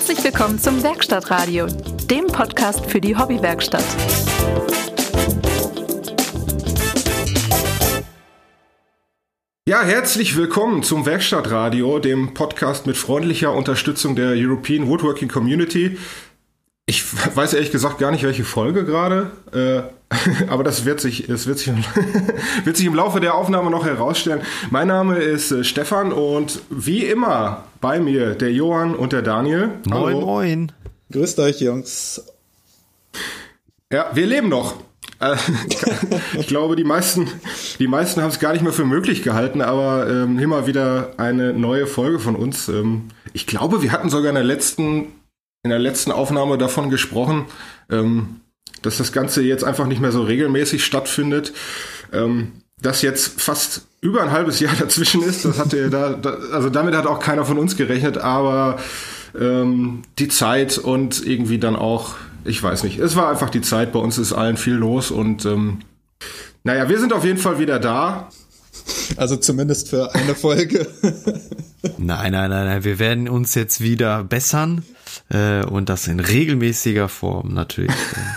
Herzlich willkommen zum Werkstattradio, dem Podcast für die Hobbywerkstatt. Ja, herzlich willkommen zum Werkstattradio, dem Podcast mit freundlicher Unterstützung der European Woodworking Community. Ich weiß ehrlich gesagt gar nicht, welche Folge gerade, aber das wird sich im Laufe der Aufnahme noch herausstellen. Mein Name ist Stefan und wie immer bei mir der Johann und der Daniel. Moin, Hallo. moin. Grüßt euch, Jungs. Ja, wir leben noch. Ich glaube, die meisten haben es gar nicht mehr für möglich gehalten, aber immer wieder eine neue Folge von uns. Ich glaube, wir hatten sogar in der letzten Aufnahme davon gesprochen, dass das Ganze jetzt einfach nicht mehr so regelmäßig stattfindet. Dass jetzt fast über ein halbes Jahr dazwischen ist, also damit hat auch keiner von uns gerechnet, aber die Zeit und irgendwie dann auch, ich weiß nicht, es war einfach die Zeit, bei uns ist allen viel los und naja, wir sind auf jeden Fall wieder da. Also zumindest für eine Folge. Nein, wir werden uns jetzt wieder bessern und das in regelmäßiger Form natürlich.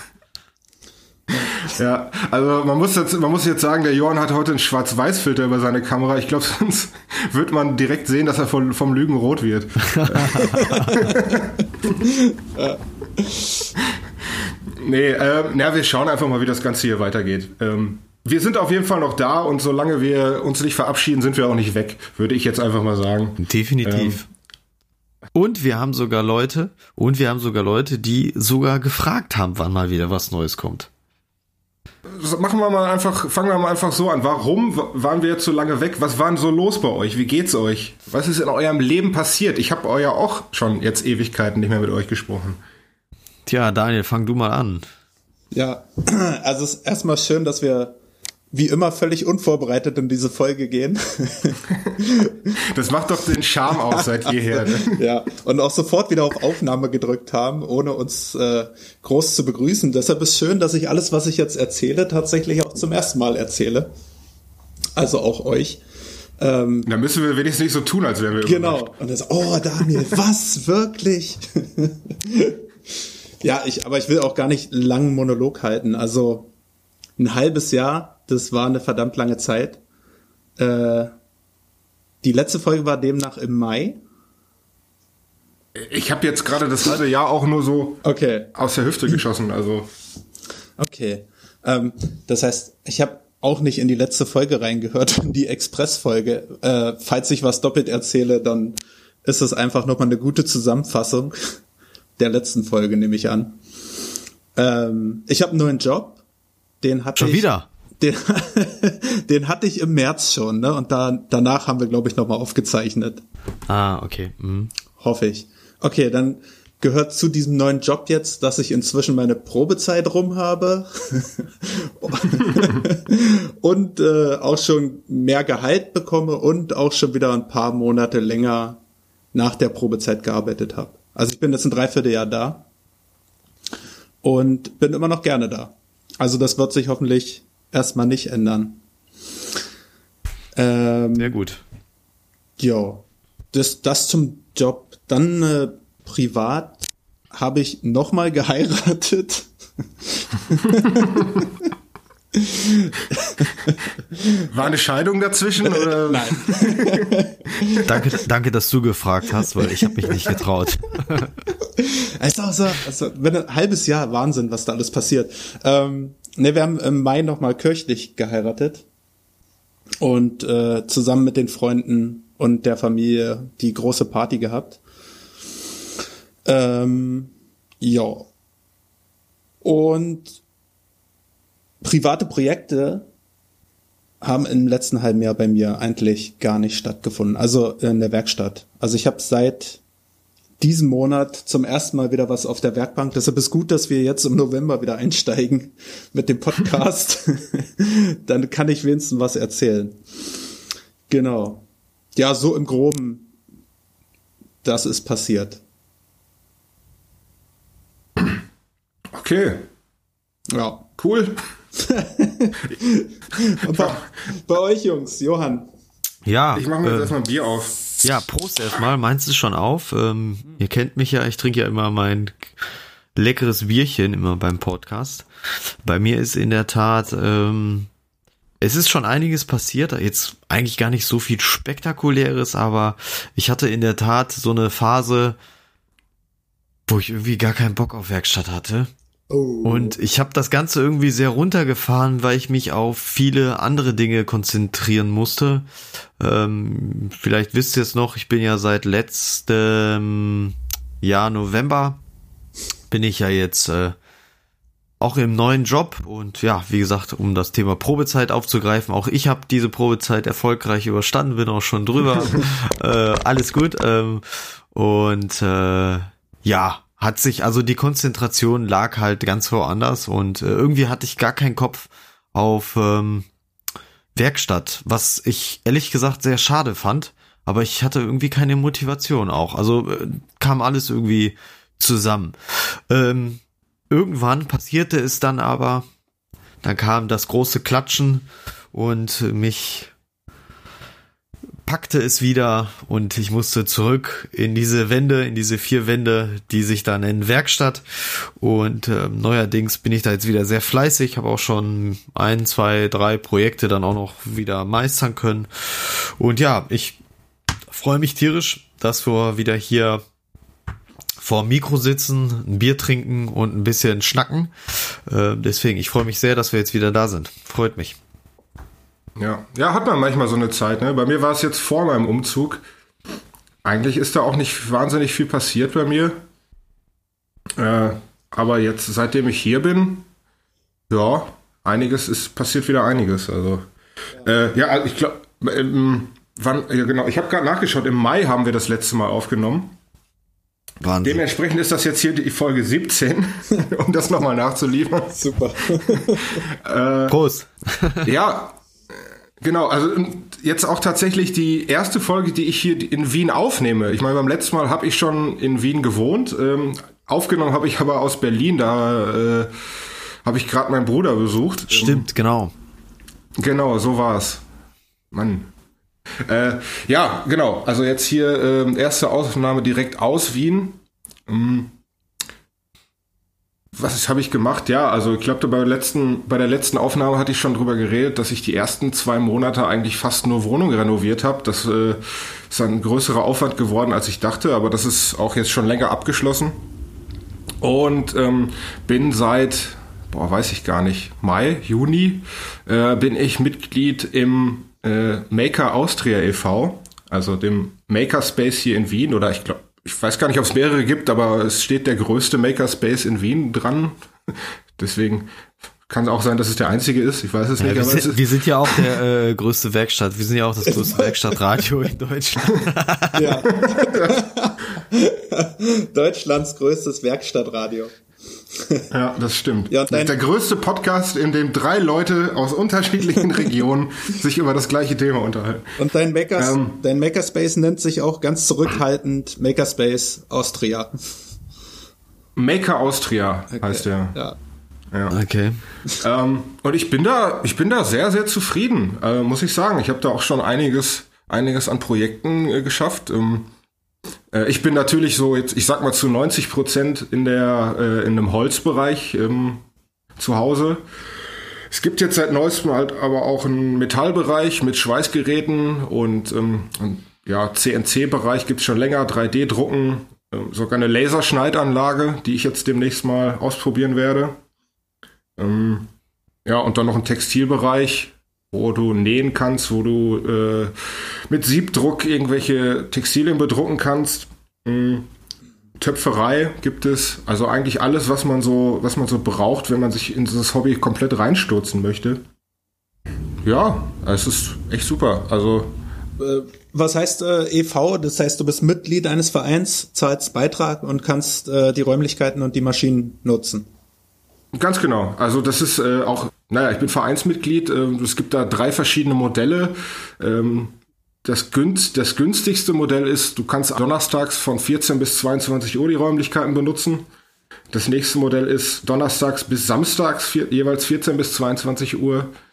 Ja, also man muss jetzt sagen, der Johann hat heute einen Schwarz-Weiß-Filter über seine Kamera. Ich glaube, sonst wird man direkt sehen, dass er vom Lügen rot wird. Wir schauen einfach mal, wie das Ganze hier weitergeht. Wir sind auf jeden Fall noch da und solange wir uns nicht verabschieden, sind wir auch nicht weg, würde ich jetzt einfach mal sagen. Definitiv. Und wir haben sogar Leute, die sogar gefragt haben, wann mal wieder was Neues kommt. Fangen wir mal einfach so an. Warum waren wir jetzt so lange weg? Was war denn so los bei euch? Wie geht's euch? Was ist in eurem Leben passiert? Ich habe ja auch schon jetzt Ewigkeiten nicht mehr mit euch gesprochen. Tja, Daniel, fang du mal an. Ja, also es ist erstmal schön, dass wir wie immer völlig unvorbereitet in diese Folge gehen. Das macht doch den Charme aus seit jeher. Ne? Ja, und auch sofort wieder auf Aufnahme gedrückt haben, ohne uns groß zu begrüßen. Deshalb ist schön, dass ich alles, was ich jetzt erzähle, tatsächlich auch zum ersten Mal erzähle. Also auch euch. Da müssen wir wenigstens nicht so tun, als wären wir genau. Und dann so, oh Daniel, was? Wirklich? Ja, aber ich will auch gar nicht einen langen Monolog halten. Also ein halbes Jahr, das war eine verdammt lange Zeit. Die letzte Folge war demnach im Mai. Ich habe jetzt gerade das halbe Jahr auch nur so aus der Hüfte geschossen. Also. Okay. Das heißt, ich habe auch nicht in die letzte Folge reingehört, in die Express-Folge. Falls ich was doppelt erzähle, dann ist es einfach nochmal eine gute Zusammenfassung der letzten Folge, nehme ich an. Ich habe einen neuen Job. Den hatte schon wieder? Den hatte ich im März schon, ne? Und danach haben wir, glaube ich, nochmal aufgezeichnet. Ah, okay. Mhm. Hoffe ich. Okay, dann gehört zu diesem neuen Job jetzt, dass ich inzwischen meine Probezeit rum habe und auch schon mehr Gehalt bekomme und auch schon wieder ein paar Monate länger nach der Probezeit gearbeitet habe. Also ich bin jetzt ein Dreivierteljahr da und bin immer noch gerne da. Also das wird sich hoffentlich erstmal nicht ändern. Sehr gut. Ja, das zum Job. Dann privat habe ich nochmal geheiratet. War eine Scheidung dazwischen? Oder? Nein. Danke, dass du gefragt hast, weil ich habe mich nicht getraut. Es ist auch so, also wenn ein halbes Jahr, Wahnsinn, was da alles passiert. Wir haben im Mai nochmal kirchlich geheiratet und zusammen mit den Freunden und der Familie die große Party gehabt. Ja. Und private Projekte haben im letzten halben Jahr bei mir eigentlich gar nicht stattgefunden. Also in der Werkstatt. Also ich habe seit diesem Monat zum ersten Mal wieder was auf der Werkbank. Deshalb ist gut, dass wir jetzt im November wieder einsteigen mit dem Podcast. Dann kann ich wenigstens was erzählen. Genau. Ja, so im Groben, das ist passiert. Okay. Ja. Cool. Und bei euch, Jungs, Johann. Ja. Ich mache mir jetzt erstmal ein Bier auf. Ja, Prost erstmal. Meins ist schon auf. Ihr kennt mich ja, ich trinke ja immer mein leckeres Bierchen immer beim Podcast. Bei mir ist in der Tat, es ist schon einiges passiert. Jetzt eigentlich gar nicht so viel Spektakuläres, aber ich hatte in der Tat so eine Phase, wo ich irgendwie gar keinen Bock auf Werkstatt hatte. Oh. Und ich habe das Ganze irgendwie sehr runtergefahren, weil ich mich auf viele andere Dinge konzentrieren musste. Vielleicht wisst ihr es noch, ich bin ja seit letztem Jahr November, bin ich ja jetzt auch im neuen Job. Und ja, wie gesagt, um das Thema Probezeit aufzugreifen, auch ich habe diese Probezeit erfolgreich überstanden, bin auch schon drüber. Alles gut. Ja, hat sich, also die Konzentration lag halt ganz woanders und irgendwie hatte ich gar keinen Kopf auf Werkstatt, was ich ehrlich gesagt sehr schade fand, aber ich hatte irgendwie keine Motivation auch, also kam alles irgendwie zusammen. Irgendwann passierte es dann aber, dann kam das große Klatschen und mich packte es wieder und ich musste zurück in diese Wände, in diese 4 Wände, die sich da nennen Werkstatt. Und neuerdings bin ich da jetzt wieder sehr fleißig, habe auch schon 1, 2, 3 Projekte dann auch noch wieder meistern können. Und ja, ich freue mich tierisch, dass wir wieder hier vor dem Mikro sitzen, ein Bier trinken und ein bisschen schnacken. Deswegen, ich freue mich sehr, dass wir jetzt wieder da sind. Freut mich. Ja, hat man manchmal so eine Zeit, ne? Bei mir war es jetzt vor meinem Umzug. Eigentlich ist da auch nicht wahnsinnig viel passiert bei mir. Aber jetzt, seitdem ich hier bin, ja, passiert wieder einiges. Also, ich glaube, genau, ich habe gerade nachgeschaut, im Mai haben wir das letzte Mal aufgenommen. Wahnsinn. Dementsprechend ist das jetzt hier die Folge 17, um das nochmal nachzuliefern. Super. Prost. Ja, genau, also jetzt auch tatsächlich die erste Folge, die ich hier in Wien aufnehme. Ich meine, beim letzten Mal habe ich schon in Wien gewohnt. Aufgenommen habe ich aber aus Berlin, da habe ich gerade meinen Bruder besucht. Stimmt, genau. Genau, so war's. Mann. Ja, genau. Also jetzt hier erste Aufnahme direkt aus Wien. Was habe ich gemacht? Ja, also ich glaube, bei der letzten Aufnahme hatte ich schon drüber geredet, dass ich die ersten 2 Monate eigentlich fast nur Wohnung renoviert habe. Das ist ein größerer Aufwand geworden, als ich dachte, aber das ist auch jetzt schon länger abgeschlossen. Und bin seit, weiß ich gar nicht, Mai, Juni, bin ich Mitglied im Maker Austria e.V., also dem Makerspace hier in Wien, oder ich weiß gar nicht, ob es mehrere gibt, aber es steht der größte Makerspace in Wien dran. Deswegen kann es auch sein, dass es der einzige ist. Ich weiß es nicht. Wir sind ja auch der größte Werkstatt. Wir sind ja auch das größte Werkstattradio in Deutschland. Ja. Deutschlands größtes Werkstattradio. Ja, das stimmt. Ja, das ist der größte Podcast, in dem 3 Leute aus unterschiedlichen Regionen sich über das gleiche Thema unterhalten. Und dein Makerspace nennt sich auch ganz zurückhaltend Makerspace Austria. Maker Austria heißt der. Ja. Okay. Und ich bin da sehr, sehr zufrieden, muss ich sagen. Ich habe da auch schon einiges an Projekten geschafft. Ich bin natürlich so jetzt, ich sag mal zu 90% in einem Holzbereich zu Hause. Es gibt jetzt seit neuestem halt aber auch einen Metallbereich mit Schweißgeräten und CNC-Bereich gibt's schon länger, 3D-Drucken, sogar eine Laserschneidanlage, die ich jetzt demnächst mal ausprobieren werde. Und dann noch ein Textilbereich, wo du nähen kannst, wo du mit Siebdruck irgendwelche Textilien bedrucken kannst. Töpferei gibt es, also eigentlich alles, was man so braucht, wenn man sich in dieses Hobby komplett reinstürzen möchte. Ja, es ist echt super. Also was heißt e.V.? Das heißt, du bist Mitglied eines Vereins, zahlst Beitrag und kannst die Räumlichkeiten und die Maschinen nutzen. Ganz genau. Also das ist ich bin Vereinsmitglied. Es gibt da 3 verschiedene Modelle. Das günstigste Modell ist, du kannst donnerstags von 14 bis 22 Uhr die Räumlichkeiten benutzen. Das nächste Modell ist donnerstags bis samstags jeweils 14 bis 22 Uhr.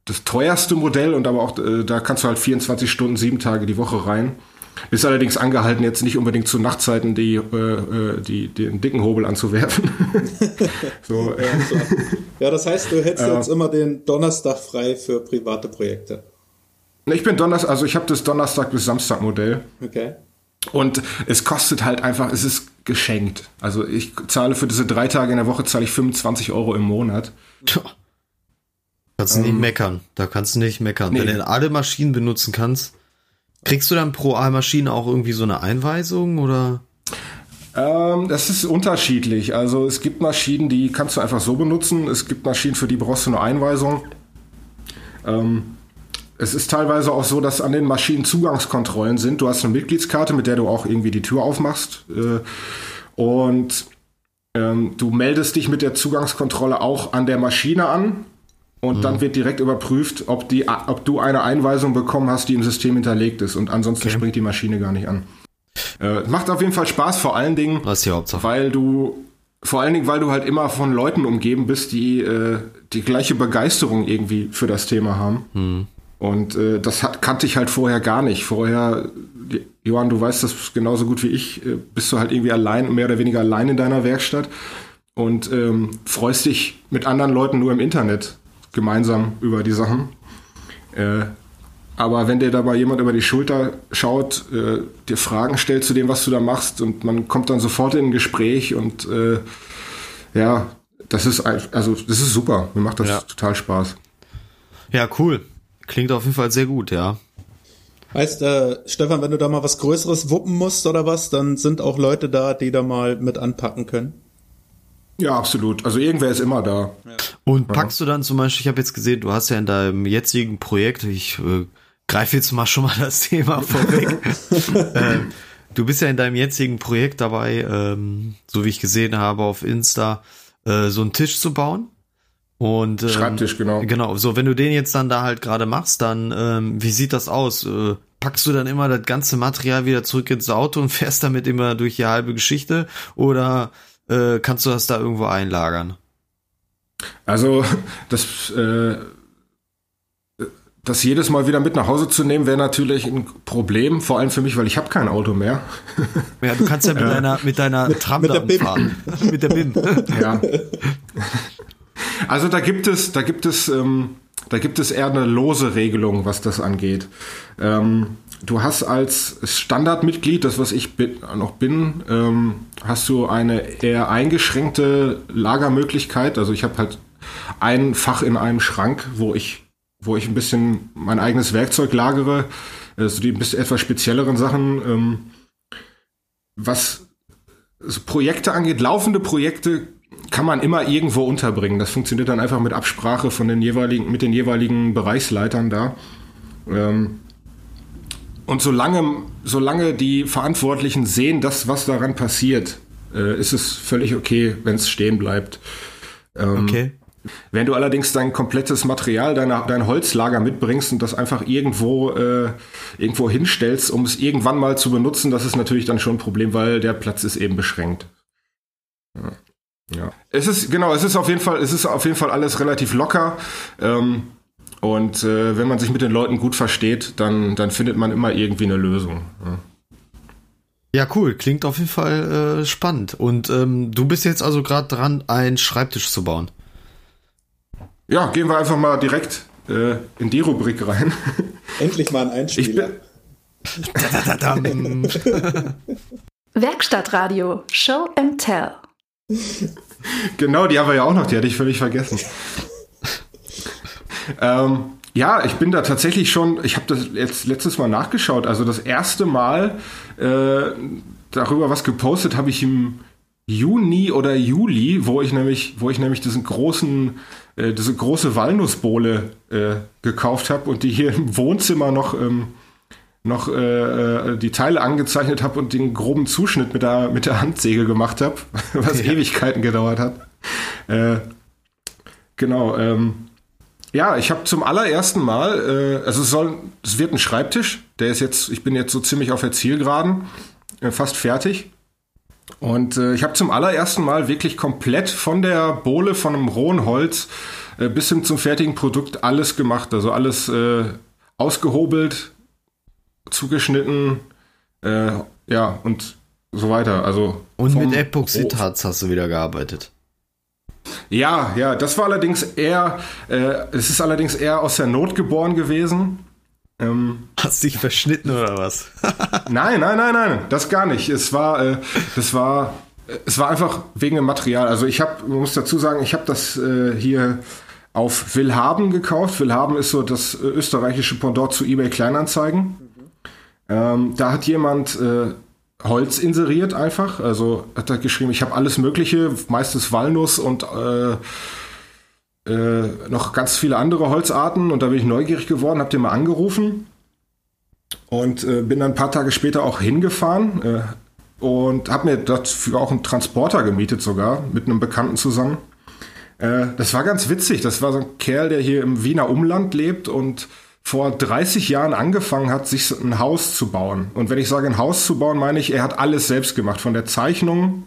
das teuerste Modell und aber auch, da kannst du halt 24 Stunden, 7 Tage die Woche rein. Bist allerdings angehalten, jetzt nicht unbedingt zu Nachtzeiten den dicken Hobel anzuwerfen. So, ja, klar. Ja, das heißt, du hättest jetzt immer den Donnerstag frei für private Projekte. Ich bin ich habe das Donnerstag bis Samstag Modell. Okay. Und es kostet halt einfach, es ist geschenkt. Also ich zahle für diese 3 Tage in der Woche zahle ich 25 € im Monat. Kannst du nicht meckern. Da kannst du nicht meckern. Nee. Wenn du alle Maschinen benutzen kannst, kriegst du dann pro Maschine auch irgendwie so eine Einweisung oder? Das ist unterschiedlich. Also es gibt Maschinen, die kannst du einfach so benutzen. Es gibt Maschinen, für die brauchst du eine Einweisung. Es ist teilweise auch so, dass an den Maschinen Zugangskontrollen sind. Du hast eine Mitgliedskarte, mit der du auch irgendwie die Tür aufmachst. Und du meldest dich mit der Zugangskontrolle auch an der Maschine an. Und dann wird direkt überprüft, ob du eine Einweisung bekommen hast, die im System hinterlegt ist. Und ansonsten springt die Maschine gar nicht an. Macht auf jeden Fall Spaß, vor allen Dingen, Das ist die Hauptsache. weil du halt immer von Leuten umgeben bist, die die gleiche Begeisterung irgendwie für das Thema haben. Und das kannte ich halt vorher gar nicht. Vorher, Johann, du weißt das genauso gut wie ich, bist du halt irgendwie mehr oder weniger allein in deiner Werkstatt und freust dich mit anderen Leuten nur im Internet gemeinsam über die Sachen. Aber wenn dir da mal jemand über die Schulter schaut, dir Fragen stellt zu dem, was du da machst und man kommt dann sofort in ein Gespräch und das ist super. Mir macht das total Spaß. Ja, cool. Klingt auf jeden Fall sehr gut, ja. Heißt, Stefan, wenn du da mal was Größeres wuppen musst oder was, dann sind auch Leute da, die da mal mit anpacken können. Ja, absolut. Also irgendwer ist immer da. Und packst du dann zum Beispiel, ich habe jetzt gesehen, du hast ja in deinem jetzigen Projekt, ich greife jetzt schon mal das Thema vorweg. Du bist ja in deinem jetzigen Projekt dabei, so wie ich gesehen habe auf Insta, so einen Tisch zu bauen. Und Schreibtisch, genau. Genau, so wenn du den jetzt dann da halt gerade machst, dann wie sieht das aus? Packst du dann immer das ganze Material wieder zurück ins Auto und fährst damit immer durch die halbe Geschichte oder kannst du das da irgendwo einlagern? Also das jedes Mal wieder mit nach Hause zu nehmen, wäre natürlich ein Problem, vor allem für mich, weil ich habe kein Auto mehr. Ja, du kannst ja mit deiner Tram mit der BIM fahren. Mit der BIM. Ja. Also da gibt es eher eine lose Regelung, was das angeht. Du hast als Standardmitglied, das was ich noch bin, hast du eine eher eingeschränkte Lagermöglichkeit. Also ich habe halt ein Fach in einem Schrank, wo ich ein bisschen mein eigenes Werkzeug lagere, also die ein bisschen etwas spezielleren Sachen. Was so Projekte angeht, laufende Projekte kann man immer irgendwo unterbringen. Das funktioniert dann einfach mit Absprache mit den jeweiligen Bereichsleitern da. Und solange die Verantwortlichen sehen, dass was daran passiert, ist es völlig okay, wenn es stehen bleibt. Okay. Wenn du allerdings dein komplettes Material, dein Holzlager mitbringst und das einfach irgendwo hinstellst, um es irgendwann mal zu benutzen, das ist natürlich dann schon ein Problem, weil der Platz ist eben beschränkt. Ja. Es ist auf jeden Fall alles relativ locker. Und wenn man sich mit den Leuten gut versteht, dann findet man immer irgendwie eine Lösung. Ja, cool. Klingt auf jeden Fall spannend. Und du bist jetzt also gerade dran, einen Schreibtisch zu bauen. Ja, gehen wir einfach mal direkt in die Rubrik rein. Endlich mal ein Einspieler. Werkstattradio Show and Tell. Genau, die haben wir ja auch noch, die hatte ich völlig vergessen. Ja, ich bin da tatsächlich schon, ich habe das jetzt letztes Mal nachgeschaut, also das erste Mal darüber was gepostet habe ich im Juni oder Juli, wo ich nämlich diese große Walnussbowle gekauft habe und die hier im Wohnzimmer noch die Teile angezeichnet habe und den groben Zuschnitt mit der Handsäge gemacht habe, was Ewigkeiten gedauert hat. Genau. Ja, ich habe zum allerersten Mal, es wird ein Schreibtisch, ich bin jetzt so ziemlich auf der Zielgeraden, fast fertig. Und ich habe zum allerersten Mal wirklich komplett von der Bohle, von einem rohen Holz bis hin zum fertigen Produkt alles gemacht. Also alles ausgehobelt, zugeschnitten, und so weiter. Also und mit Epoxidharz hast du wieder gearbeitet. Ja, das war allerdings es ist allerdings eher aus der Not geboren gewesen. Hast dich verschnitten oder was? Nein, das gar nicht. Es war einfach wegen dem Material. Also man muss dazu sagen, ich habe das hier auf Willhaben gekauft. Willhaben ist so das österreichische Pendant zu eBay Kleinanzeigen. Da hat jemand Holz inseriert einfach. Also hat er geschrieben, ich habe alles Mögliche, meistens Walnuss und noch ganz viele andere Holzarten. Und da bin ich neugierig geworden, habe den mal angerufen und bin dann ein paar Tage später auch hingefahren und habe mir dafür auch einen Transporter gemietet sogar, mit einem Bekannten zusammen. Das war ganz witzig. Das war so ein Kerl, der hier im Wiener Umland lebt und vor 30 Jahren angefangen hat, sich ein Haus zu bauen. Und wenn ich sage, ein Haus zu bauen, meine ich, er hat alles selbst gemacht. Von der Zeichnung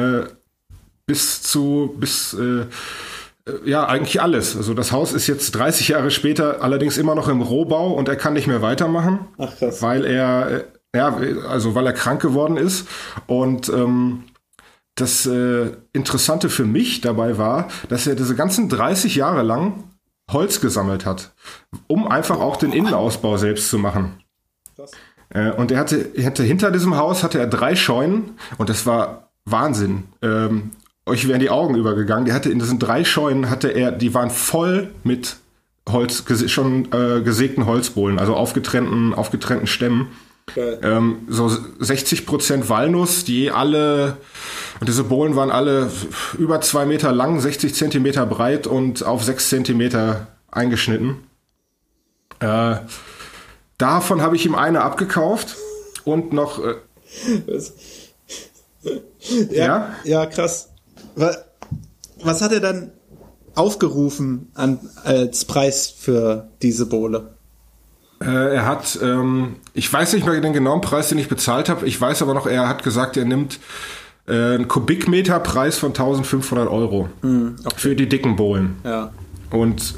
eigentlich alles. Also das Haus ist jetzt 30 Jahre später allerdings immer noch im Rohbau und er kann nicht mehr weitermachen. Ach, krass. Weil er krank geworden ist. Und das Interessante für mich dabei war, dass er diese ganzen 30 Jahre lang Holz gesammelt hat, um einfach auch den Innenausbau selbst zu machen. Krass. Und er hatte hinter diesem Haus 3 Scheunen und das war Wahnsinn. Euch wären die Augen übergegangen. Der hatte in diesen 3 Scheunen die waren voll mit Holz, gesägten Holzbohlen, also aufgetrennten Stämmen. So 60% Walnuss, und diese Bohlen waren alle über 2 Meter lang, 60 Zentimeter breit und auf 6 Zentimeter eingeschnitten. Davon habe ich ihm eine abgekauft und noch Ja, krass. Was hat er dann aufgerufen als Preis für diese Bohle? Er hat, ich weiß nicht mehr den genauen Preis, den ich bezahlt habe. Ich weiß aber noch, er hat gesagt, er nimmt einen Kubikmeterpreis von 1.500 € für die dicken Bohlen. Ja. Und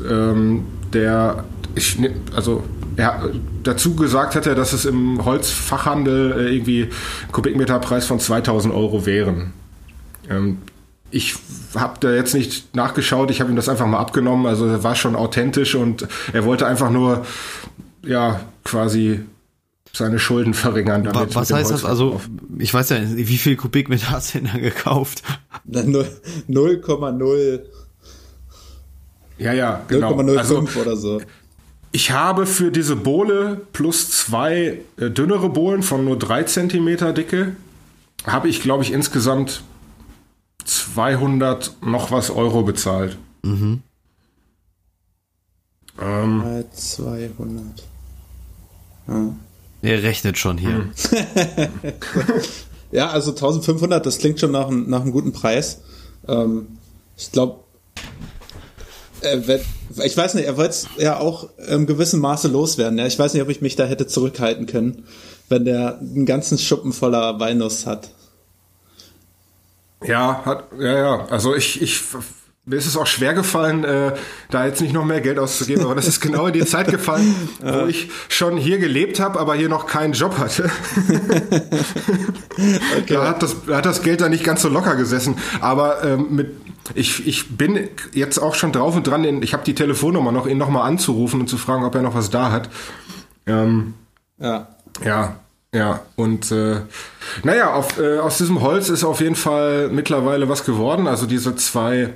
dazu gesagt hat er, dass es im Holzfachhandel irgendwie Kubikmeterpreis von 2.000 € wären. Ich habe da jetzt nicht nachgeschaut, ich habe ihm das einfach mal abgenommen, also er war schon authentisch und er wollte einfach nur quasi seine Schulden verringern. Damit was heißt das? Also ich weiß ja nicht, wie viel Kubikmeter hast du denn da gekauft? 0,0. Ja, genau. 0,05 also, oder so. Ich habe für diese Bohle plus 2 dünnere Bohlen von nur 3 Zentimeter Dicke, habe ich, glaube ich, insgesamt 200 noch was Euro bezahlt. Mhm. 200. Ja. Er rechnet schon hier. Ja, also 1500, das klingt schon nach einem guten Preis. Ich glaube, ich weiß nicht, er wollte es ja auch im gewissen Maße loswerden. Ja? Ich weiß nicht, ob ich mich da hätte zurückhalten können, wenn der einen ganzen Schuppen voller Walnuss hat. Ja. Also mir ist es auch schwer gefallen, da jetzt nicht noch mehr Geld auszugeben, aber das ist genau in die Zeit gefallen, wo ich schon hier gelebt habe, aber hier noch keinen Job hatte. Okay. Da hat das Geld dann nicht ganz so locker gesessen. Aber ich bin jetzt auch schon drauf und dran, ich habe die Telefonnummer noch, ihn nochmal anzurufen und zu fragen, ob er noch was da hat. Ja, und aus diesem Holz ist auf jeden Fall mittlerweile was geworden. Also diese zwei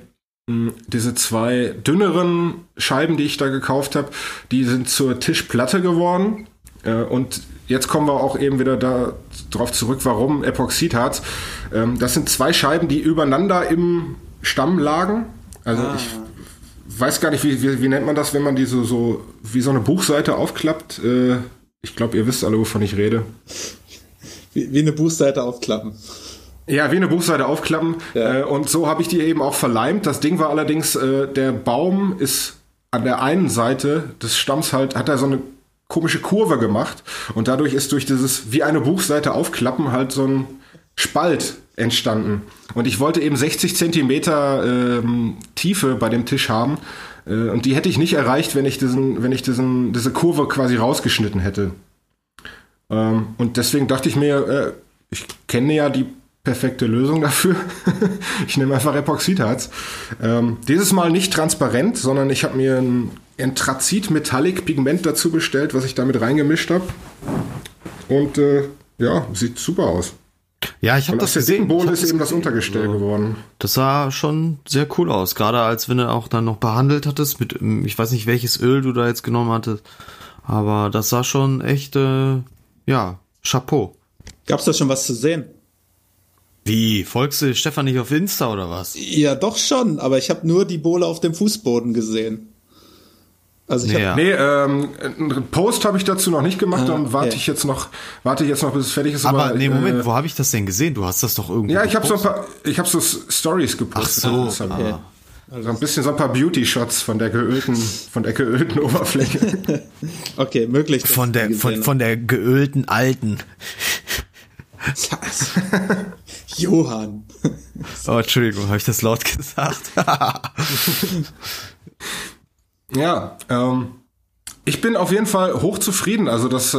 dünneren Scheiben, die ich da gekauft habe, die sind zur Tischplatte geworden. Und jetzt kommen wir auch eben wieder darauf zurück, warum Epoxidharz. Das sind 2 Scheiben, die übereinander im Stamm lagen. Also ich weiß gar nicht, wie nennt man das, wenn man die so wie so eine Buchseite aufklappt. Ich glaube, ihr wisst alle, wovon ich rede. Wie eine Buchseite aufklappen. Ja, wie eine Buchseite aufklappen. Ja. Und so habe ich die eben auch verleimt. Das Ding war allerdings, der Baum ist an der einen Seite des Stamms hat er so eine komische Kurve gemacht. Und dadurch ist durch dieses wie eine Buchseite aufklappen halt so ein Spalt entstanden. Und ich wollte eben 60 Zentimeter Tiefe bei dem Tisch haben. Und die hätte ich nicht erreicht, wenn ich diese Kurve quasi rausgeschnitten hätte. Und deswegen dachte ich mir, ich kenne ja die perfekte Lösung dafür. Ich nehme einfach Epoxidharz. Dieses Mal nicht transparent, sondern ich habe mir ein Anthrazit-Metallic-Pigment dazu bestellt, was ich damit reingemischt habe. Und sieht super aus. Ja, ich habe das gesehen. Bowl ist eben das Untergestell geworden. Das sah schon sehr cool aus. Gerade als wenn du auch dann noch behandelt hattest mit, ich weiß nicht, welches Öl du da jetzt genommen hattest. Aber das sah schon echt, Chapeau. Gab's da schon was zu sehen? Wie? Folgst du Stefan nicht auf Insta oder was? Ja, doch schon, aber ich habe nur die Bohle auf dem Fußboden gesehen. Also ich einen Post habe ich dazu noch nicht gemacht, dann warte ich jetzt noch, bis es fertig ist. Aber nee, Moment, wo habe ich das denn gesehen? Du hast das doch irgendwo. Ja, ich habe so Stories gepostet. Ach so, okay. So ein bisschen so ein paar Beauty-Shots von der geölten Oberfläche. Okay, möglich. Von der geölten Alten. Johann. Oh, Entschuldigung, habe ich das laut gesagt? Ja, ich bin auf jeden Fall hochzufrieden. Also das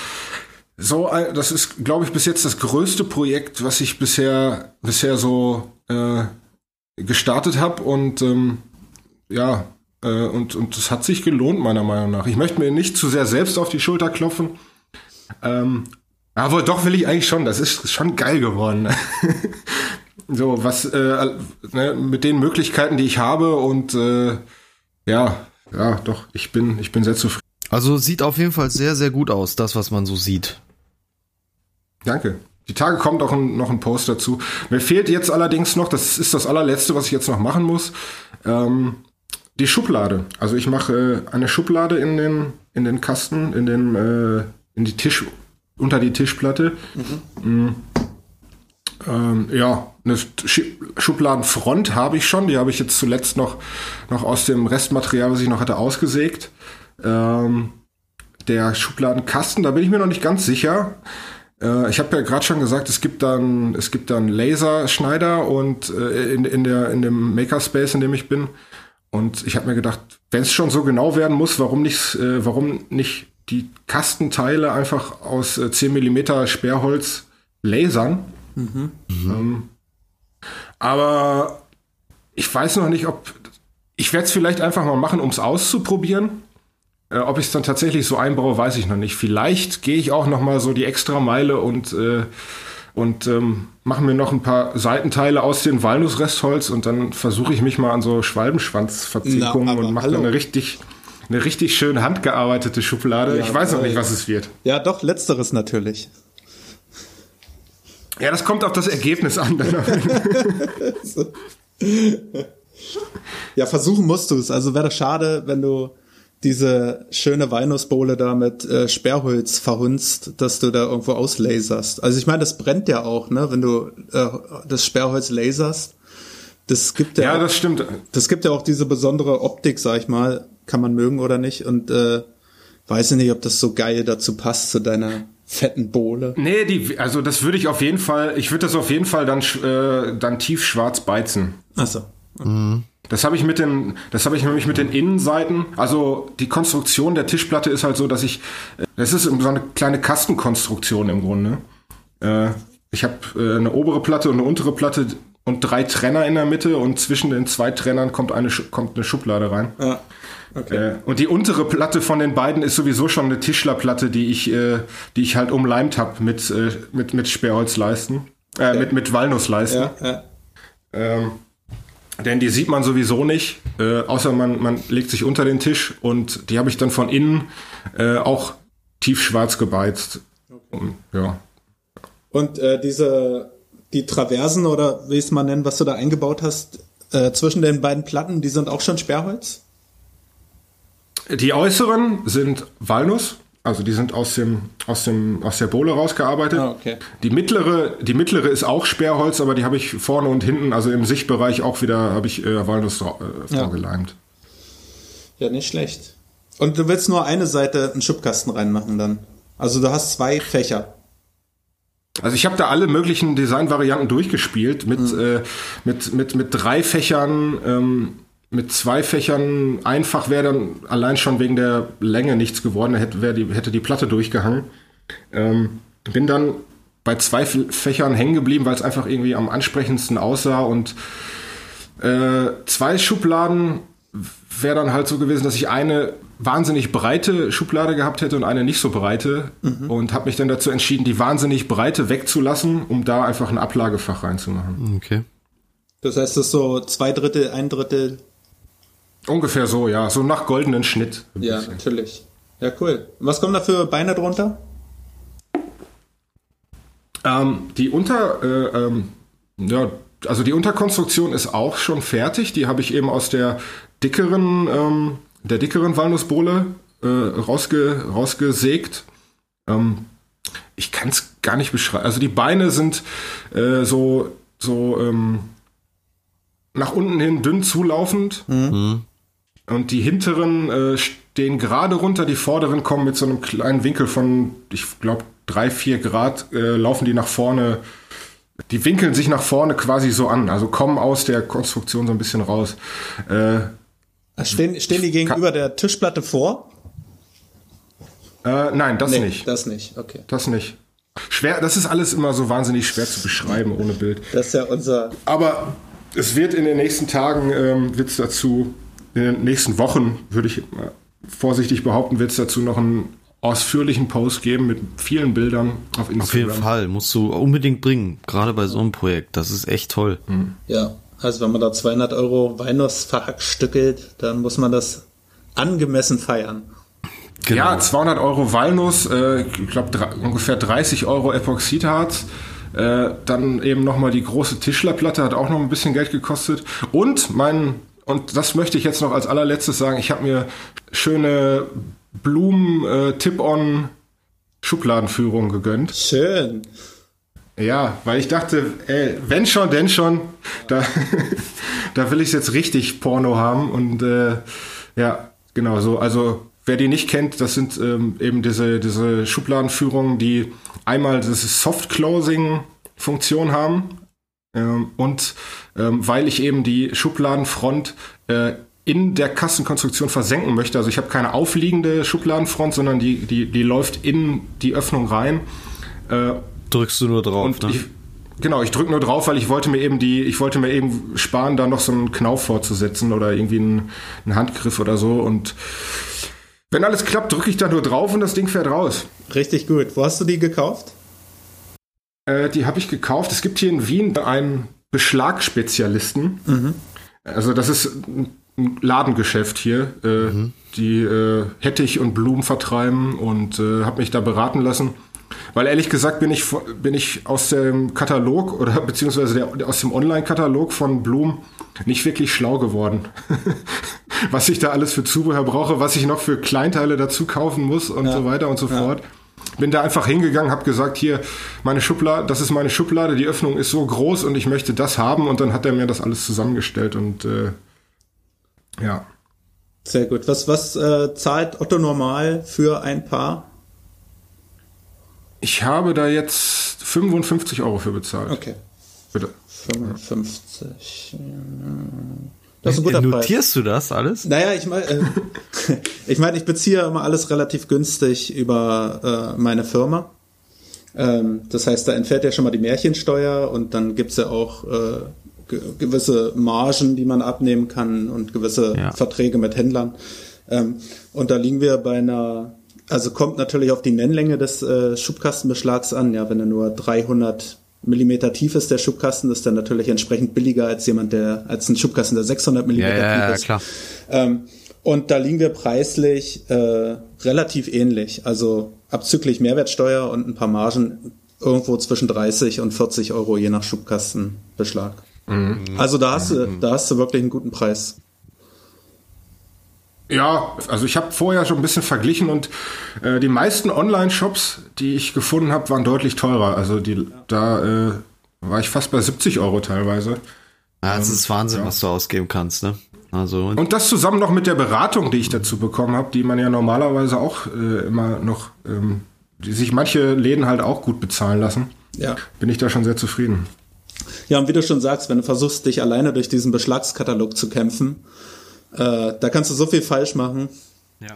ist, glaube ich, bis jetzt das größte Projekt, was ich bisher so gestartet habe und und das hat sich gelohnt, meiner Meinung nach. Ich möchte mir nicht zu sehr selbst auf die Schulter klopfen. Aber doch will ich eigentlich schon. Das ist schon geil geworden. So, was mit den Möglichkeiten, die ich habe und doch, ich bin sehr zufrieden. Also sieht auf jeden Fall sehr, sehr gut aus, das, was man so sieht. Danke. Die Tage kommt auch noch ein Post dazu. Mir fehlt jetzt allerdings noch, das ist das allerletzte, was ich jetzt noch machen muss, die Schublade. Also ich mache eine Schublade in den Kasten, unter die Tischplatte. Eine Schubladenfront habe ich schon. Die habe ich jetzt zuletzt noch aus dem Restmaterial, was ich noch hatte, ausgesägt. Der Schubladenkasten, da bin ich mir noch nicht ganz sicher. Ich habe ja gerade schon gesagt, es gibt dann Laserschneider und in dem Makerspace, in dem ich bin. Und ich habe mir gedacht, wenn es schon so genau werden muss, warum nicht die Kastenteile einfach aus 10 mm Sperrholz lasern? Aber ich weiß noch nicht, ich werde es vielleicht einfach mal machen, um es auszuprobieren. Ob ich es dann tatsächlich so einbaue, weiß ich noch nicht. Vielleicht gehe ich auch noch mal so die extra Meile und mache mir noch ein paar Seitenteile aus dem Walnussrestholz und dann versuche ich mich mal an so Schwalbenschwanzverzinkungen und mache dann eine richtig schön handgearbeitete Schublade. Ja, ich weiß noch nicht, was es wird. Ja, doch, letzteres natürlich. Ja, das kommt auf das Ergebnis an. Ja, versuchen musst du es. Also wäre das schade, wenn du diese schöne Walnussbowle da mit Sperrholz verhunzt, dass du da irgendwo auslaserst. Also ich meine, das brennt ja auch, ne, wenn du das Sperrholz laserst. Das gibt ja, das stimmt. Das gibt ja auch diese besondere Optik, sag ich mal, kann man mögen oder nicht. Und weiß ich nicht, ob das so geil dazu passt, zu deiner fetten Bohle. Nee, das würde ich auf jeden Fall, das auf jeden Fall dann tiefschwarz beizen. Ach so. Mhm. Das habe ich nämlich mit den Innenseiten, also die Konstruktion der Tischplatte ist halt so, das ist so eine kleine Kastenkonstruktion im Grunde. Ich habe eine obere Platte und eine untere Platte und 3 Trenner in der Mitte und zwischen den 2 Trennern kommt eine Schublade rein. Ja. Okay. Und die untere Platte von den beiden ist sowieso schon eine Tischlerplatte, die ich halt umleimt habe mit Sperrholzleisten, mit Walnussleisten. Ja. Denn die sieht man sowieso nicht, außer man legt sich unter den Tisch und die habe ich dann von innen auch tiefschwarz gebeizt. Okay. Ja. Und die Traversen oder wie ich es mal nennen, was du da eingebaut hast, zwischen den beiden Platten, die sind auch schon Sperrholz? Die äußeren sind Walnuss, also die sind aus der Bohle rausgearbeitet. Ah, okay. Die mittlere ist auch Sperrholz, aber die habe ich vorne und hinten, also im Sichtbereich auch wieder, habe ich Walnuss vorgeleimt. Ja, nicht schlecht. Und du willst nur eine Seite einen Schubkasten reinmachen dann? Also du hast 2 Fächer. Also ich habe da alle möglichen Designvarianten durchgespielt mit 3 Fächern, mit 2 Fächern. Einfach wäre dann allein schon wegen der Länge nichts geworden, hätte die Platte durchgehangen. Bin dann bei 2 Fächern hängen geblieben, weil es einfach irgendwie am ansprechendsten aussah, und 2 Schubladen wäre dann halt so gewesen, dass ich eine wahnsinnig breite Schublade gehabt hätte und eine nicht so breite, und habe mich dann dazu entschieden, die wahnsinnig breite wegzulassen, um da einfach ein Ablagefach reinzumachen. Okay. Das heißt, das ist so 2/3, 1/3. Ungefähr so, ja, so nach goldenen Schnitt. Ja, natürlich. Ja, cool. Was kommen da für Beine drunter? Die Unterkonstruktion ist auch schon fertig. Die habe ich eben aus der dickeren Walnussbohle rausgesägt. Ich kann es gar nicht beschreiben. Also die Beine sind so nach unten hin dünn zulaufend. Und die hinteren stehen gerade runter. Die vorderen kommen mit so einem kleinen Winkel von, ich glaube, 3-4 Grad, laufen die nach vorne. Die winkeln sich nach vorne quasi so an, also kommen aus der Konstruktion so ein bisschen raus. Stehen die gegenüber der Tischplatte vor? Nein, das nicht. Das nicht, okay. Das nicht. Schwer, das ist alles immer so wahnsinnig schwer zu beschreiben ohne Bild. Das ist ja unser... Aber es wird in den nächsten Tagen, in den nächsten Wochen, würde ich vorsichtig behaupten, wird es dazu noch einen ausführlichen Post geben mit vielen Bildern auf Instagram. Auf jeden Fall, musst du unbedingt bringen, gerade bei so einem Projekt. Das ist echt toll. Ja, also wenn man da 200 € Walnuss verhackstückelt, dann muss man das angemessen feiern. Genau. Ja, 200 € Walnuss, ich glaube ungefähr 30 € Epoxidharz. Dann eben nochmal die große Tischlerplatte, hat auch noch ein bisschen Geld gekostet. Und das möchte ich jetzt noch als allerletztes sagen, ich habe mir schöne Blumen-Tip-On-Schubladenführung gegönnt. Schön. Ja, weil ich dachte, wenn schon, denn schon, da will ich es jetzt richtig Porno haben. Und ja, genau so. Also wer die nicht kennt, das sind eben diese Schubladenführungen, die einmal diese Soft-Closing-Funktion haben. Und weil ich eben die Schubladenfront in der Kassenkonstruktion versenken möchte. Also ich habe keine aufliegende Schubladenfront, sondern die läuft in die Öffnung rein. Drückst du nur drauf, und ne? Ich drücke nur drauf, weil ich wollte mir eben sparen, da noch so einen Knauf vorzusetzen oder irgendwie einen Handgriff oder so. Und wenn alles klappt, drücke ich da nur drauf und das Ding fährt raus. Richtig gut. Wo hast du die gekauft? Die habe ich gekauft. Es gibt hier in Wien einen Beschlagsspezialisten. Also das ist ein Ladengeschäft hier, die Hettich und Blumen vertreiben, und habe mich da beraten lassen. Weil ehrlich gesagt bin ich aus dem Katalog oder beziehungsweise aus dem Online-Katalog von Blum nicht wirklich schlau geworden. Was ich da alles für Zubehör brauche, was ich noch für Kleinteile dazu kaufen muss und so weiter und so fort. Bin da einfach hingegangen, habe gesagt, hier, meine Schublade, das ist meine Schublade, die Öffnung ist so groß und ich möchte das haben, und dann hat er mir das alles zusammengestellt und ja. Sehr gut. Was zahlt Otto normal für ein Paar? Ich habe da jetzt 55 € für bezahlt. Okay. Bitte. 55. Das ist ein guter Preis. Notierst du das alles? Naja, ich meine, ich beziehe immer alles relativ günstig über meine Firma. Das heißt, da entfällt ja schon mal die Märchensteuer, und dann gibt's ja auch gewisse Margen, die man abnehmen kann, und gewisse Verträge mit Händlern. Und da liegen wir bei also kommt natürlich auf die Nennlänge des Schubkastenbeschlags an. Ja, wenn er nur 300 Millimeter tief ist, der Schubkasten, ist dann natürlich entsprechend billiger als als ein Schubkasten, der 600 Millimeter tief ist. Klar. Und da liegen wir preislich relativ ähnlich. Also abzüglich Mehrwertsteuer und ein paar Margen irgendwo zwischen 30 und 40 € je nach Schubkastenbeschlag. Also da hast du wirklich einen guten Preis. Ja, also ich habe vorher schon ein bisschen verglichen, und die meisten Online-Shops, die ich gefunden habe, waren deutlich teurer. Also da war ich fast bei 70 € teilweise. Ja, das ist Wahnsinn, was du ausgeben kannst, ne? Also und das zusammen noch mit der Beratung, die ich dazu bekommen habe, die man ja normalerweise auch immer noch, die sich manche Läden halt auch gut bezahlen lassen. Ja. bin ich da schon sehr zufrieden. Ja, und wie du schon sagst, wenn du versuchst, dich alleine durch diesen Beschlagskatalog zu kämpfen, da kannst du so viel falsch machen. Ja.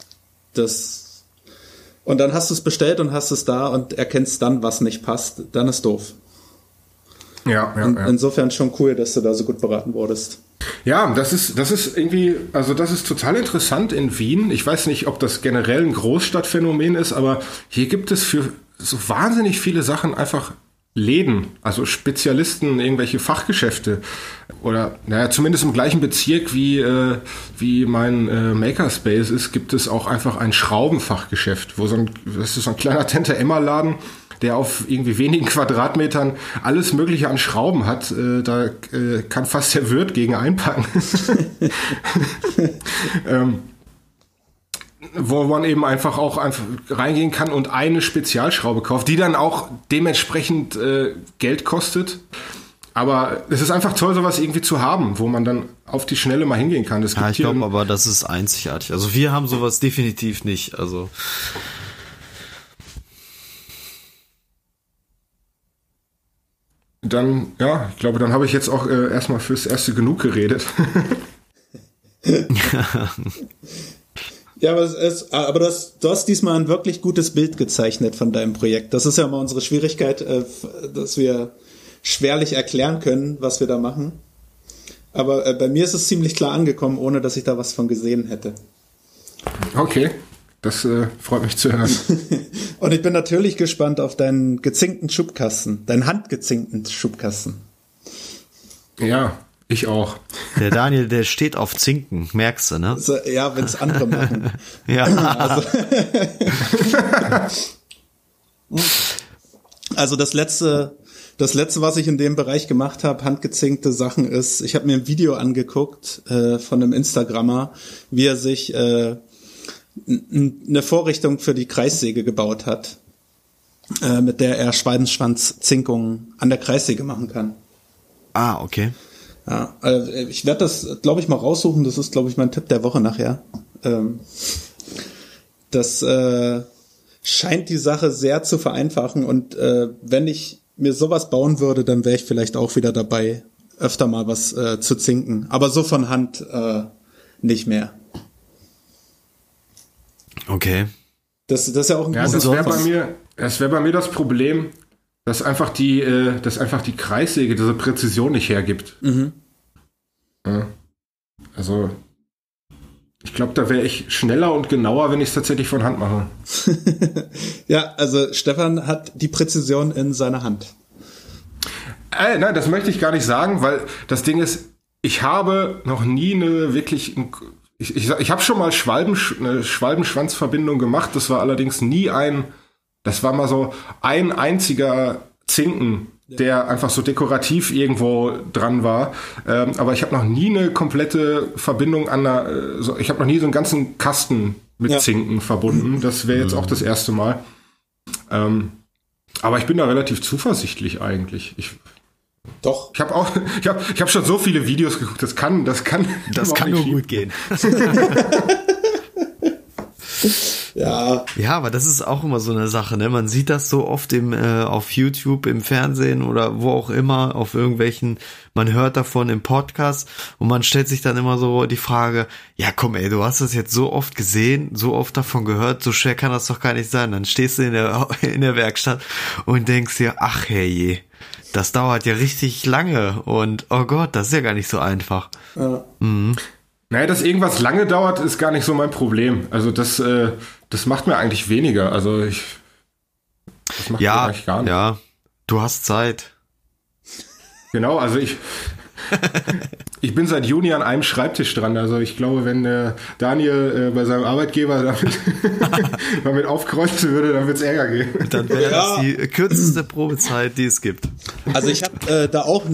Und dann hast du es bestellt und hast es da und erkennst dann, was nicht passt. Dann ist doof. Ja. Insofern schon cool, dass du da so gut beraten wurdest. Ja, das ist irgendwie, also das ist total interessant in Wien. Ich weiß nicht, ob das generell ein Großstadtphänomen ist, aber hier gibt es für so wahnsinnig viele Sachen einfach Läden, also Spezialisten, irgendwelche Fachgeschäfte oder zumindest im gleichen Bezirk wie mein Makerspace ist, gibt es auch einfach ein Schraubenfachgeschäft, das ist so ein kleiner Tante-Emma-Laden, der auf irgendwie wenigen Quadratmetern alles Mögliche an Schrauben hat. Da kann fast der Wirt gegen einpacken. Wo man eben einfach reingehen kann und eine Spezialschraube kauft, die dann auch dementsprechend Geld kostet. Aber es ist einfach toll, sowas irgendwie zu haben, wo man dann auf die Schnelle mal hingehen kann. Ja, ich glaube aber, das ist einzigartig. Also wir haben sowas definitiv nicht. Also dann, ja, ich glaube, dann habe ich jetzt auch erstmal fürs Erste genug geredet. Ja, aber du hast diesmal ein wirklich gutes Bild gezeichnet von deinem Projekt. Das ist ja immer unsere Schwierigkeit, dass wir schwerlich erklären können, was wir da machen. Aber bei mir ist es ziemlich klar angekommen, ohne dass ich da was von gesehen hätte. Okay, das freut mich zu hören. Und ich bin natürlich gespannt auf deinen gezinkten Schubkasten, deinen handgezinkten Schubkasten. Ja, ich auch. Der Daniel, der steht auf Zinken, merkst du, ne? Ja, wenn es andere machen. Ja. Also das letzte, was ich in dem Bereich gemacht habe, handgezinkte Sachen ist, ich habe mir ein Video angeguckt von einem Instagrammer, wie er sich eine Vorrichtung für die Kreissäge gebaut hat, mit der er Schweidenschwanzzinkungen an der Kreissäge machen kann. Ah, okay. Ja, ich werde das, glaube ich, mal raussuchen. Das ist, glaube ich, mein Tipp der Woche nachher. Das scheint die Sache sehr zu vereinfachen. Und wenn ich mir sowas bauen würde, dann wäre ich vielleicht auch wieder dabei, öfter mal was zu zinken. Aber so von Hand nicht mehr. Okay. Das ist ja auch ein das wäre bei mir das Problem, dass einfach die Kreissäge diese Präzision nicht hergibt. Mhm. Ja. Also, ich glaube, da wäre ich schneller und genauer, wenn ich es tatsächlich von Hand mache. Ja, also Stefan hat die Präzision in seiner Hand. Nein, das möchte ich gar nicht sagen, weil das Ding ist, ich habe noch nie ich habe schon mal eine Schwalbenschwanzverbindung gemacht, das war allerdings das war mal so ein einziger Zinken, der einfach so dekorativ irgendwo dran war. Aber ich habe noch nie eine komplette Verbindung ich habe noch nie so einen ganzen Kasten mit Zinken verbunden. Das wäre jetzt auch das erste Mal. Aber ich bin da relativ zuversichtlich eigentlich. Doch. Ich habe schon so viele Videos geguckt, das kann nur gut gehen. Ja. Ja, aber das ist auch immer so eine Sache, ne? Man sieht das so oft auf YouTube, im Fernsehen oder wo auch immer, auf irgendwelchen, man hört davon im Podcast und man stellt sich dann immer so die Frage, ja komm ey, du hast das jetzt so oft gesehen, so oft davon gehört, so schwer kann das doch gar nicht sein. Dann stehst du in der Werkstatt und denkst dir, ach herrje, das dauert ja richtig lange und oh Gott, das ist ja gar nicht so einfach. Ja. Mhm. Naja, dass irgendwas lange dauert, ist gar nicht so mein Problem. Also das macht mir eigentlich weniger. Also das macht mir eigentlich gar nicht. Ja, du hast Zeit. Genau, also ich bin seit Juni an einem Schreibtisch dran. Also ich glaube, wenn Daniel bei seinem Arbeitgeber damit aufkreuzen würde, dann wird es Ärger geben. Dann wäre das die kürzeste Probezeit, die es gibt. Also ich habe da auch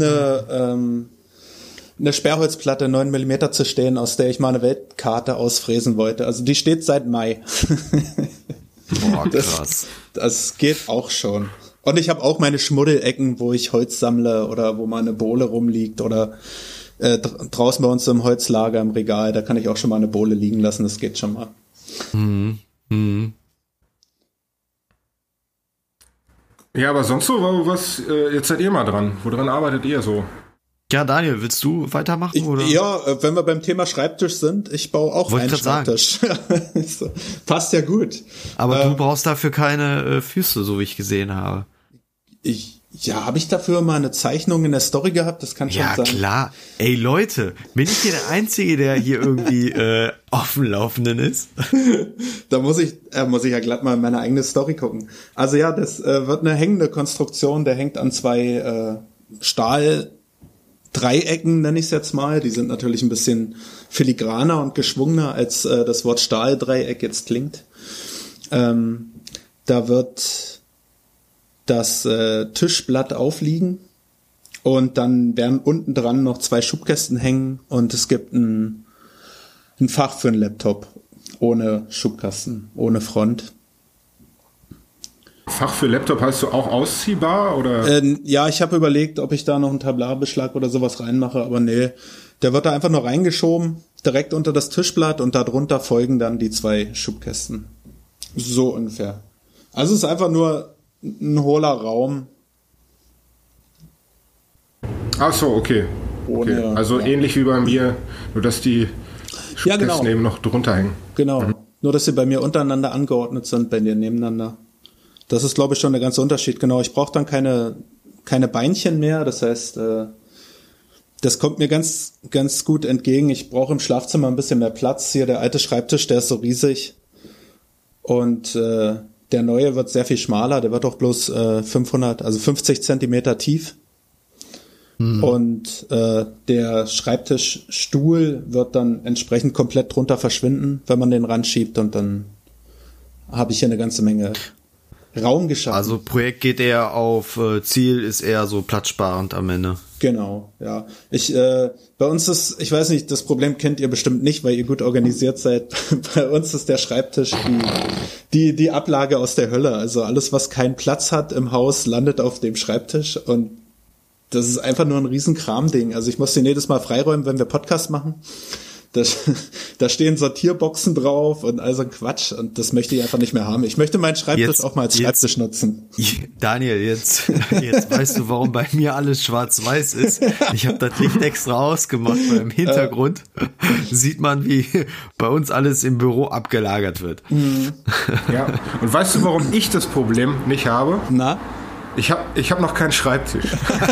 eine Sperrholzplatte 9 mm zu stehen, aus der ich mal eine Weltkarte ausfräsen wollte. Also die steht seit Mai. Boah, krass. Das geht auch schon. Und ich habe auch meine Schmuddelecken, wo ich Holz sammle oder wo mal eine Bohle rumliegt oder draußen bei uns im Holzlager im Regal, da kann ich auch schon mal eine Bohle liegen lassen, das geht schon mal. Mhm. Mhm. Ja, aber sonst so, was, jetzt seid ihr mal dran. Woran arbeitet ihr so? Ja, Daniel, willst du weitermachen? Oder? Ja, wenn wir beim Thema Schreibtisch sind, ich baue auch einen Schreibtisch. So, passt ja gut. Aber du brauchst dafür keine Füße, so wie ich gesehen habe. Habe ich dafür mal eine Zeichnung in der Story gehabt? Das kann schon sein. Ja, klar. Ey, Leute, bin ich hier der Einzige, der hier irgendwie auf dem Laufenden ist? Da muss ich ja glatt mal in meine eigene Story gucken. Also ja, das wird eine hängende Konstruktion. Der hängt an 2 Stahldreiecken, nenne ich es jetzt mal. Die sind natürlich ein bisschen filigraner und geschwungener, als das Wort Stahldreieck jetzt klingt. Da wird das Tischblatt aufliegen und dann werden unten dran noch 2 Schubkästen hängen und es gibt ein Fach für einen Laptop ohne Schubkasten, ohne Front. Fach für Laptop heißt du auch ausziehbar oder? Ja, ich habe überlegt, ob ich da noch einen Tablarbeschlag oder sowas reinmache, aber nee, der wird da einfach nur reingeschoben, direkt unter das Tischblatt und darunter folgen dann die 2 Schubkästen. So ungefähr. Also es ist einfach nur ein hohler Raum. Ach so, okay. Also ähnlich wie bei mir, nur dass die Schubkästen eben noch drunter hängen. Genau. Nur dass sie bei mir untereinander angeordnet sind, bei dir nebeneinander. Das ist, glaube ich, schon der ganze Unterschied. Genau, ich brauche dann keine Beinchen mehr. Das heißt, das kommt mir ganz, ganz gut entgegen. Ich brauche im Schlafzimmer ein bisschen mehr Platz. Hier der alte Schreibtisch, der ist so riesig. Und der neue wird sehr viel schmaler, der wird auch bloß 50 Zentimeter tief. Und der Schreibtischstuhl wird dann entsprechend komplett drunter verschwinden, wenn man den ranschiebt und dann habe ich hier eine ganze Menge Raum geschaffen. Also Projekt geht eher auf Ziel, ist eher so platzsparend am Ende. Genau, ja. Bei uns ist, ich weiß nicht, das Problem kennt ihr bestimmt nicht, weil ihr gut organisiert seid. Bei uns ist der Schreibtisch die Ablage aus der Hölle. Also alles, was keinen Platz hat im Haus, landet auf dem Schreibtisch und das ist einfach nur ein riesen Kram-Ding. Also ich muss den jedes Mal freiräumen, wenn wir Podcast machen. Da stehen Sortierboxen drauf und all so ein Quatsch und das möchte ich einfach nicht mehr haben. Ich möchte meinen Schreibtisch auch mal als Schreibtisch nutzen. Daniel, jetzt weißt du, warum bei mir alles schwarz-weiß ist. Ich habe das Licht extra ausgemacht, weil im Hintergrund sieht man, wie bei uns alles im Büro abgelagert wird. Ja, und weißt du, warum ich das Problem nicht habe? Na? Ich hab noch keinen Schreibtisch.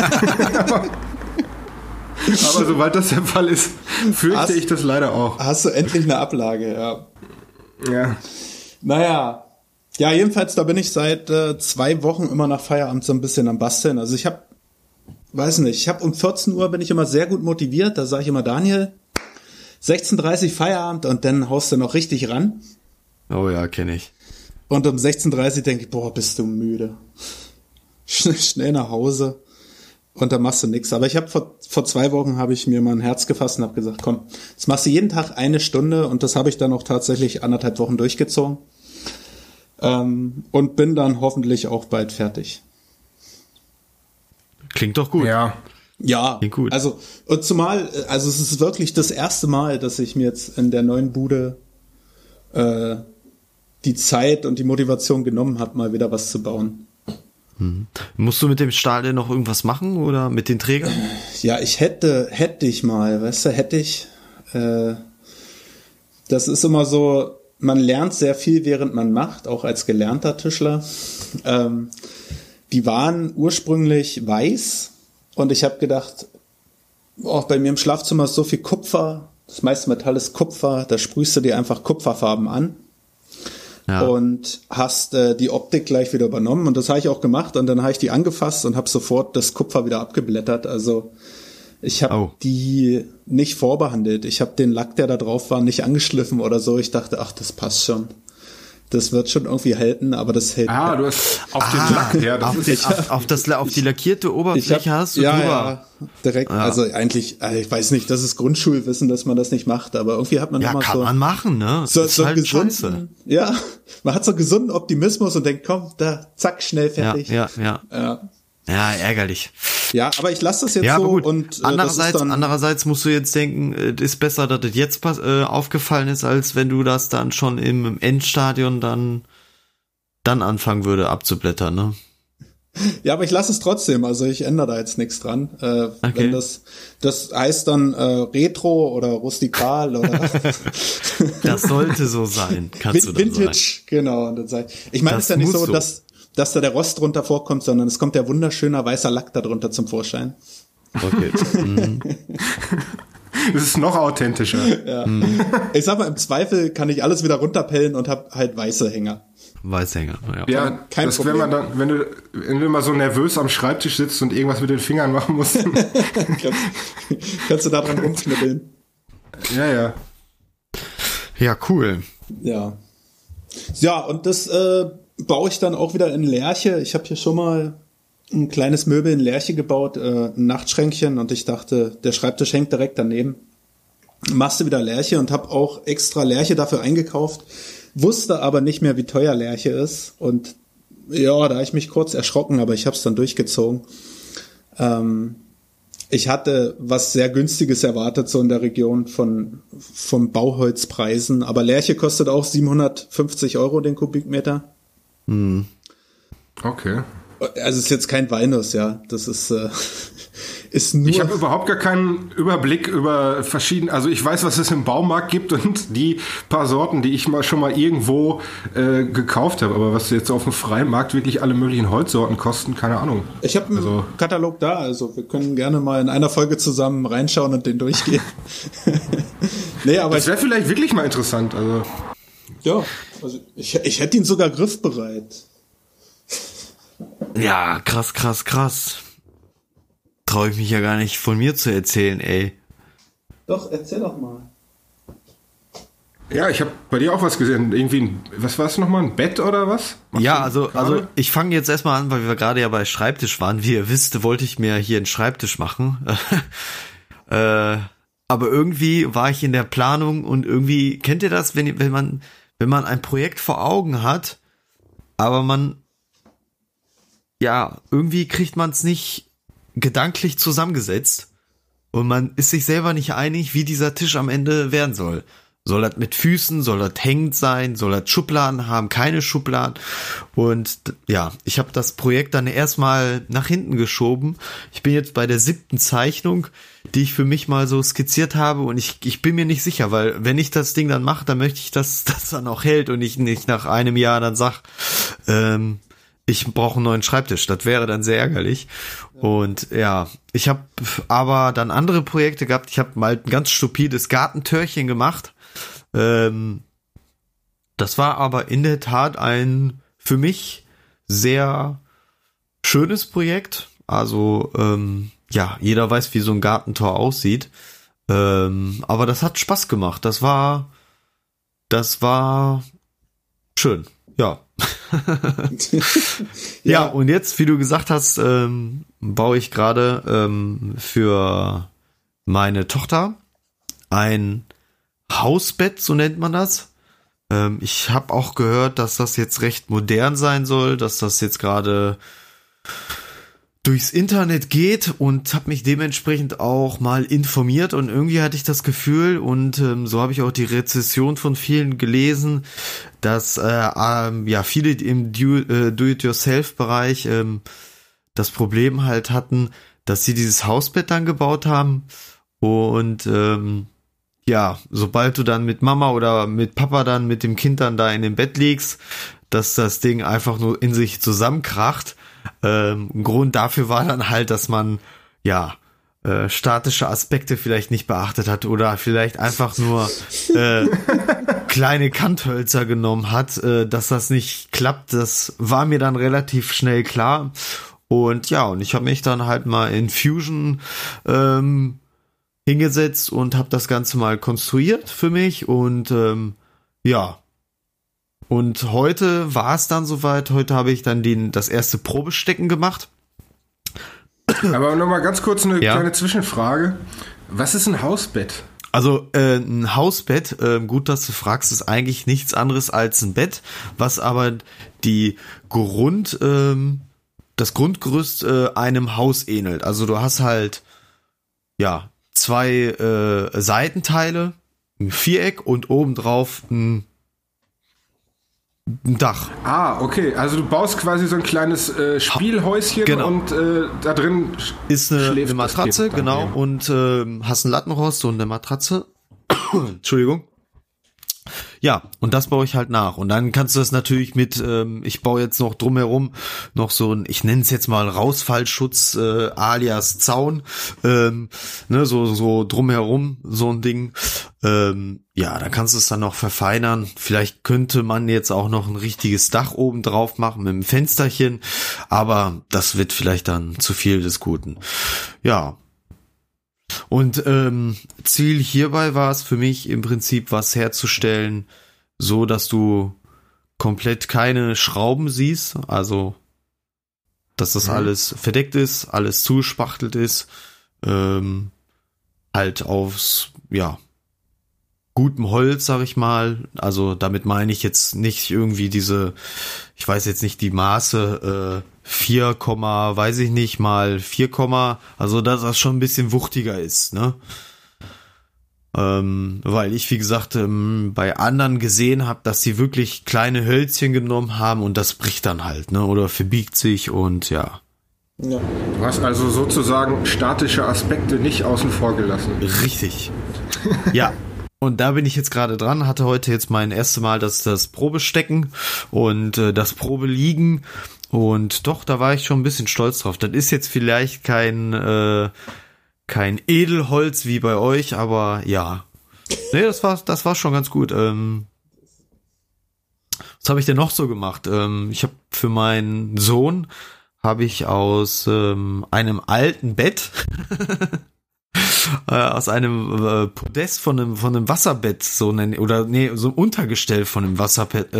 Aber sobald das der Fall ist, fürchte ich das leider auch. Hast du endlich eine Ablage, ja. Ja. Naja. Ja, jedenfalls, da bin ich seit 2 Wochen immer nach Feierabend so ein bisschen am Basteln. Also ich habe um 14 Uhr bin ich immer sehr gut motiviert. Da sage ich immer, Daniel, 16:30 Uhr Feierabend und dann haust du noch richtig ran. Oh ja, kenne ich. Und um 16:30 Uhr denke ich, boah, bist du müde. Schnell nach Hause. Und dann machst du nichts. Aber ich habe vor 2 Wochen habe ich mir mal ein Herz gefasst und habe gesagt, komm, das machst du jeden Tag 1 Stunde und das habe ich dann auch tatsächlich 1,5 Wochen durchgezogen. Und bin dann hoffentlich auch bald fertig. Klingt doch gut. Ja. Ja, klingt gut. Also und zumal, also es ist wirklich das erste Mal, dass ich mir jetzt in der neuen Bude die Zeit und die Motivation genommen habe, mal wieder was zu bauen. Musst du mit dem Stahl denn noch irgendwas machen oder mit den Trägern? Ja, hätte ich mal, weißt du, das ist immer so, man lernt sehr viel, während man macht, auch als gelernter Tischler. Die waren ursprünglich weiß und ich habe gedacht, auch bei mir im Schlafzimmer ist so viel Kupfer, das meiste Metall ist Kupfer, da sprühst du dir einfach Kupferfarben an. Ja. Und hast die Optik gleich wieder übernommen und das habe ich auch gemacht und dann habe ich die angefasst und habe sofort das Kupfer wieder abgeblättert. Also ich habe die nicht vorbehandelt. Ich habe den Lack, der da drauf war, nicht angeschliffen oder so. Ich dachte, ach, das passt schon. Das wird schon irgendwie halten, aber das hält. Ah, du hast auf den Lack, ja, auf die lackierte Oberfläche hast du drüber. Ja, direkt. Ja. Also eigentlich, ich weiß nicht, das ist Grundschulwissen, dass man das nicht macht, aber irgendwie hat man immer so. Ja, kann man machen, ne? So halt gesunden, ja, man hat so gesunden Optimismus und denkt, komm, da, zack, schnell fertig. Ja, ärgerlich. Ja, aber ich lasse das jetzt so gut. Und andererseits musst du jetzt denken, es ist besser, dass das jetzt aufgefallen ist, als wenn du das dann schon im Endstadion dann anfangen würde abzublättern, ne? Ja, aber ich lasse es trotzdem, also ich ändere da jetzt nichts dran. Okay. Wenn das heißt dann Retro oder rustikal oder Das sollte so sein, kannst du dann Vintage, sagen. genau. Und dann ich meine, es ist ja nicht muss so, so. dass da der Rost drunter vorkommt, sondern es kommt ja wunderschöner weißer Lack darunter zum Vorschein. Okay. Das ist noch authentischer. Ja. Ich sag mal, im Zweifel kann ich alles wieder runterpellen und hab halt weiße Hänger. Weißhänger, ja. Ja, Kein das Problem. wenn man dann, wenn du immer so nervös am Schreibtisch sitzt und irgendwas mit den Fingern machen musst. Kannst du da dran rumknibbeln. Ja. Ja, cool. Ja. Ja, und das baue ich dann auch wieder in Lärche. Ich habe hier schon mal ein kleines Möbel in Lärche gebaut, ein Nachtschränkchen, und ich dachte, der Schreibtisch hängt direkt daneben. Machst du wieder Lärche und habe auch extra Lärche dafür eingekauft, wusste aber nicht mehr, wie teuer Lärche ist, und ja, da habe ich mich kurz erschrocken, aber ich habe es dann durchgezogen. Ich hatte was sehr Günstiges erwartet, so in der Region vom Bauholzpreisen, aber Lärche kostet auch 750 € den Kubikmeter. Okay. Also ist jetzt kein Walnuss, ja. Das ist nur. Ich habe überhaupt gar keinen Überblick über verschiedene, also ich weiß, was es im Baumarkt gibt und die paar Sorten, die ich schon mal irgendwo gekauft habe, aber was jetzt auf dem freien Markt wirklich alle möglichen Holzsorten kosten, keine Ahnung. Ich habe einen Katalog da, also wir können gerne mal in einer Folge zusammen reinschauen und den durchgehen. Nee, aber das wäre vielleicht wirklich mal interessant. Also ja, also ich hätte ihn sogar griffbereit. Ja, krass. Traue ich mich ja gar nicht von mir zu erzählen, ey. Doch, erzähl doch mal. ja, ich habe bei dir auch was gesehen. Irgendwie, was war es nochmal? Ein Bett oder was? Machst Ja, du also gerade? ich fange jetzt erstmal an, weil wir gerade ja bei Schreibtisch waren. Wie ihr wisst, wollte ich mir hier einen Schreibtisch machen. Aber irgendwie war ich in der Planung und irgendwie, kennt ihr das, wenn man ein Projekt vor Augen hat, aber irgendwie kriegt man es nicht gedanklich zusammengesetzt und man ist sich selber nicht einig, wie dieser Tisch am Ende werden soll. Soll das mit Füßen, soll das hängend sein, soll das Schubladen haben, keine Schubladen? Und ja, ich habe das Projekt dann erstmal nach hinten geschoben. Ich bin jetzt bei der 7. Zeichnung, die ich für mich mal so skizziert habe, und ich bin mir nicht sicher, weil wenn ich das Ding dann mache, dann möchte ich, dass das dann auch hält und ich nicht nach einem Jahr dann sag, ich brauche einen neuen Schreibtisch. Das wäre dann sehr ärgerlich. Und ja, ich habe aber dann andere Projekte gehabt. Ich habe mal ein ganz stupides Gartentürchen gemacht. Das war aber in der Tat ein für mich sehr schönes Projekt. Also ja, jeder weiß, wie so ein Gartentor aussieht. Aber das hat Spaß gemacht. Das war schön. Ja. Ja, und jetzt, wie du gesagt hast, baue ich gerade für meine Tochter ein Hausbett, so nennt man das. Ich habe auch gehört, dass das jetzt recht modern sein soll, dass das jetzt gerade durchs Internet geht, und habe mich dementsprechend auch mal informiert, und irgendwie hatte ich das Gefühl, und so habe ich auch die Rezession von vielen gelesen, dass viele im Do-it-yourself-Bereich das Problem halt hatten, dass sie dieses Hausbett dann gebaut haben, und sobald du dann mit Mama oder mit Papa dann mit dem Kind dann da in dem Bett liegst, dass das Ding einfach nur in sich zusammenkracht. Ein Grund dafür war dann halt, dass man statische Aspekte vielleicht nicht beachtet hat oder vielleicht einfach nur kleine Kanthölzer genommen hat, dass das nicht klappt. Das war mir dann relativ schnell klar. Und ja, und ich habe mich dann halt mal in Fusion hingesetzt und habe das Ganze mal konstruiert für mich, und und heute war es dann soweit. Heute habe ich dann das erste Probestecken gemacht. Aber nochmal ganz kurz eine kleine Zwischenfrage. Was ist ein Hausbett? Also ein Hausbett, gut, dass du fragst, ist eigentlich nichts anderes als ein Bett, was aber das Grundgerüst einem Haus ähnelt. Also du hast halt 2 Seitenteile, ein Viereck und obendrauf ein ein Dach. Ah, okay. Also du baust quasi so ein kleines Spielhäuschen genau. Und da drin ist eine schläft Matratze, das Kind genau, dann. und hast ein Lattenrost und eine Matratze. Entschuldigung. Ja, und das baue ich halt nach. Und dann kannst du das natürlich mit, ich baue jetzt noch drumherum noch so ein, ich nenne es jetzt mal Rausfallschutz, alias Zaun, ne, so drumherum, so ein Ding. Ja, da kannst du es dann noch verfeinern. Vielleicht könnte man jetzt auch noch ein richtiges Dach oben drauf machen mit einem Fensterchen, aber das wird vielleicht dann zu viel des Guten. Ja. Und Ziel hierbei war es für mich im Prinzip was herzustellen, so dass du komplett keine Schrauben siehst, also dass das alles verdeckt ist, alles zugespachtelt ist, halt aus, ja, gutem Holz, sag ich mal. Also damit meine ich jetzt nicht irgendwie diese, ich weiß jetzt nicht die Maße, 4, weiß ich nicht, mal 4, also dass das schon ein bisschen wuchtiger ist, ne? Weil ich, wie gesagt, bei anderen gesehen habe, dass sie wirklich kleine Hölzchen genommen haben und das bricht dann halt, ne? Oder verbiegt sich und ja. Ja. Du hast also sozusagen statische Aspekte nicht außen vor gelassen. Richtig. Ja. Und da bin ich jetzt gerade dran, hatte heute jetzt mein erstes Mal das Probestecken und das Probeliegen und doch, da war ich schon ein bisschen stolz drauf. Das ist jetzt vielleicht kein Edelholz wie bei euch, aber ja. Nee, das war schon ganz gut. Was habe ich denn noch so gemacht? Ich habe für meinen Sohn aus einem alten Bett aus einem Podest von einem Wasserbett so ein Untergestell von einem Wasserbett,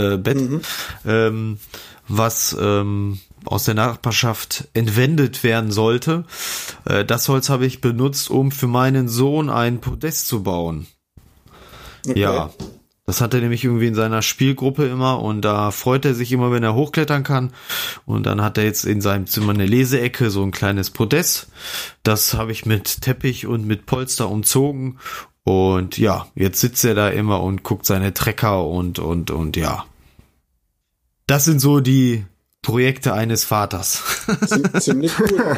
was aus der Nachbarschaft entwendet werden sollte. Das Holz habe ich benutzt, um für meinen Sohn ein Podest zu bauen. Okay. Ja, das hat er nämlich irgendwie in seiner Spielgruppe immer und da freut er sich immer, wenn er hochklettern kann. Und dann hat er jetzt in seinem Zimmer eine Leseecke, so ein kleines Podest. Das habe ich mit Teppich und mit Polster umzogen. Und ja, jetzt sitzt er da immer und guckt seine Trecker und ja. Das sind so die Projekte eines Vaters. Ziemlich cool.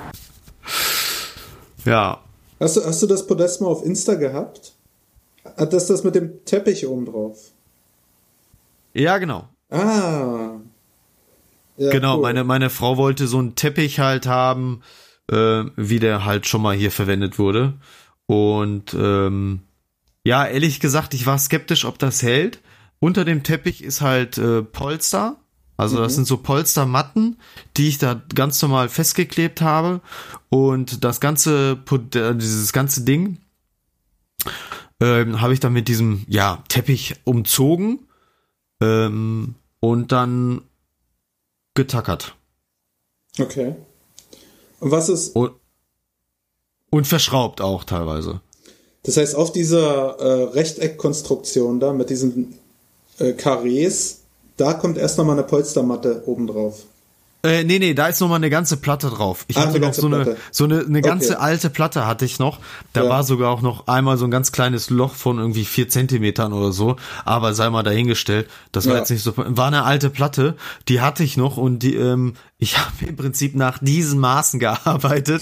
Ja. Hast du das Podest mal auf Insta gehabt? Hat das mit dem Teppich oben drauf? Ja, genau. Ah. Ja, genau, cool. meine Frau wollte so einen Teppich halt haben, wie der halt schon mal hier verwendet wurde. Und ja, ehrlich gesagt, ich war skeptisch, ob das hält. Unter dem Teppich ist halt Polster. Also das sind so Polstermatten, die ich da ganz normal festgeklebt habe. Und das dieses ganze Ding habe ich dann mit diesem Teppich umzogen und dann getackert. Okay. Und was ist... Und verschraubt auch teilweise. Das heißt, auf dieser Rechteckkonstruktion da mit diesen Karrees, da kommt erst nochmal eine Polstermatte oben drauf. Nee, da ist nochmal eine ganze Platte drauf. Ich hatte noch so eine ganze alte Platte hatte ich noch. Da war sogar auch noch einmal so ein ganz kleines Loch von irgendwie 4 Zentimetern oder so. Aber sei mal dahingestellt. Das war jetzt nicht so, war eine alte Platte. Die hatte ich noch und die, ich habe im Prinzip nach diesen Maßen gearbeitet.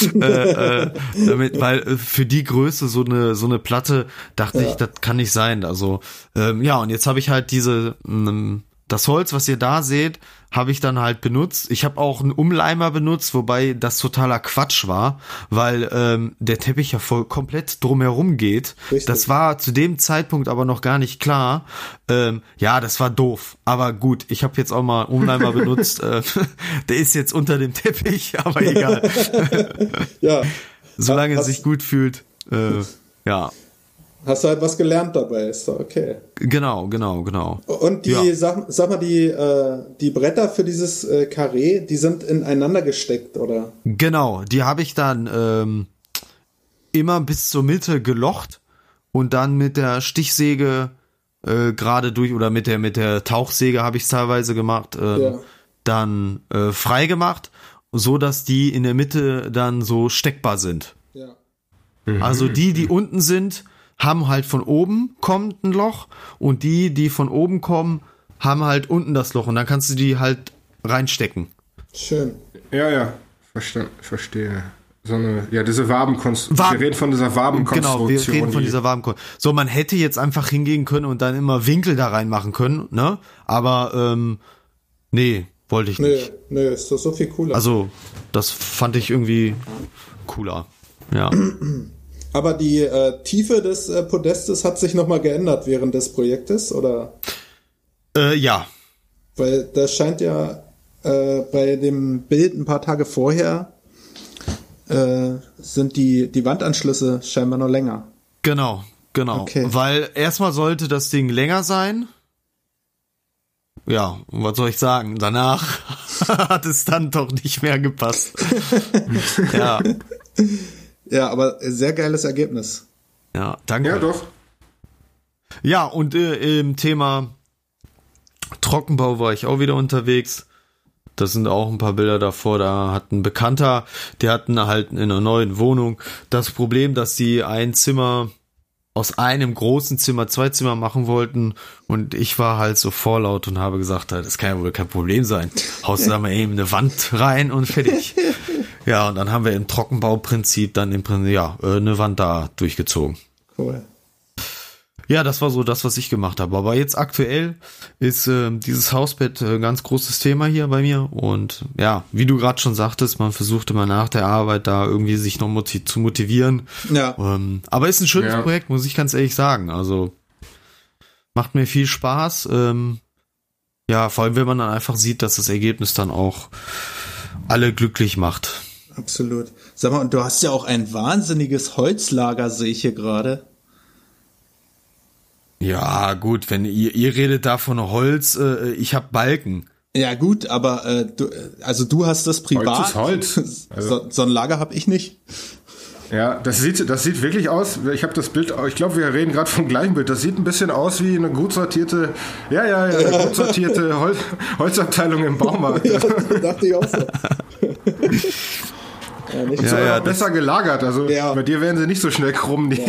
Weil für die Größe so eine Platte dachte ich, das kann nicht sein. Also, und jetzt habe ich halt das Holz, was ihr da seht, habe ich dann halt benutzt. Ich habe auch einen Umleimer benutzt, wobei das totaler Quatsch war, weil der Teppich ja voll komplett drumherum geht. Richtig. Das war zu dem Zeitpunkt aber noch gar nicht klar. Das war doof. Aber gut, ich habe jetzt auch mal einen Umleimer benutzt. Der ist jetzt unter dem Teppich, aber egal. Ja. Solange es sich gut fühlt. Ja. Hast du halt was gelernt dabei, ist doch okay. Genau. Und sag mal, die Bretter für dieses Karree, die sind ineinander gesteckt, oder? Genau, die habe ich dann immer bis zur Mitte gelocht und dann mit der Stichsäge gerade durch oder mit der Tauchsäge habe ich es teilweise gemacht, dann frei gemacht, so dass die in der Mitte dann so steckbar sind. Ja. Also die unten sind, haben halt von oben kommt ein Loch und die von oben kommen, haben halt unten das Loch und dann kannst du die halt reinstecken. Schön. Ja, verstehe. So eine, diese Wabenkonstruktion. Wir reden von dieser Wabenkonstruktion. Genau, wir reden von dieser Wabenkonstruktion. So, man hätte jetzt einfach hingehen können und dann immer Winkel da reinmachen können, ne? Aber, nee, wollte ich nicht. Nee, ist doch so viel cooler. Also, das fand ich irgendwie cooler, ja. Aber die Tiefe des Podestes hat sich nochmal geändert während des Projektes, oder? Ja. Weil das scheint ja bei dem Bild ein paar Tage vorher sind die Wandanschlüsse scheinbar noch länger. Genau. Okay. Weil erstmal sollte das Ding länger sein. Ja, und was soll ich sagen? Danach hat es dann doch nicht mehr gepasst. Ja. Ja, aber sehr geiles Ergebnis. Ja, danke. Ja, doch. Ja, und im Thema Trockenbau war ich auch wieder unterwegs. Das sind auch ein paar Bilder davor. Da hat ein Bekannter, der hatten halt in einer neuen Wohnung das Problem, dass die ein Zimmer aus einem großen Zimmer 2 Zimmer machen wollten und ich war halt so vorlaut und habe gesagt, das kann ja wohl kein Problem sein. Haust du da mal eben eine Wand rein und fertig. Ja, und dann haben wir im Trockenbauprinzip dann eine Wand da durchgezogen. Cool. Ja, das war so das, was ich gemacht habe. Aber jetzt aktuell ist dieses Hausbett ganz großes Thema hier bei mir. Und ja, wie du gerade schon sagtest, man versucht immer nach der Arbeit da irgendwie sich noch zu motivieren. Ja. Aber ist ein schönes Projekt, muss ich ganz ehrlich sagen. Also macht mir viel Spaß. Ja, vor allem, wenn man dann einfach sieht, dass das Ergebnis dann auch alle glücklich macht. Absolut. Sag mal, und du hast ja auch ein wahnsinniges Holzlager, sehe ich hier gerade. Ja, gut, wenn ihr redet da von Holz, ich hab Balken. Ja gut, aber du hast das privat. Holz ist Holz. Also, so ein Lager habe ich nicht. Ja, das sieht wirklich aus. Ich habe das Bild, ich glaube, wir reden gerade vom gleichen Bild. Das sieht ein bisschen aus wie eine gut sortierte, eine gut sortierte Holzabteilung im Baumarkt. Ja, dachte ich auch so. Ja, nicht so besser gelagert. Also bei dir werden sie nicht so schnell krumm. Ja.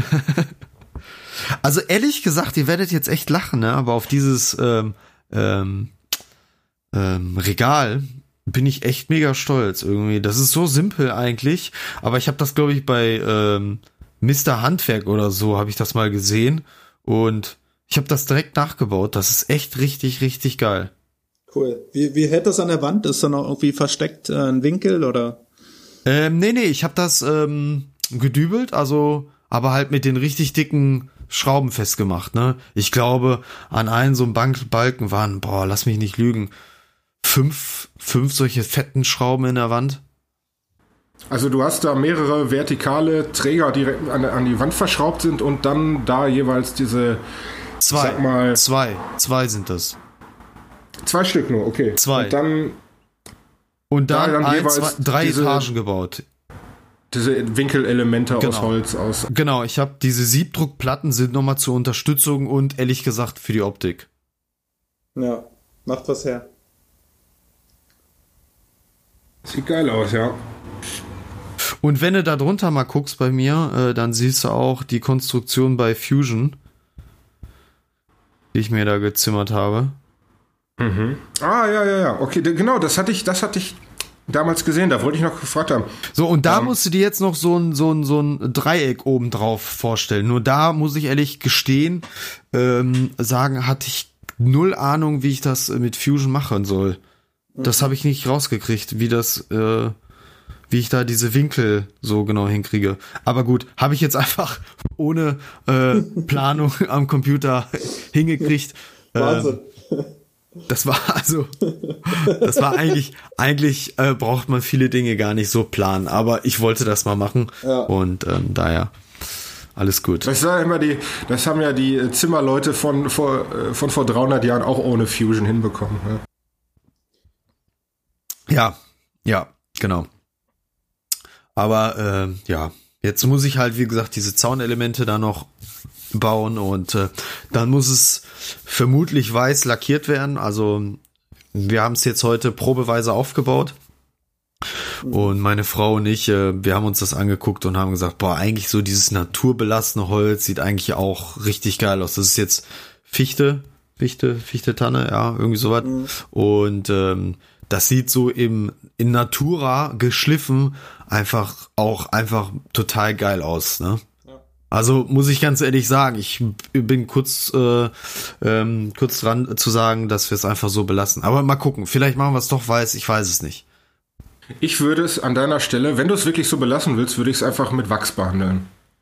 Also ehrlich gesagt, ihr werdet jetzt echt lachen, ne? Aber auf dieses Regal bin ich echt mega stolz irgendwie. Das ist so simpel eigentlich, aber ich habe das, glaube ich, bei Mr. Handwerk oder so habe ich das mal gesehen und ich habe das direkt nachgebaut. Das ist echt richtig, richtig geil. Cool. Wie hält das an der Wand? Ist da noch irgendwie versteckt ein Winkel oder? Nee, ich habe das gedübelt, also aber halt mit den richtig dicken Schrauben festgemacht, ne? Ich glaube, an einem so einem Balken waren, lass mich nicht lügen, 5 solche fetten Schrauben in der Wand. Also du hast da mehrere vertikale Träger, die an die Wand verschraubt sind und dann da jeweils diese... Zwei sind das. 2 Stück nur, okay. 2. Und dann 3 Etagen gebaut. Diese Winkelelemente aus Holz aus. Genau, ich habe diese Siebdruckplatten sind nochmal zur Unterstützung und ehrlich gesagt für die Optik. Ja, macht was her. Sieht geil aus, ja. Und wenn du da drunter mal guckst bei mir, dann siehst du auch die Konstruktion bei Fusion, die ich mir da gezimmert habe. Mhm. Ja. Okay, genau, das hatte ich damals gesehen, da wollte ich noch gefragt haben. So, und da musst du dir jetzt noch so ein Dreieck oben drauf vorstellen. Nur da muss ich ehrlich gestehen, sagen, hatte ich null Ahnung, wie ich das mit Fusion machen soll. Das habe ich nicht rausgekriegt, wie ich da diese Winkel so genau hinkriege. Aber gut, habe ich jetzt einfach ohne Planung am Computer hingekriegt. Wahnsinn. Das war eigentlich braucht man viele Dinge gar nicht so planen, aber ich wollte das mal machen und daher alles gut. Das haben ja die Zimmerleute von vor 300 Jahren auch ohne Fusion hinbekommen. Ja, genau. Aber jetzt muss ich halt, wie gesagt, diese Zaunelemente da noch bauen und dann muss es vermutlich weiß lackiert werden. Also wir haben es jetzt heute probeweise aufgebaut und meine Frau und ich, wir haben uns das angeguckt und haben gesagt, eigentlich so dieses naturbelassene Holz sieht eigentlich auch richtig geil aus. Das ist jetzt Fichte, Fichte, Tanne, ja, irgendwie sowas. Und das sieht so in Natura geschliffen einfach total geil aus, ne? Also muss ich ganz ehrlich sagen, ich bin kurz dran zu sagen, dass wir es einfach so belassen. Aber mal gucken, vielleicht machen wir es doch weiß, ich weiß es nicht. Ich würde es an deiner Stelle, wenn du es wirklich so belassen willst, würde ich es einfach mit Wachs behandeln.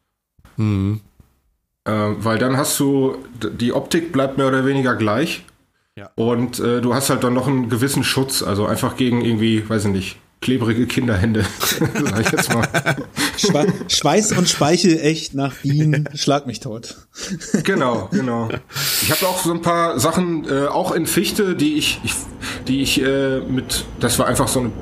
Weil dann hast du, die Optik bleibt mehr oder weniger gleich. Ja. Und du hast halt dann noch einen gewissen Schutz, also einfach gegen irgendwie, weiß ich nicht, klebrige Kinderhände, sag ich jetzt mal. Schweiß und Speichel echt nach Bienen, schlag mich tot. Genau. Ich habe auch so ein paar Sachen, auch in Fichte, die ich das war einfach so ein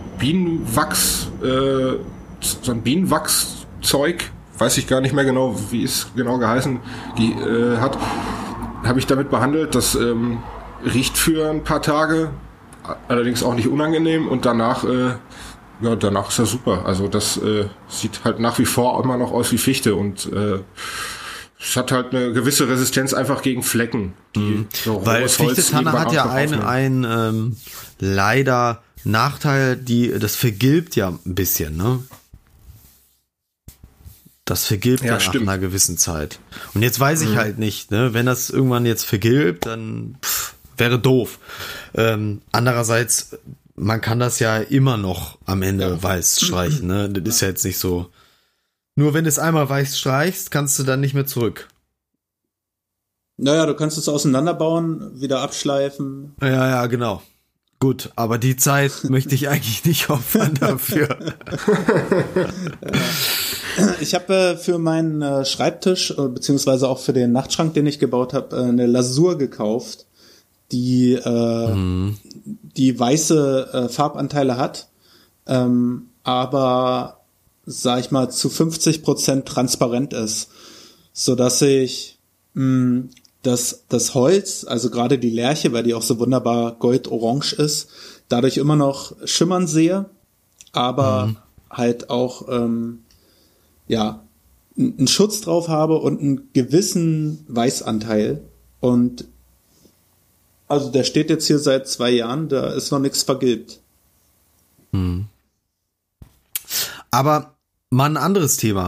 Bienenwachszeug, weiß ich gar nicht mehr genau, wie es genau geheißen hat, habe ich damit behandelt, das riecht für ein paar Tage, allerdings auch nicht unangenehm und danach ist er super. Also das sieht halt nach wie vor immer noch aus wie Fichte und es hat halt eine gewisse Resistenz einfach gegen Flecken. Weil Fichte-Tanne hat ja einen leider Nachteil, das vergilbt ja ein bisschen, ne? Das vergilbt ja nach einer gewissen Zeit. Und jetzt weiß ich halt nicht, ne? Wenn das irgendwann jetzt vergilbt, dann wäre doof. Andererseits, man kann das ja immer noch am Ende weiß streichen, ne? Das ist ja jetzt nicht so. Nur wenn du es einmal weiß streichst, kannst du dann nicht mehr zurück. Naja, du kannst es auseinanderbauen, wieder abschleifen. Ja, genau. Gut, aber die Zeit möchte ich eigentlich nicht opfern dafür. Ich habe für meinen Schreibtisch, beziehungsweise auch für den Nachtschrank, den ich gebaut habe, eine Lasur gekauft, die weiße Farbanteile hat, aber, sag ich mal, zu 50% transparent ist, so dass ich das Holz, also gerade die Lärche, weil die auch so wunderbar goldorange ist, dadurch immer noch schimmern sehe, aber halt auch einen Schutz drauf habe und einen gewissen Weißanteil. Und also der steht jetzt hier seit 2 Jahren, da ist noch nichts vergilbt. Aber mal ein anderes Thema.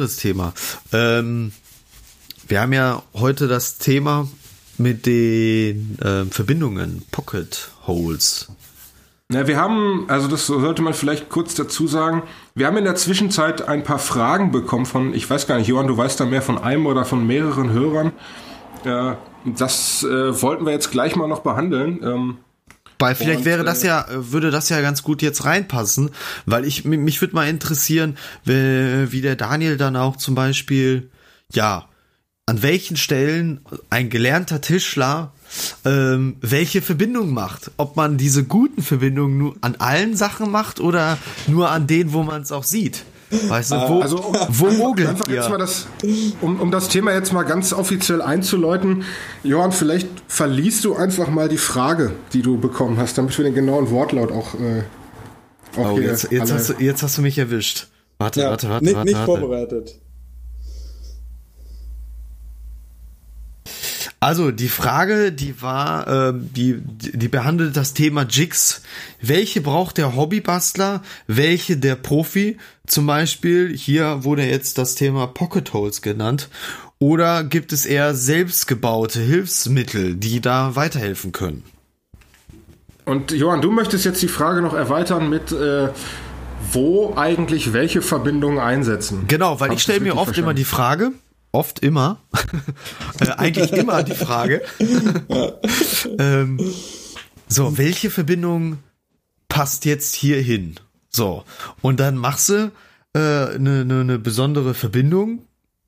Wir haben ja heute das Thema mit den Verbindungen, Pocket Holes. Ja, wir haben, also das sollte man vielleicht kurz dazu sagen, wir haben in der Zwischenzeit ein paar Fragen bekommen von, ich weiß gar nicht, Johann, du weißt da mehr von einem oder von mehreren Hörern. Das wollten wir jetzt gleich mal noch behandeln. Weil vielleicht würde das ja ganz gut jetzt reinpassen, weil mich würde mal interessieren, wie der Daniel dann auch zum Beispiel, an welchen Stellen ein gelernter Tischler welche Verbindung macht. Ob man diese guten Verbindungen nur an allen Sachen macht oder nur an denen, wo man es auch sieht. Weißt du, wo mogelt ihr? Jetzt mal um das Thema jetzt mal ganz offiziell einzuläuten, Johann, vielleicht verliest du einfach mal die Frage, die du bekommen hast, damit wir den genauen Wortlaut auch jetzt hast du mich erwischt. Warte. Nicht vorbereitet. Also die Frage, die war, die behandelt das Thema Jigs. Welche braucht der Hobbybastler, welche der Profi? Zum Beispiel, hier wurde jetzt das Thema Pocket Holes genannt. Oder gibt es eher selbstgebaute Hilfsmittel, die da weiterhelfen können? Und Johann, du möchtest jetzt die Frage noch erweitern mit, wo eigentlich welche Verbindungen einsetzen? Genau, weil ich stelle mir oft immer die Frage, eigentlich immer die Frage, welche Verbindung passt jetzt hier hin? So, und dann machst du eine besondere Verbindung,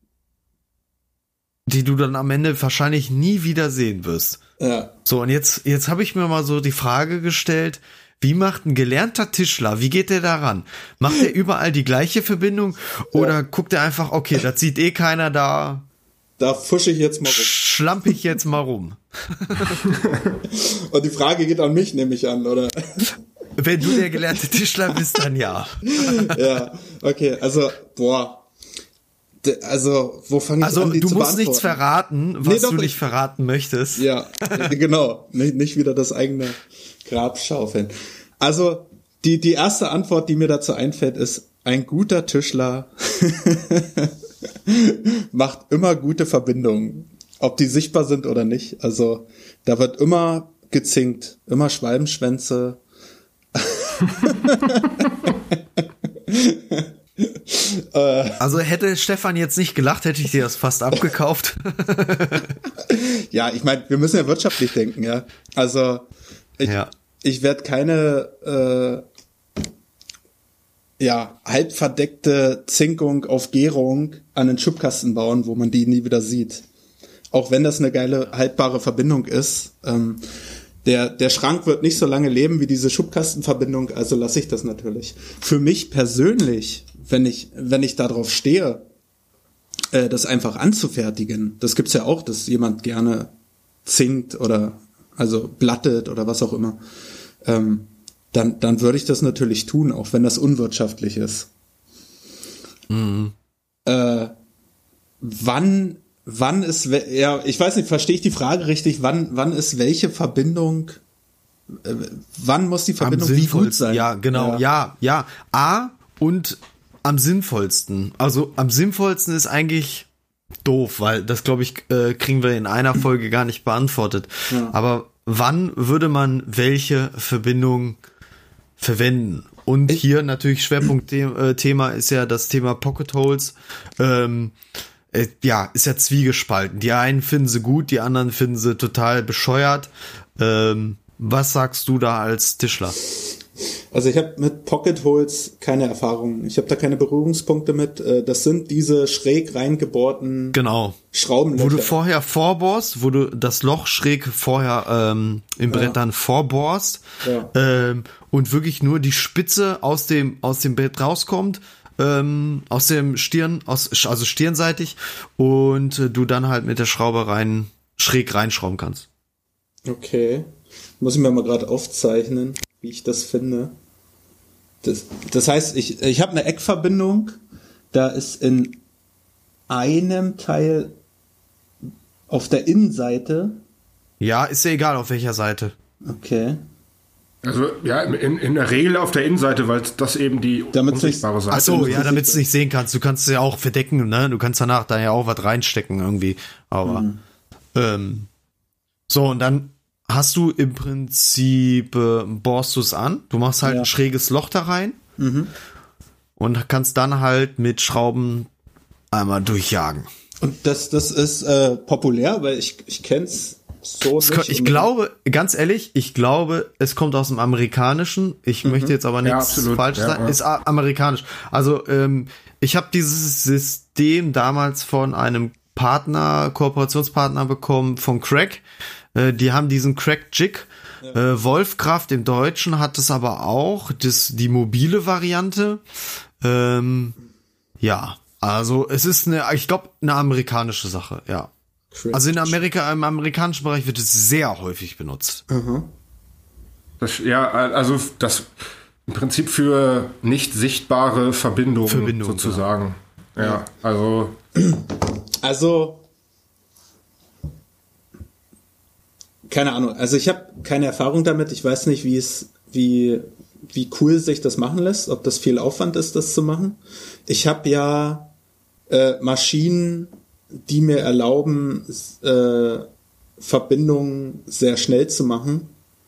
die du dann am Ende wahrscheinlich nie wieder sehen wirst. Ja. So, und jetzt habe ich mir mal so die Frage gestellt, wie macht ein gelernter Tischler, wie geht der da ran? Macht er überall die gleiche Verbindung oder guckt er einfach, okay, das sieht eh keiner da. Da fusche ich jetzt mal rum. Schlampe ich jetzt mal rum. Und die Frage geht an mich, nehme ich an, oder? Wenn du der gelernte Tischler bist, dann ja. Ja, okay, also, Also, wo fange ich Also an, die du zu musst beantworten? nichts verraten, was du nicht verraten möchtest. Ja, genau. Nicht wieder das eigene Grab schaufeln. Also, die erste Antwort, die mir dazu einfällt, ist, ein guter Tischler macht immer gute Verbindungen. Ob die sichtbar sind oder nicht. Also, da wird immer gezinkt. Immer Schwalbenschwänze. Also hätte Stefan jetzt nicht gelacht, hätte ich dir das fast abgekauft. Ja, ich meine, wir müssen ja wirtschaftlich denken, ja. Also ich werde keine halb verdeckte Zinkung auf Gärung an den Schubkasten bauen, wo man die nie wieder sieht. Auch wenn das eine geile, haltbare Verbindung ist. Der Schrank wird nicht so lange leben wie diese Schubkastenverbindung, also lasse ich das natürlich. Für mich persönlich, wenn ich darauf stehe, das einfach anzufertigen, das gibt's ja auch, dass jemand gerne zinkt oder also blattet oder was auch immer, dann würde ich das natürlich tun, auch wenn das unwirtschaftlich ist. Mhm. Wann ist, ich weiß nicht, verstehe ich die Frage richtig, wann ist welche Verbindung, wann muss die Verbindung wie gut sein? Ja, genau, ja. Und am sinnvollsten. Also am sinnvollsten ist eigentlich doof, weil das, glaube ich, kriegen wir in einer Folge gar nicht beantwortet. Ja. Aber wann würde man welche Verbindung verwenden? Und hier natürlich Schwerpunktthema ist ja das Thema Pocket Holes. Ist ja zwiegespalten. Die einen finden sie gut, die anderen finden sie total bescheuert. Was sagst du da als Tischler? Also ich habe mit Pocket Holes keine Erfahrung. Ich habe da keine Berührungspunkte mit. Das sind diese schräg reingebohrten Schraubenlöcher. Wo du vorher vorbohrst, wo du das Loch schräg vorher im Brett dann vorbohrst und wirklich nur die Spitze aus dem Brett rauskommt. Aus dem also stirnseitig und du dann halt mit der Schraube schräg reinschrauben kannst. Okay. Muss ich mir mal gerade aufzeichnen, wie ich das finde. Das heißt, ich habe eine Eckverbindung, da ist in einem Teil auf der Innenseite. Ja, ist ja egal auf welcher Seite. Okay. Also ja, in der Regel auf der Innenseite, weil das eben die unsichtbare Seite ist. Ach so, ja, damit du es nicht sehen kannst. Du kannst es ja auch verdecken, ne? Du kannst danach da ja auch was reinstecken irgendwie. Aber so, und dann hast du im Prinzip bohrst du es an. Du machst halt ein schräges Loch da rein und kannst dann halt mit Schrauben einmal durchjagen. Und das ist populär, weil ich kenn's so nicht. Ich glaube, ganz ehrlich, es kommt aus dem Amerikanischen. Ich möchte jetzt aber nichts Falsches sagen. Ist amerikanisch. Also, ich habe dieses System damals von einem Kooperationspartner bekommen, von Crack. Die haben diesen Crack-Jig. Wolfkraft im Deutschen hat es aber auch, die mobile Variante. Also es ist ich glaube, eine amerikanische Sache, ja. Also in Amerika, im amerikanischen Bereich wird es sehr häufig benutzt. Also das im Prinzip für nicht sichtbare Verbindungen sozusagen. Ja, also keine Ahnung. Also ich habe keine Erfahrung damit. Ich weiß nicht, wie cool sich das machen lässt, ob das viel Aufwand ist, das zu machen. Ich habe ja Maschinen, die mir erlauben, Verbindungen sehr schnell zu machen,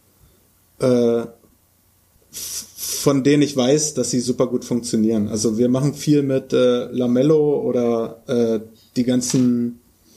von denen ich weiß, dass sie super gut funktionieren. Also wir machen viel mit Lamello oder die ganzen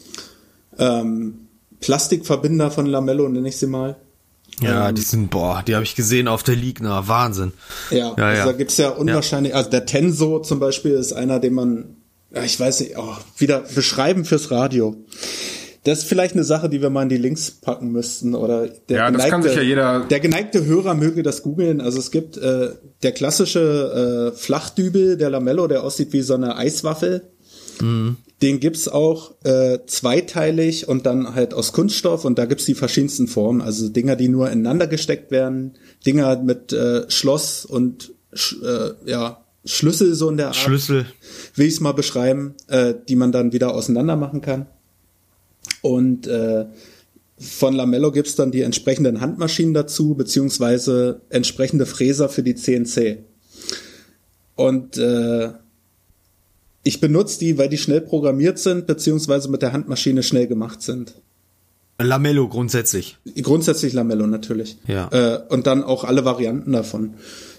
Plastikverbinder von Lamello, nenne ich sie mal. Ja, die habe ich gesehen auf der Ligna, Wahnsinn. Ja, also da gibt's ja unwahrscheinlich, also der Tenso zum Beispiel ist einer, den man, ich weiß nicht, wieder beschreiben fürs Radio. Das ist vielleicht eine Sache, die wir mal in die Links packen müssten, oder das kann sich ja jeder. Der geneigte Hörer möge das googeln. Also es gibt der klassische Flachdübel, der Lamello, der aussieht wie so eine Eiswaffel. Mhm. Den gibt's auch zweiteilig und dann halt aus Kunststoff, und da gibt's die verschiedensten Formen. Also Dinger, die nur ineinander gesteckt werden, Dinger mit Schloss und Schlüssel so in der Art. Schlüssel. Will ich es mal beschreiben, die man dann wieder auseinander machen kann. Und von Lamello gibt's dann die entsprechenden Handmaschinen dazu, beziehungsweise entsprechende Fräser für die CNC. Und ich benutze die, weil die schnell programmiert sind, beziehungsweise mit der Handmaschine schnell gemacht sind. Lamello grundsätzlich. Grundsätzlich Lamello natürlich. Ja. Und dann auch alle Varianten davon.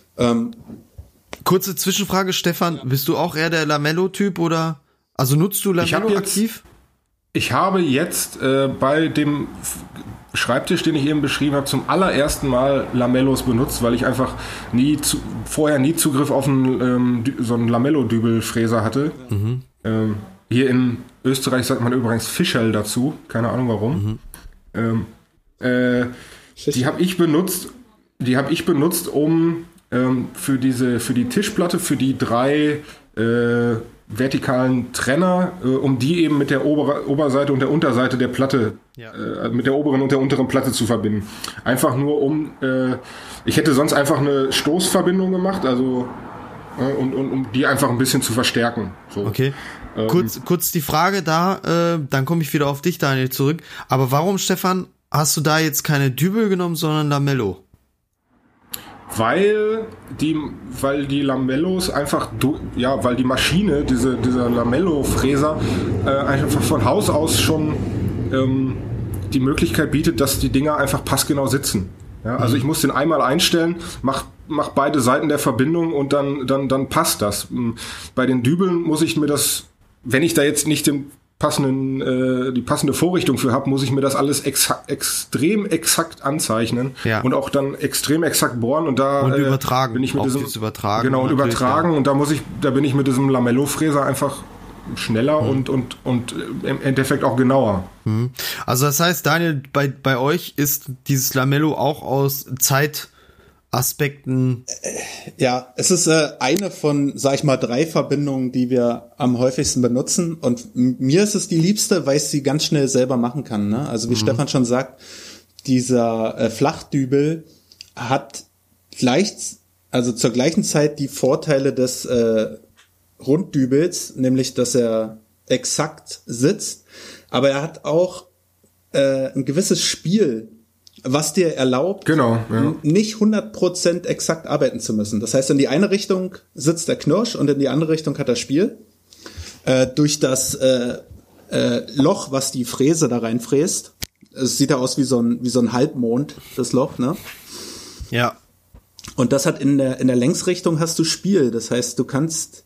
Kurze Zwischenfrage, Stefan. Bist du auch eher der Lamello-Typ oder? Also nutzt du Lamello aktiv? Ich habe jetzt bei dem Schreibtisch, den ich eben beschrieben habe, zum allerersten Mal Lamellos benutzt, weil ich einfach vorher nie Zugriff auf so einen Lamello-Dübelfräser hatte. Mhm. Hier in Österreich sagt man übrigens Fischerl dazu, keine Ahnung warum. Mhm. Die habe ich benutzt, um für die Tischplatte, für die 3 vertikalen Trenner, um die eben mit der Oberseite und der Unterseite der Platte, mit der oberen und der unteren Platte zu verbinden. Einfach nur ich hätte sonst einfach eine Stoßverbindung gemacht, also um die einfach ein bisschen zu verstärken. So. Okay. Kurz die Frage da, dann komme ich wieder auf dich, Daniel, zurück. Aber warum, Stefan, hast du da jetzt keine Dübel genommen, sondern Lamello? Weil die Lamellos einfach, weil die Maschine, dieser Lamello-Fräser, einfach von Haus aus schon die Möglichkeit bietet, dass die Dinger einfach passgenau sitzen. Ja, also ich muss den einmal einstellen, mach beide Seiten der Verbindung und dann passt das. Bei den Dübeln muss ich mir das, wenn ich da jetzt nicht die passende Vorrichtung für habe, muss ich mir das alles extrem exakt anzeichnen und auch dann extrem exakt bohren und übertragen. Bin ich mit diesem übertragen. Genau, und übertragen und da bin ich mit diesem Lamello-Fräser einfach schneller und im Endeffekt auch genauer. Also das heißt, Daniel, bei euch ist dieses Lamello auch aus Zeitaspekten. Ja, es ist eine von, sag ich mal, 3 Verbindungen, die wir am häufigsten benutzen. Und mir ist es die liebste, weil ich sie ganz schnell selber machen kann. Ne? Also wie Stefan schon sagt, dieser Flachdübel hat zur gleichen Zeit die Vorteile des Runddübels, nämlich dass er exakt sitzt, aber er hat auch ein gewisses Spiel, was dir erlaubt, nicht 100% exakt arbeiten zu müssen. Das heißt, in die eine Richtung sitzt der Knirsch und in die andere Richtung hat er Spiel. Durch das Loch, was die Fräse da reinfräst, es sieht ja aus wie so ein Halbmond, das Loch, ne? Ja. Und das hat in der Längsrichtung hast du Spiel. Das heißt, du kannst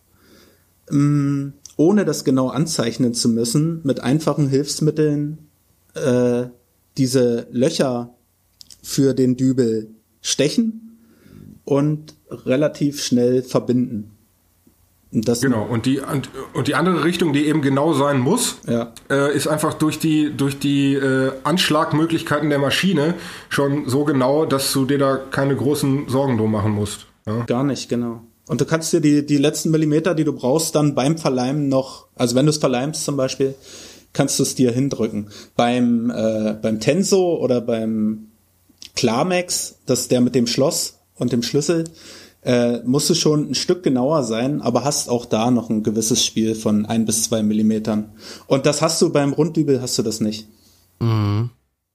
ohne das genau anzeichnen zu müssen, mit einfachen Hilfsmitteln diese Löcher für den Dübel stechen und relativ schnell verbinden. Und das und die andere Richtung, die eben genau sein muss, ist einfach durch die Anschlagmöglichkeiten der Maschine schon so genau, dass du dir da keine großen Sorgen drum machen musst. Ja? Gar nicht, genau. Und du kannst dir die letzten Millimeter, die du brauchst, dann beim Verleimen noch, also wenn du es verleimst zum Beispiel, kannst du es dir hindrücken. Beim Tenso oder beim Klarmax, das ist der mit dem Schloss und dem Schlüssel, musst du schon ein Stück genauer sein, aber hast auch da noch ein gewisses Spiel von 1 bis 2 Millimetern. Und das hast du beim Runddübel, hast du das nicht. Mhm.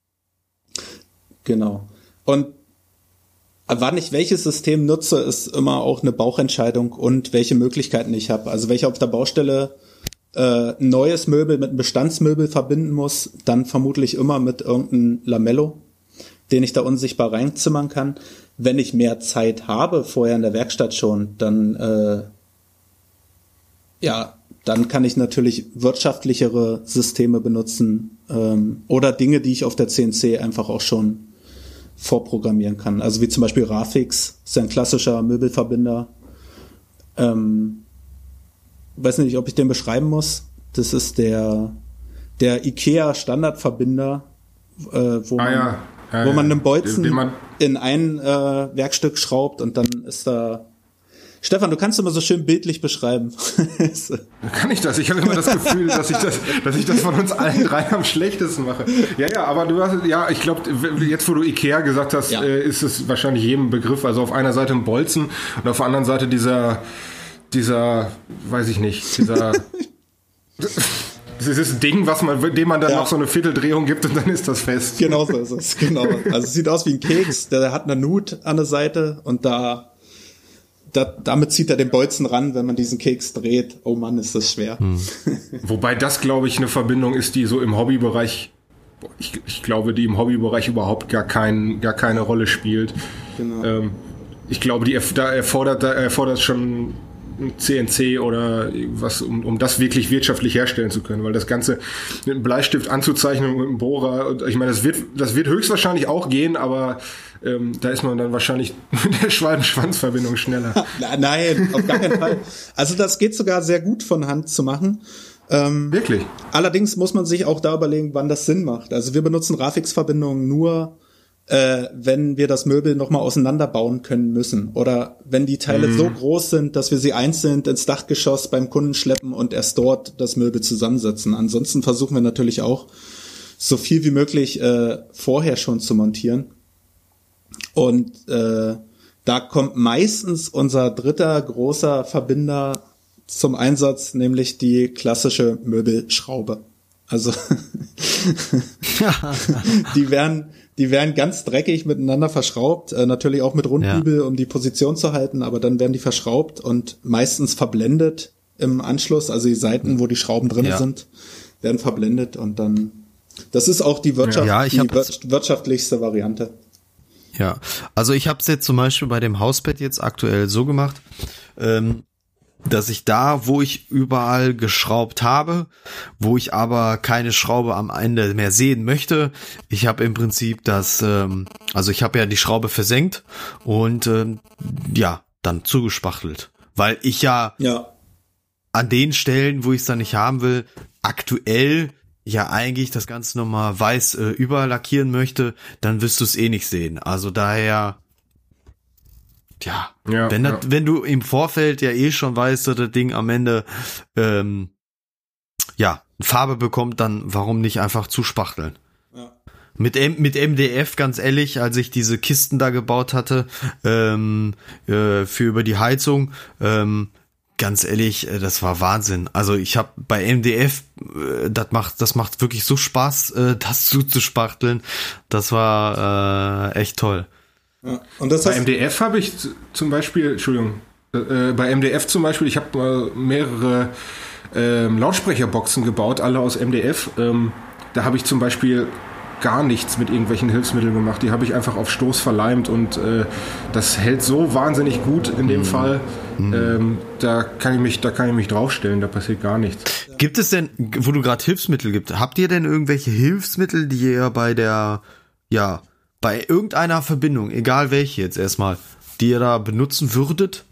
Genau. Und wann ich welches System nutze, ist immer auch eine Bauchentscheidung und welche Möglichkeiten ich habe. Also wenn ich auf der Baustelle ein neues Möbel mit einem Bestandsmöbel verbinden muss, dann vermutlich immer mit irgendeinem Lamello, den ich da unsichtbar reinzimmern kann. Wenn ich mehr Zeit habe, vorher in der Werkstatt schon, dann kann ich natürlich wirtschaftlichere Systeme benutzen oder Dinge, die ich auf der CNC einfach auch schon vorprogrammieren kann. Also wie zum Beispiel Rafix, ist ja ein klassischer Möbelverbinder. Weiß nicht, ob ich den beschreiben muss. Das ist der IKEA Standardverbinder, wo man einen Bolzen in ein Werkstück schraubt und dann ist da. Stefan, du kannst immer so schön bildlich beschreiben. Kann ich das? Ich habe immer das Gefühl, dass ich das von uns allen 3 am schlechtesten mache. Ja, aber ich glaube, jetzt wo du Ikea gesagt hast, ist es wahrscheinlich jedem Begriff. Also auf einer Seite ein Bolzen und auf der anderen Seite dieser weiß ich nicht, dieses Ding, dem man dann noch so eine Vierteldrehung gibt und dann ist das fest. Genau so ist es, genau. Also es sieht aus wie ein Keks, der hat eine Nut an der Seite und damit zieht er den Bolzen ran, wenn man diesen Keks dreht. Oh Mann, ist das schwer. Wobei das, glaube ich, eine Verbindung ist, die so im Hobbybereich, ich glaube, die im Hobbybereich überhaupt gar keine Rolle spielt. Genau. Ich glaube, da erfordert schon ein CNC oder was, um das wirklich wirtschaftlich herstellen zu können, weil das Ganze mit einem Bleistift anzuzeichnen und mit einem Bohrer, und ich meine, das wird höchstwahrscheinlich auch gehen, aber da ist man dann wahrscheinlich mit der Schwalbenschwanzverbindung schneller. Nein, auf gar keinen Fall. Also das geht sogar sehr gut von Hand zu machen. Wirklich? Allerdings muss man sich auch da überlegen, wann das Sinn macht. Also wir benutzen Grafix-Verbindungen nur, wenn wir das Möbel nochmal auseinanderbauen können müssen. Oder wenn die Teile so groß sind, dass wir sie einzeln ins Dachgeschoss beim Kunden schleppen und erst dort das Möbel zusammensetzen. Ansonsten versuchen wir natürlich auch, so viel wie möglich vorher schon zu montieren. Und da kommt meistens unser dritter großer Verbinder zum Einsatz, nämlich die klassische Möbelschraube. Also die werden ganz dreckig miteinander verschraubt, natürlich auch mit Rundbügel, um die Position zu halten, aber dann werden die verschraubt und meistens verblendet im Anschluss, also die Seiten, wo die Schrauben drin sind, werden verblendet und dann, das ist auch die wirtschaftlichste Variante. Ja, also ich habe es jetzt zum Beispiel bei dem Hausbett jetzt aktuell so gemacht, dass ich da, wo ich überall geschraubt habe, wo ich aber keine Schraube am Ende mehr sehen möchte, ich habe im Prinzip also ich habe ja die Schraube versenkt und dann zugespachtelt, weil ich ja an den Stellen, wo ich es dann nicht haben will, aktuell ja eigentlich das Ganze nochmal weiß überlackieren möchte, dann wirst du es eh nicht sehen. Also daher, wenn du im Vorfeld ja eh schon weißt, dass das Ding am Ende Farbe bekommt, dann warum nicht einfach zuspachteln? Ja. Mit MDF, ganz ehrlich, als ich diese Kisten da gebaut hatte für über die Heizung, ganz ehrlich, das war Wahnsinn. Also ich habe bei MDF, das macht wirklich so Spaß, das zuzuspachteln. Das war echt toll. Ja. Und das bei MDF habe ich zum Beispiel, bei MDF zum Beispiel, ich habe mehrere Lautsprecherboxen gebaut, alle aus MDF. Da habe ich zum Beispiel gar nichts mit irgendwelchen Hilfsmitteln gemacht. Die habe ich einfach auf Stoß verleimt und das hält so wahnsinnig gut in dem Fall. Da kann ich mich draufstellen, da passiert gar nichts. Gibt es denn, wo du gerade Hilfsmittel gibt, habt ihr denn irgendwelche Hilfsmittel, die ihr bei irgendeiner Verbindung, egal welche jetzt erstmal, die ihr da benutzen würdet?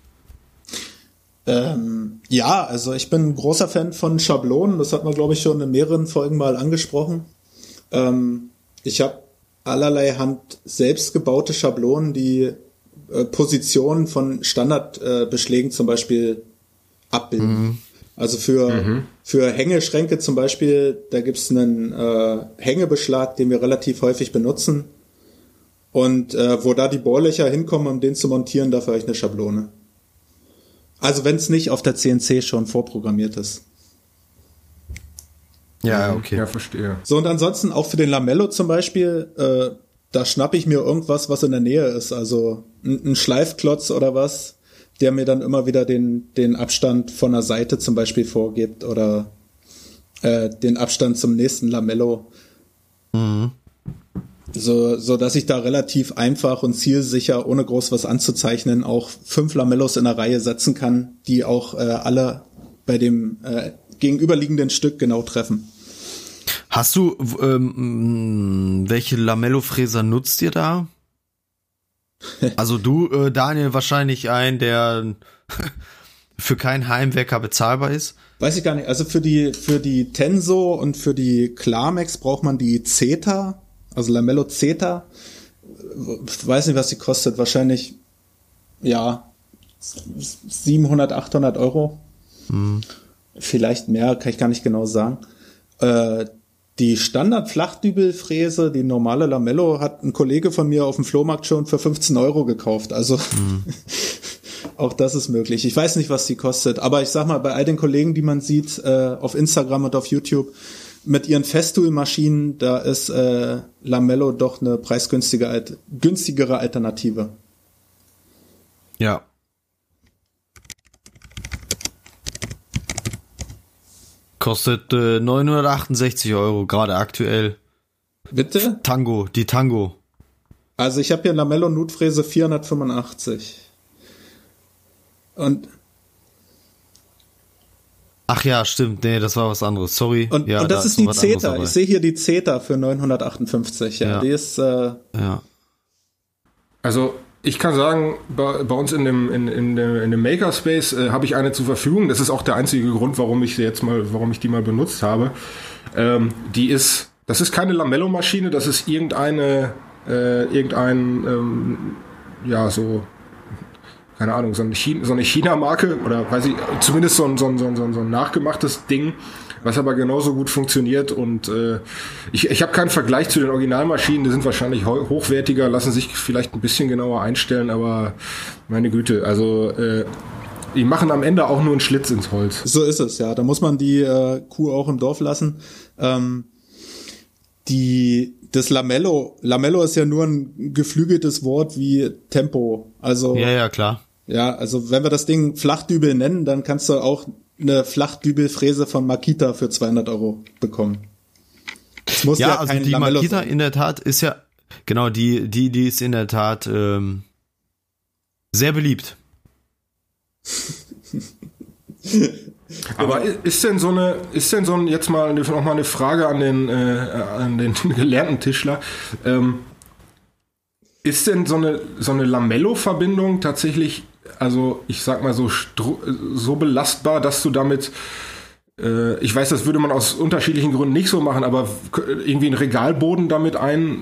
Also ich bin ein großer Fan von Schablonen, das hat man, glaube ich, schon in mehreren Folgen mal angesprochen. Ich habe allerlei Hand selbst gebaute Schablonen, die Positionen von Standardbeschlägen zum Beispiel abbilden. Also für Hängeschränke zum Beispiel, da gibt's einen Hängebeschlag, den wir relativ häufig benutzen. Und wo da die Bohrlöcher hinkommen, um den zu montieren, dafür habe ich eine Schablone. Also wenn es nicht auf der CNC schon vorprogrammiert ist. Ja, okay. Ja, verstehe. So, und ansonsten auch für den Lamello zum Beispiel, da schnappe ich mir irgendwas, was in der Nähe ist. Also ein Schleifklotz oder was, der mir dann immer wieder den Abstand von der Seite zum Beispiel vorgibt oder den Abstand zum nächsten Lamello. So dass ich da relativ einfach und zielsicher, ohne groß was anzuzeichnen, auch 5 Lamellos in der Reihe setzen kann, die auch alle bei dem gegenüberliegenden Stück genau treffen. Hast du, welche Lamello-Fräser nutzt ihr da? Also du, Daniel, wahrscheinlich einen, der für keinen Heimwerker bezahlbar ist? Weiß ich gar nicht. Also für die Tenso und für die Clamex braucht man die Zeta, also Lamello Zeta. Ich weiß nicht, was die kostet. Wahrscheinlich, 700, 800 Euro. Vielleicht mehr, kann ich gar nicht genau sagen. Die Standard-Flachdübelfräse, die normale Lamello, hat ein Kollege von mir auf dem Flohmarkt schon für 15 Euro gekauft. Also Auch das ist möglich. Ich weiß nicht, was die kostet, aber ich sag mal, bei all den Kollegen, die man sieht auf Instagram und auf YouTube mit ihren Festool-Maschinen, da ist Lamello doch eine günstigere Alternative. Ja. Kostet 968 € gerade aktuell. Bitte? Die Tango. Also ich habe hier Lamello Nutfräse 485. Und Ach ja, stimmt. Nee, das war was anderes. Sorry. Und, ja, und das ist die Zeta. Ich sehe hier die Zeta für 958. Ja. Die ist ja. Also ich kann sagen, bei uns in dem Makerspace habe ich eine zur Verfügung. Das ist auch der einzige Grund, warum ich die mal benutzt habe. Das ist keine Lamello-Maschine, das ist keine Ahnung, so eine China-Marke oder weiß ich, zumindest so ein nachgemachtes Ding, was aber genauso gut funktioniert und ich habe keinen Vergleich zu den Originalmaschinen, die sind wahrscheinlich hochwertiger, lassen sich vielleicht ein bisschen genauer einstellen, aber meine Güte, also die machen am Ende auch nur einen Schlitz ins Holz. So ist es, ja, da muss man die Kuh auch im Dorf lassen. Das Lamello ist ja nur ein geflügeltes Wort wie Tempo. Also ja, klar. Ja, also wenn wir das Ding Flachdübel nennen, dann kannst du auch eine Flachdübelfräse von Makita für 200 € bekommen. Das muss ja also kein die Lamello Makita sein. in der Tat ist ja, genau, die ist in der Tat sehr beliebt. Aber ist denn jetzt mal noch mal eine Frage an den gelernten Tischler, ist denn so eine Lamello-Verbindung tatsächlich, also ich sag mal so belastbar, dass du damit, ich weiß, das würde man aus unterschiedlichen Gründen nicht so machen, aber irgendwie einen Regalboden damit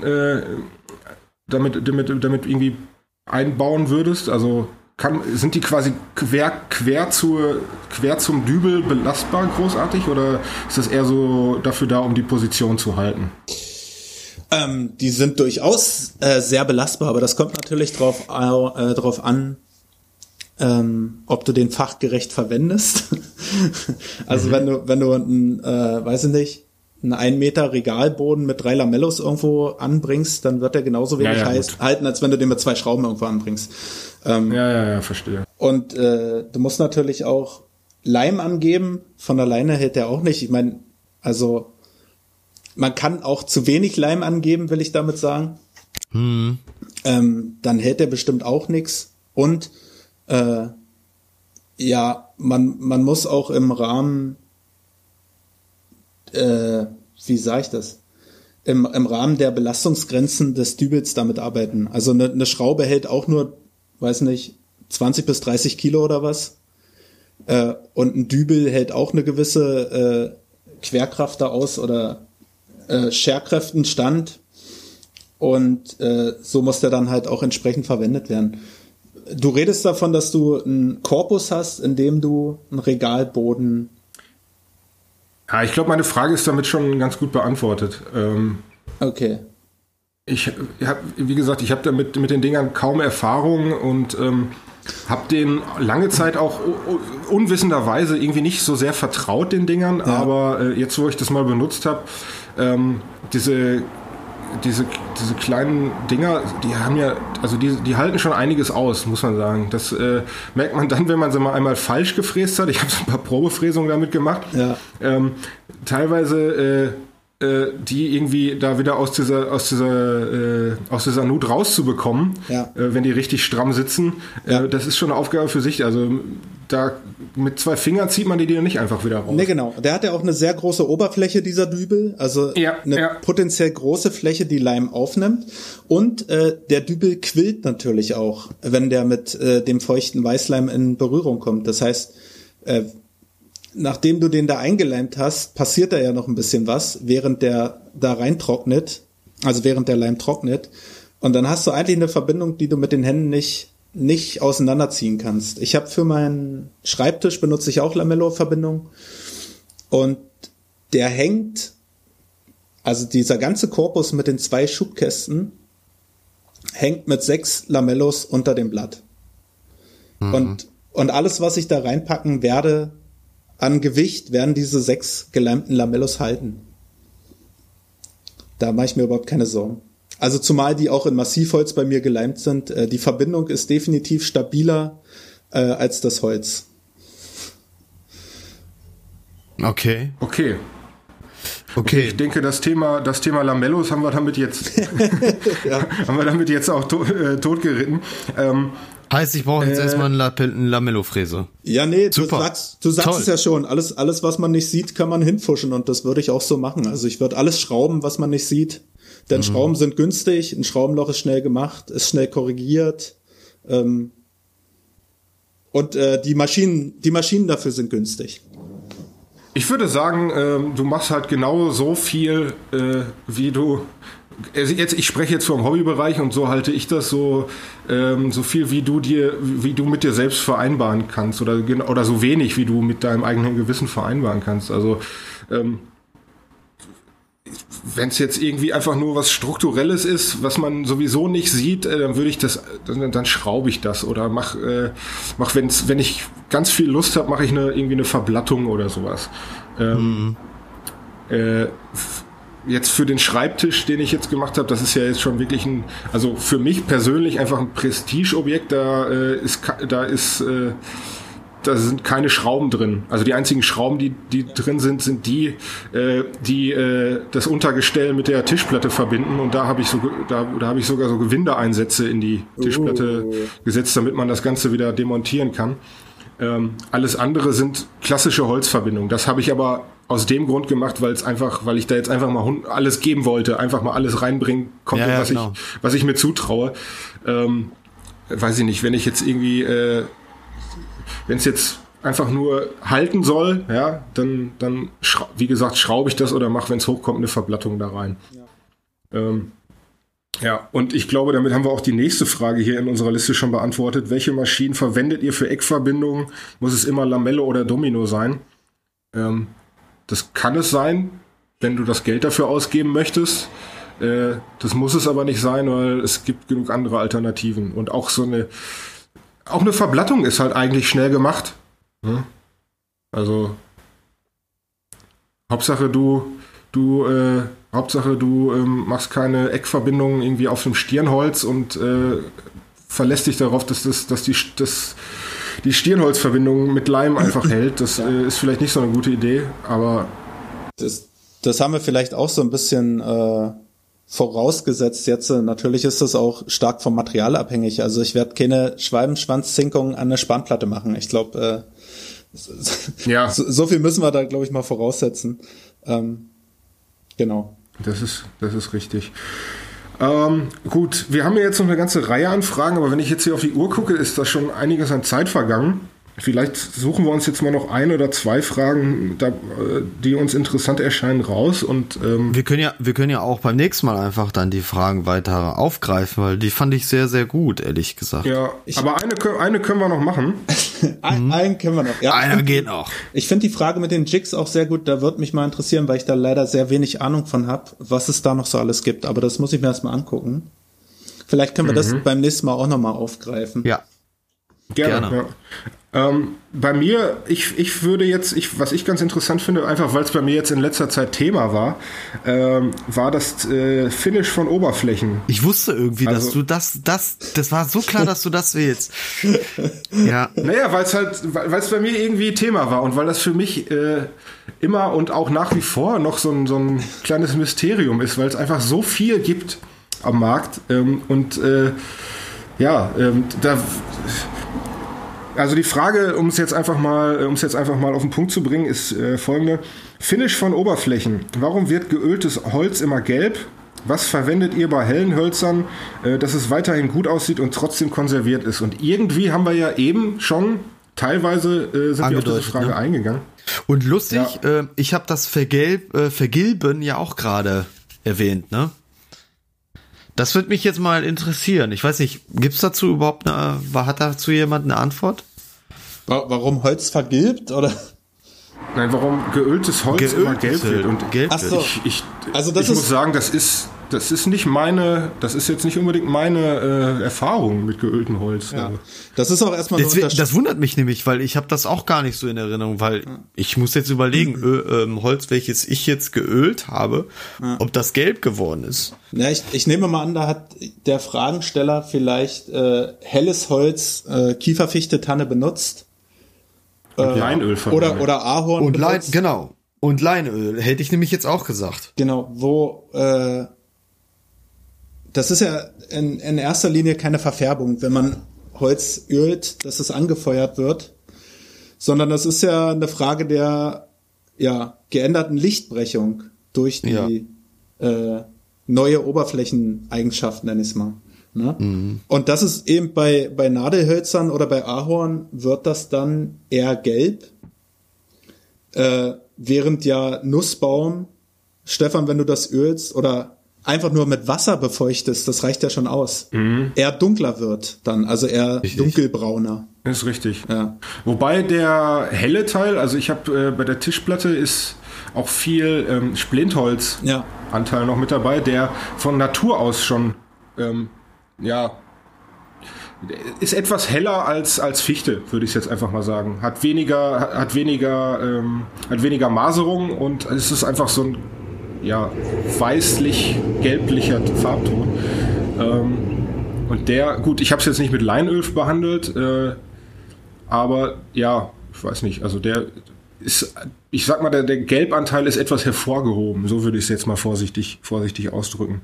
irgendwie einbauen würdest? Also sind die quasi quer zum Dübel belastbar großartig oder ist das eher so dafür da, um die Position zu halten? Die sind durchaus sehr belastbar, aber das kommt natürlich drauf an, ob du den fachgerecht verwendest. Also wenn du einen 1 Meter Regalboden mit 3 Lamellos irgendwo anbringst, dann wird der genauso wenig halten, als wenn du den mit 2 Schrauben irgendwo anbringst. Verstehe. Und du musst natürlich auch Leim angeben. Von alleine hält der auch nicht. Ich meine, also man kann auch zu wenig Leim angeben, will ich damit sagen. Dann hält der bestimmt auch nichts. Und man muss auch im Rahmen, wie sage ich das? Im Rahmen der Belastungsgrenzen des Dübels damit arbeiten. Also eine Schraube hält auch nur, 20 bis 30 Kilo oder was. Und ein Dübel hält auch eine gewisse Querkraft da aus oder Scherkräften stand. Und so muss der dann halt auch entsprechend verwendet werden. Du redest davon, dass du einen Korpus hast, in dem du einen Regalboden. Ja, ich glaube, meine Frage ist damit schon ganz gut beantwortet. Okay. Wie gesagt, ich habe damit mit den Dingern kaum Erfahrung und habe den lange Zeit auch unwissenderweise irgendwie nicht so sehr vertraut, den Dingern, aber jetzt, wo ich das mal benutzt habe, diese kleinen Dinger, die haben ja, also die halten schon einiges aus, muss man sagen. Das merkt man dann, wenn man sie mal einmal falsch gefräst hat. Ich habe so ein paar Probefräsungen damit gemacht. Ja. Teilweise die irgendwie da wieder aus dieser Nut rauszubekommen, wenn die richtig stramm sitzen, das ist schon eine Aufgabe für sich. Also da mit 2 Fingern zieht man die nicht einfach wieder raus. Ne, genau. Der hat ja auch eine sehr große Oberfläche, dieser Dübel, also eine potenziell große Fläche, die Leim aufnimmt. Und der Dübel quillt natürlich auch, wenn der mit dem feuchten Weißleim in Berührung kommt. Das heißt, nachdem du den da eingeleimt hast, passiert da ja noch ein bisschen was, während der da reintrocknet, also während der Leim trocknet. Und dann hast du eigentlich eine Verbindung, die du mit den Händen nicht auseinanderziehen kannst. Ich habe für meinen Schreibtisch benutze ich auch Lamello-Verbindung. Und der hängt, also dieser ganze Korpus mit den 2 Schubkästen hängt mit 6 Lamellos unter dem Blatt. Und alles, was ich da reinpacken werde an Gewicht, werden diese 6 geleimten Lamellos halten. Da mache ich mir überhaupt keine Sorgen. Also zumal die auch in Massivholz bei mir geleimt sind. Die Verbindung ist definitiv stabiler als das Holz. Okay. Ich denke, das Thema Lamellos haben wir damit jetzt, auch totgeritten. Heißt, ich brauche jetzt erstmal eine Lamello-Fräse. Ja, nee, super. Du sagst es ja schon. Alles, was man nicht sieht, kann man hinfuschen und das würde ich auch so machen. Also ich würde alles schrauben, was man nicht sieht. Denn Schrauben sind günstig, ein Schraubenloch ist schnell gemacht, ist schnell korrigiert. Und die Maschinen dafür sind günstig. Ich würde sagen, du machst halt genau so viel, wie du. Also ich spreche jetzt vom Hobbybereich und so halte ich das so viel, wie du mit dir selbst vereinbaren kannst oder so wenig, wie du mit deinem eigenen Gewissen vereinbaren kannst. Also wenn es jetzt irgendwie einfach nur was Strukturelles ist, was man sowieso nicht sieht, dann würde ich dann schraube ich das oder wenn ich ganz viel Lust habe, mache ich irgendwie eine Verblattung oder sowas. Jetzt für den Schreibtisch, den ich jetzt gemacht habe, das ist ja jetzt schon wirklich also für mich persönlich einfach ein Prestigeobjekt, da sind keine Schrauben drin. Also die einzigen Schrauben, die drin sind die das Untergestell mit der Tischplatte verbinden und da habe ich sogar so Gewindeeinsätze in die Tischplatte gesetzt, damit man das Ganze wieder demontieren kann. Alles andere sind klassische Holzverbindungen. Das habe ich aber aus dem Grund gemacht, weil ich da jetzt einfach mal alles geben wollte, einfach mal alles reinbringen konnte, was ich mir zutraue. Weiß ich nicht, wenn ich jetzt irgendwie, wenn es jetzt einfach nur halten soll, ja, dann wie gesagt, schraube ich das oder mache, wenn es hochkommt, eine Verblattung da rein. Ja, und ich glaube, damit haben wir auch die nächste Frage hier in unserer Liste schon beantwortet. Welche Maschinen verwendet ihr für Eckverbindungen? Muss es immer Lamello oder Domino sein? Das kann es sein, wenn du das Geld dafür ausgeben möchtest. Das muss es aber nicht sein, weil es gibt genug andere Alternativen. Und auch eine Verblattung ist halt eigentlich schnell gemacht. Also Hauptsache du machst keine Eckverbindungen irgendwie auf dem Stirnholz und verlässt dich darauf, dass die Stirnholzverbindung mit Leim einfach hält. Das ist vielleicht nicht so eine gute Idee, aber das haben wir vielleicht auch so ein bisschen vorausgesetzt jetzt. Natürlich ist das auch stark vom Material abhängig. Also ich werde keine Schwalbenschwanzzinkung an eine Spanplatte machen. Ich glaube, so viel müssen wir da, glaube ich, mal voraussetzen. Genau. Das ist richtig. Gut, wir haben ja jetzt noch eine ganze Reihe an Fragen, aber wenn ich jetzt hier auf die Uhr gucke, ist da schon einiges an Zeit vergangen. Vielleicht suchen wir uns jetzt mal noch 1 oder 2 Fragen, die uns interessant erscheinen, raus. Und wir können ja auch beim nächsten Mal einfach dann die Fragen weiter aufgreifen, weil die fand ich sehr, sehr gut, ehrlich gesagt. Ja, aber eine können wir noch machen. Einen können wir noch. Ja, einer geht noch. Ich finde die Frage mit den Jigs auch sehr gut. Da würde mich mal interessieren, weil ich da leider sehr wenig Ahnung von habe, was es da noch so alles gibt. Aber das muss ich mir erstmal angucken. Vielleicht können wir das beim nächsten Mal auch nochmal aufgreifen. Ja. Gerne. Ja. Bei mir, ich würde jetzt, was ich ganz interessant finde, einfach weil es bei mir jetzt in letzter Zeit Thema war das Finish von Oberflächen. Ich wusste irgendwie, dass du das war so klar, dass du das willst. Ja. Naja, weil es bei mir irgendwie Thema war und weil das für mich immer und auch nach wie vor noch so ein kleines Mysterium ist, weil es einfach so viel gibt am Markt also die Frage, um es jetzt einfach mal auf den Punkt zu bringen, ist folgende. Finish von Oberflächen. Warum wird geöltes Holz immer gelb? Was verwendet ihr bei hellen Hölzern, dass es weiterhin gut aussieht und trotzdem konserviert ist? Und irgendwie haben wir ja eben schon, teilweise sind wir auf diese Frage eingegangen. Und lustig, ich habe das Vergilben ja auch gerade erwähnt, ne? Das würde mich jetzt mal interessieren. Ich weiß nicht, gibt's dazu überhaupt hat dazu jemand eine Antwort? Warum Holz vergilbt, oder? Nein, warum geöltes Holz immer gelb wird. Und gelb ach so. ich muss sagen, das ist das ist jetzt nicht unbedingt meine Erfahrung mit geöltem Holz. Ja. Das ist auch erstmal das wundert mich nämlich, weil ich habe das auch gar nicht so in Erinnerung, weil ich muss jetzt überlegen, Holz, welches ich jetzt geölt habe, ob das gelb geworden ist. Ja, ich nehme mal an, da hat der Fragensteller vielleicht helles Holz, Kieferfichte, Tanne benutzt. Leinöl oder Ahorn und benutzt. Genau. Und Leinöl, hätte ich nämlich jetzt auch gesagt. Genau, wo das ist ja in erster Linie keine Verfärbung, wenn man Holz ölt, dass es angefeuert wird, sondern das ist ja eine Frage der geänderten Lichtbrechung durch die neue Oberflächeneigenschaften, nenne ich es mal. Ne? Mhm. Und das ist eben bei Nadelhölzern oder bei Ahorn wird das dann eher gelb, während ja Nussbaum, Stefan, wenn du das ölst oder einfach nur mit Wasser befeuchtest, das reicht ja schon aus. Eher dunkler wird dann, also eher dunkelbrauner. Ist richtig. Ja. Wobei der helle Teil, also ich habe bei der Tischplatte ist auch viel Splintholz-Anteil noch mit dabei, der von Natur aus schon ist etwas heller als Fichte, würde ich jetzt einfach mal sagen. Hat weniger Maserung und es ist einfach so ein weißlich-gelblicher Farbton. Und ich habe es jetzt nicht mit Leinöl behandelt, aber ja, ich weiß nicht, also der ist, ich sag mal, der Gelbanteil ist etwas hervorgehoben, so würde ich es jetzt mal vorsichtig ausdrücken.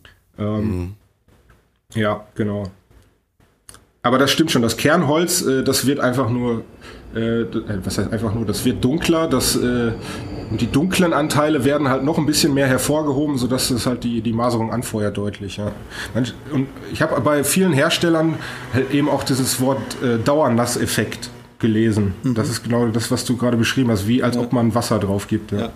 Ja, genau. Aber das stimmt schon, das Kernholz, das wird einfach nur, das wird dunkler, die dunklen Anteile werden halt noch ein bisschen mehr hervorgehoben, sodass es halt die Maserung anfeuert deutlich. Ja. Und ich habe bei vielen Herstellern halt eben auch dieses Wort Dauernasseffekt gelesen. Das ist genau das, was du gerade beschrieben hast, wie als ob man Wasser drauf gibt. Ja.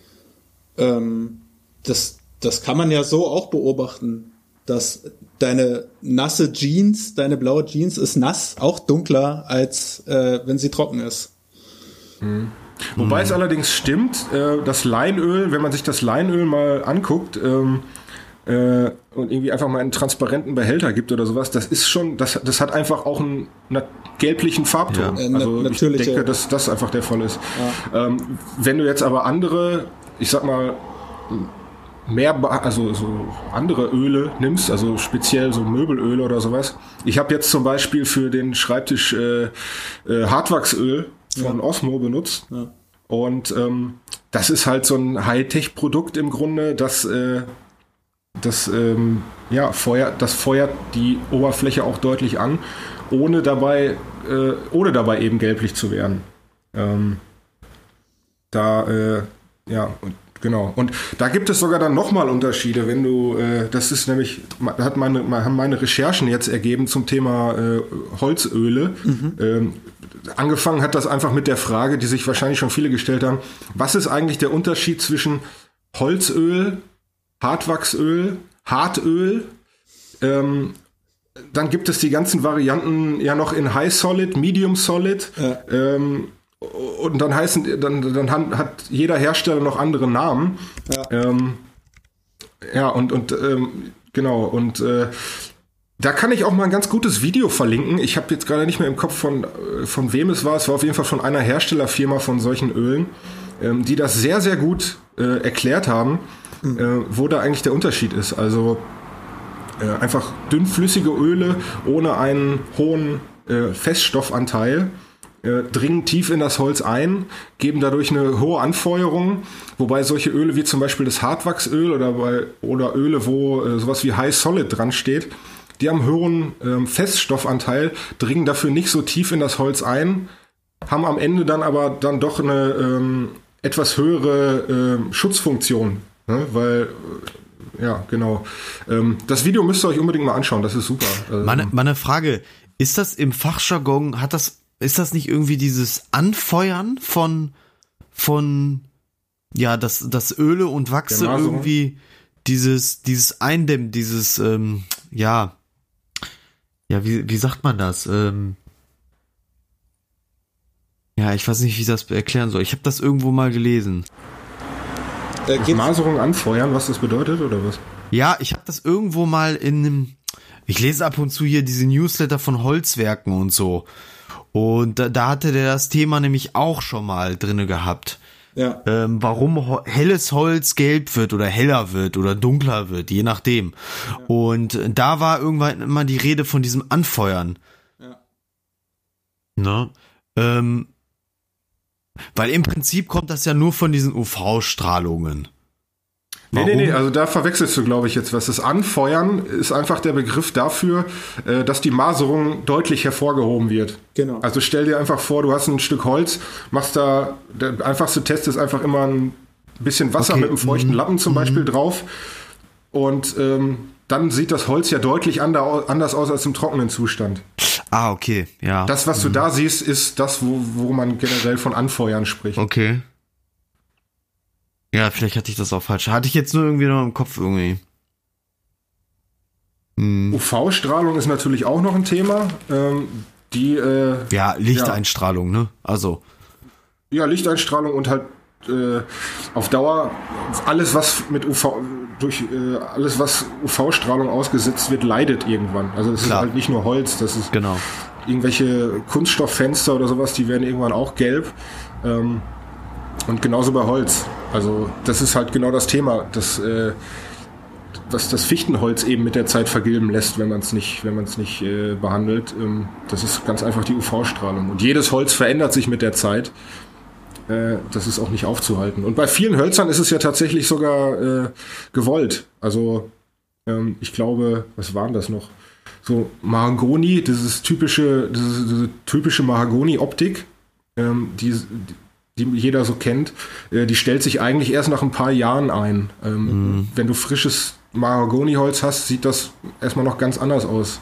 Das kann man ja so auch beobachten, dass deine nasse Jeans, deine blaue Jeans ist nass, auch dunkler, als wenn sie trocken ist. Wobei es allerdings stimmt, das Leinöl, wenn man sich das Leinöl mal anguckt und irgendwie einfach mal einen transparenten Behälter gibt oder sowas, das ist schon, das hat einfach auch einen gelblichen Farbton. Ja. Also ich denke, dass das einfach der Fall ist. Ja. Wenn du jetzt aber andere, ich sag mal, so andere Öle nimmst, also speziell so Möbelöle oder sowas. Ich habe jetzt zum Beispiel für den Schreibtisch Hartwachsöl von Osmo benutzt. Ja. Und das ist halt so ein Hightech-Produkt im Grunde, das feuert die Oberfläche auch deutlich an, ohne dabei eben gelblich zu werden. Genau. Und da gibt es sogar dann nochmal Unterschiede, wenn du, das ist nämlich, haben meine Recherchen jetzt ergeben zum Thema Holzöle. Angefangen hat das einfach mit der Frage, die sich wahrscheinlich schon viele gestellt haben, was ist eigentlich der Unterschied zwischen Holzöl, Hartwachsöl, Hartöl, dann gibt es die ganzen Varianten ja noch in High Solid, Medium Solid, und dann hat jeder Hersteller noch andere Namen. Genau. Da kann ich auch mal ein ganz gutes Video verlinken. Ich habe jetzt gerade nicht mehr im Kopf von wem es war. Es war auf jeden Fall von einer Herstellerfirma von solchen Ölen, die das sehr, sehr gut erklärt haben, wo da eigentlich der Unterschied ist. Also einfach dünnflüssige Öle ohne einen hohen Feststoffanteil dringen tief in das Holz ein, geben dadurch eine hohe Anfeuerung, wobei solche Öle wie zum Beispiel das Hartwachsöl oder Öle, wo sowas wie High Solid dran steht, die haben hohen Feststoffanteil, dringen dafür nicht so tief in das Holz ein, haben am Ende dann aber dann doch eine etwas höhere Schutzfunktion, ne? Weil genau. Das Video müsst ihr euch unbedingt mal anschauen, das ist super. Meine Frage, ist das im Fachjargon, ist das nicht irgendwie dieses Anfeuern von das Öle und Wachse irgendwie dieses Eindämmen, dieses wie sagt man das? Ich weiß nicht, wie ich das erklären soll. Ich habe das irgendwo mal gelesen. Maserung anfeuern, was das bedeutet oder was? Ja, ich habe das irgendwo mal ich lese ab und zu hier diese Newsletter von Holzwerken und so. Und da hatte der das Thema nämlich auch schon mal drinne gehabt. Ja. Warum helles Holz gelb wird oder heller wird oder dunkler wird, je nachdem. Ja. Und da war irgendwann immer die Rede von diesem Anfeuern. Ja. Ne? Weil im Prinzip kommt das ja nur von diesen UV-Strahlungen. Nee, also da verwechselst du, glaube ich, jetzt was. Das Anfeuern ist einfach der Begriff dafür, dass die Maserung deutlich hervorgehoben wird. Genau. Also stell dir einfach vor, du hast ein Stück Holz, machst der einfachste Test ist einfach immer ein bisschen Wasser mit einem feuchten Lappen zum Beispiel drauf und dann sieht das Holz ja deutlich anders aus als im trockenen Zustand. Ah, okay, ja. Das, was du da siehst, ist das, wo man generell von Anfeuern spricht. Okay. Ja, vielleicht hatte ich das auch falsch. Hatte ich jetzt nur irgendwie noch im Kopf irgendwie. UV-Strahlung ist natürlich auch noch ein Thema. Lichteinstrahlung, ne? Also. Ja, Lichteinstrahlung und halt auf Dauer alles, was mit alles, was UV-Strahlung ausgesetzt wird, leidet irgendwann. Also es ist halt nicht nur Holz, das ist irgendwelche Kunststofffenster oder sowas, die werden irgendwann auch gelb. Und genauso bei Holz. Also das ist halt genau das Thema, was das Fichtenholz eben mit der Zeit vergilben lässt, wenn man es nicht behandelt. Das ist ganz einfach die UV-Strahlung. Und jedes Holz verändert sich mit der Zeit. Das ist auch nicht aufzuhalten. Und bei vielen Hölzern ist es ja tatsächlich sogar gewollt. Also ich glaube, was waren das noch? So Mahagoni, diese typische Mahagoni-Optik, die jeder so kennt, die stellt sich eigentlich erst nach ein paar Jahren ein. Wenn du frisches Mahagoni-Holz hast, sieht das erstmal noch ganz anders aus.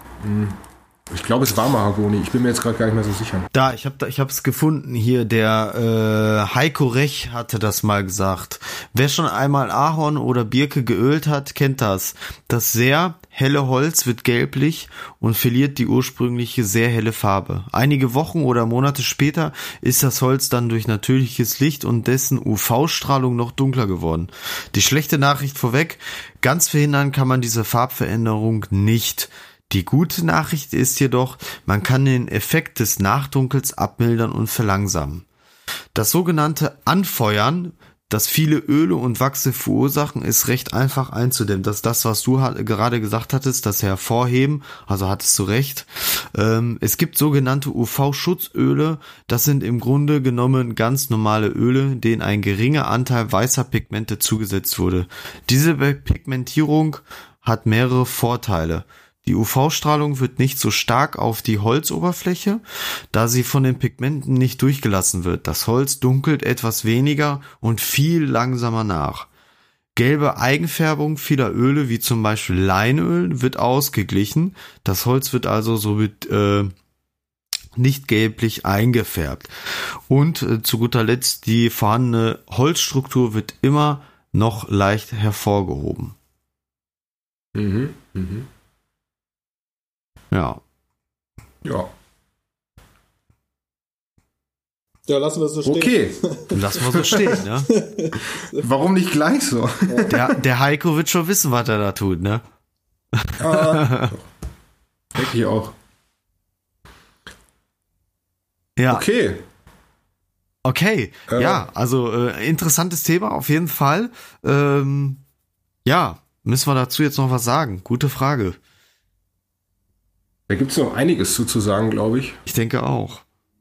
Ich glaube, es war Mahagoni. Ich bin mir jetzt gerade gar nicht mehr so sicher. Ich hab's gefunden hier. Der Heiko Rech hatte das mal gesagt. Wer schon einmal Ahorn oder Birke geölt hat, kennt das. Das sehr helle Holz wird gelblich und verliert die ursprüngliche sehr helle Farbe. Einige Wochen oder Monate später ist das Holz dann durch natürliches Licht und dessen UV-Strahlung noch dunkler geworden. Die schlechte Nachricht vorweg, ganz verhindern kann man diese Farbveränderung nicht. Die gute Nachricht ist jedoch, man kann den Effekt des Nachdunkels abmildern und verlangsamen. Das sogenannte Anfeuern, das viele Öle und Wachse verursachen, ist recht einfach einzudämmen. Das ist das, was du gerade gesagt hattest, das Hervorheben, also hattest du recht. Es gibt sogenannte UV-Schutzöle, das sind im Grunde genommen ganz normale Öle, denen ein geringer Anteil weißer Pigmente zugesetzt wurde. Diese Pigmentierung hat mehrere Vorteile. Die UV-Strahlung wird nicht so stark auf die Holzoberfläche, da sie von den Pigmenten nicht durchgelassen wird. Das Holz dunkelt etwas weniger und viel langsamer nach. Gelbe Eigenfärbung vieler Öle, wie zum Beispiel Leinöl, wird ausgeglichen. Das Holz wird also somit nicht gelblich eingefärbt. Und zu guter Letzt, die vorhandene Holzstruktur wird immer noch leicht hervorgehoben. Ja. Ja. Ja, lassen wir es so stehen. Okay. Lassen wir so stehen, ne? Warum nicht gleich so? Der Heiko wird schon wissen, was er da tut, ne? Denke ich auch. Ja. Okay. Ja, also interessantes Thema auf jeden Fall. Ja, müssen wir dazu jetzt noch was sagen? Gute Frage. Da gibt es noch einiges zu sagen, glaube ich. Ich denke auch.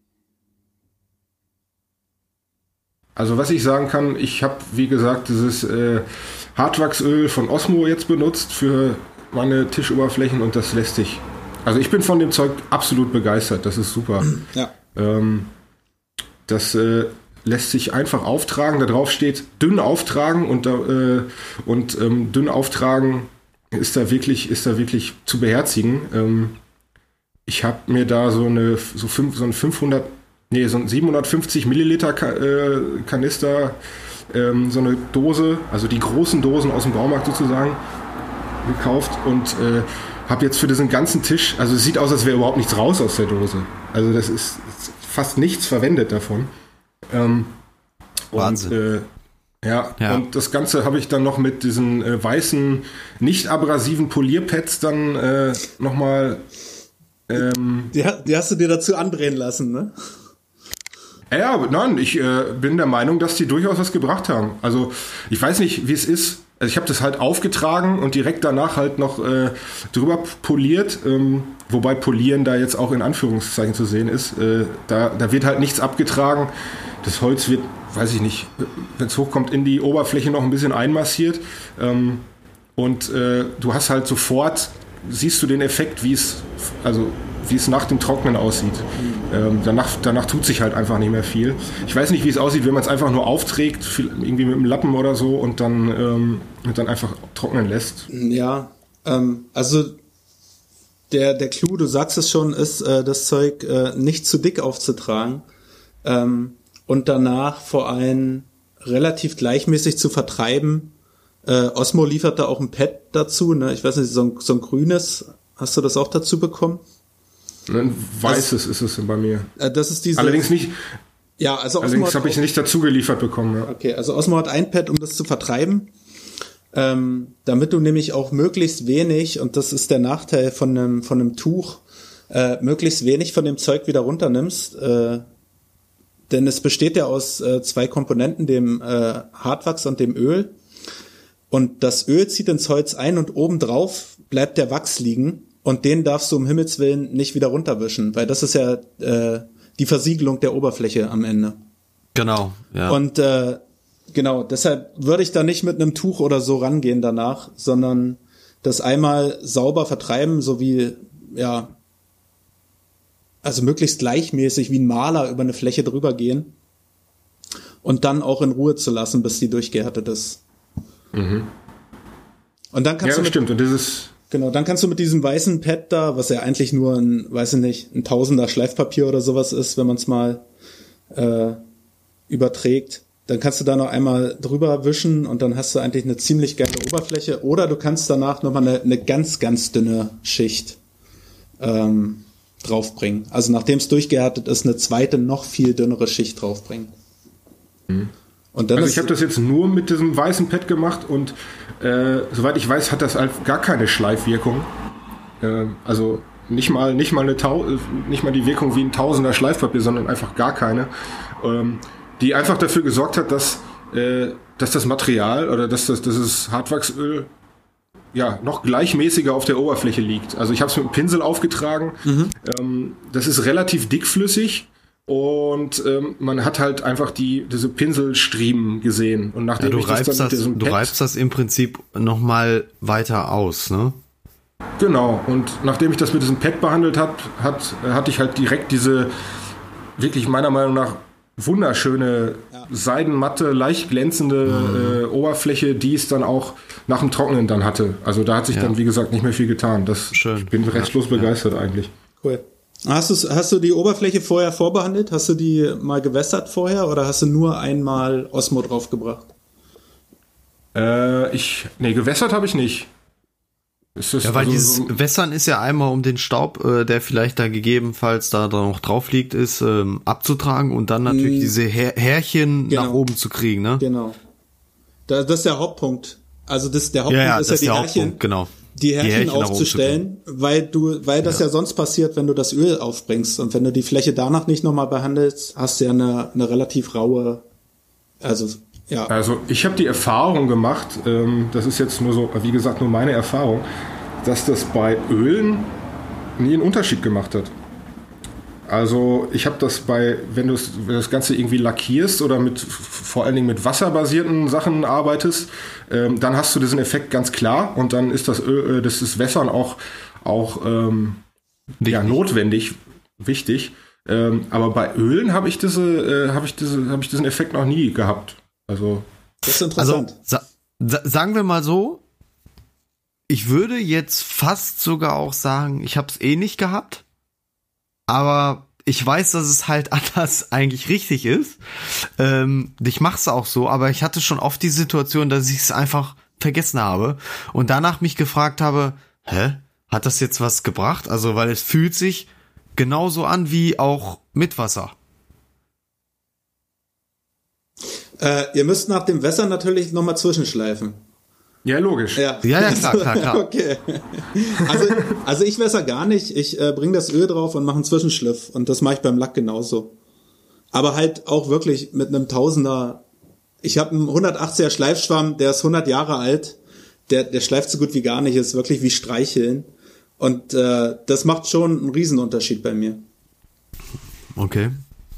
Also was ich sagen kann, ich habe, wie gesagt, dieses Hartwachsöl von Osmo jetzt benutzt für meine Tischoberflächen und das lässt sich. Also ich bin von dem Zeug absolut begeistert, das ist super. Ja. Das lässt sich einfach auftragen, da drauf steht dünn auftragen und dünn auftragen ist da wirklich zu beherzigen. Ich habe mir da so ein 750 Milliliter Kanister, so eine Dose, also die großen Dosen aus dem Baumarkt sozusagen, gekauft und habe jetzt für diesen ganzen Tisch, also es sieht aus, als wäre überhaupt nichts raus aus der Dose. Also das ist fast nichts verwendet davon. Wahnsinn. Ja, und das Ganze habe ich dann noch mit diesen weißen, nicht abrasiven Polierpads dann nochmal... Die hast du dir dazu andrehen lassen, ne? Ja, nein, ich bin der Meinung, dass die durchaus was gebracht haben. Also ich weiß nicht, wie es ist. Also ich habe das halt aufgetragen und direkt danach halt noch drüber poliert. Wobei Polieren da jetzt auch in Anführungszeichen zu sehen ist. Da wird halt nichts abgetragen. Das Holz wird, weiß ich nicht, wenn es hochkommt, in die Oberfläche noch ein bisschen einmassiert. Und du hast halt sofort, siehst du den Effekt, wie es nach dem Trocknen aussieht. Danach tut sich halt einfach nicht mehr viel. Ich weiß nicht, wie es aussieht, wenn man es einfach nur aufträgt, irgendwie mit einem Lappen oder so und dann einfach trocknen lässt. Ja, also der Clou, du sagst es schon, ist, das Zeug nicht zu dick aufzutragen und danach vor allem relativ gleichmäßig zu vertreiben. Osmo liefert da auch ein Pad dazu, ne? Ich weiß nicht, so ein grünes, hast du das auch dazu bekommen? Ein weißes ist es bei mir. Das ist diese. Allerdings nicht. Ja, also Osmo allerdings habe ich es nicht dazu geliefert bekommen. Ja. Okay, also Osmo hat ein Pad, um das zu vertreiben, damit du nämlich auch möglichst wenig, und das ist der Nachteil von einem Tuch, möglichst wenig von dem Zeug wieder runternimmst, denn es besteht ja aus zwei Komponenten, dem Hartwachs und dem Öl. Und das Öl zieht ins Holz ein und obendrauf bleibt der Wachs liegen. Und den darfst du um Himmels Willen nicht wieder runterwischen, weil das ist ja die Versiegelung der Oberfläche am Ende. Genau, ja. Und genau, deshalb würde ich da nicht mit einem Tuch oder so rangehen danach, sondern das einmal sauber vertreiben, so wie, ja, also möglichst gleichmäßig wie ein Maler über eine Fläche drüber gehen und dann auch in Ruhe zu lassen, bis die durchgehärtet ist. Mhm. Und dann kannst du stimmt. Und dieses Genau, dann kannst du mit diesem weißen Pad da, was ja eigentlich nur ein 1000er Schleifpapier oder sowas ist, wenn man es mal überträgt, dann kannst du da noch einmal drüber wischen und dann hast du eigentlich eine ziemlich geile Oberfläche. Oder du kannst danach nochmal eine ganz, ganz dünne Schicht draufbringen. Also nachdem es durchgehärtet ist, eine zweite, noch viel dünnere Schicht draufbringen. Mhm. Und dann ich habe das jetzt nur mit diesem weißen Pad gemacht und soweit ich weiß, hat das halt gar keine Schleifwirkung. Also nicht mal die Wirkung wie ein 1000er Schleifpapier, sondern einfach gar keine. Die einfach dafür gesorgt hat, dass das Material oder dass das Hartwachsöl ja noch gleichmäßiger auf der Oberfläche liegt. Also ich habe es mit dem Pinsel aufgetragen. Mhm. Das ist relativ dickflüssig. Und man hat halt einfach diese Pinselstriemen gesehen. Und nachdem du reibst das im Prinzip nochmal weiter aus, ne? Genau. Und nachdem ich das mit diesem Pad behandelt hatte ich halt direkt diese wirklich meiner Meinung nach wunderschöne, seidenmatte, leicht glänzende Oberfläche, die es dann auch nach dem Trocknen dann hatte. Also da hat sich dann, wie gesagt, nicht mehr viel getan. Ich bin restlos begeistert eigentlich. Cool. Hast du die Oberfläche vorher vorbehandelt? Hast du die mal gewässert vorher oder hast du nur einmal Osmo draufgebracht? Gewässert habe ich nicht. Weil dieses Wässern ist ja einmal, um den Staub, der vielleicht da gegebenenfalls da noch drauf liegt, ist abzutragen und dann natürlich diese Härchen nach oben zu kriegen, ne? Genau. Das ist der Hauptpunkt. Also der Hauptpunkt ist ja die Härchen. Genau. Die Härchen aufzustellen, weil das ja sonst passiert, wenn du das Öl aufbringst. Und wenn du die Fläche danach nicht nochmal behandelst, hast du ja eine relativ raue, Also ich habe die Erfahrung gemacht, das ist jetzt nur so, wie gesagt, nur meine Erfahrung, dass das bei Ölen nie einen Unterschied gemacht hat. Also ich habe das wenn du das Ganze irgendwie lackierst oder vor allen Dingen mit wasserbasierten Sachen arbeitest, dann hast du diesen Effekt ganz klar und dann ist das Wässern auch notwendig, wichtig. Aber bei Ölen habe ich diesen Effekt noch nie gehabt. Also das ist interessant. Also sagen wir mal so, ich würde jetzt fast sogar auch sagen, ich habe es nicht gehabt. Aber ich weiß, dass es halt anders eigentlich richtig ist. Ich mache es auch so, aber ich hatte schon oft die Situation, dass ich es einfach vergessen habe und danach mich gefragt habe, hat das jetzt was gebracht? Also, weil es fühlt sich genauso an wie auch mit Wasser. Ihr müsst nach dem Wässern natürlich nochmal zwischenschleifen. Ja, logisch. Ja, klar. Okay. Also ich wässer gar nicht. Ich bringe das Öl drauf und mache einen Zwischenschliff. Und das mache ich beim Lack genauso. Aber halt auch wirklich mit einem 1000er. Ich habe einen 180er Schleifschwamm, der ist 100 Jahre alt. Der schleift so gut wie gar nicht. Ist wirklich wie Streicheln. Und das macht schon einen Riesenunterschied bei mir. Okay.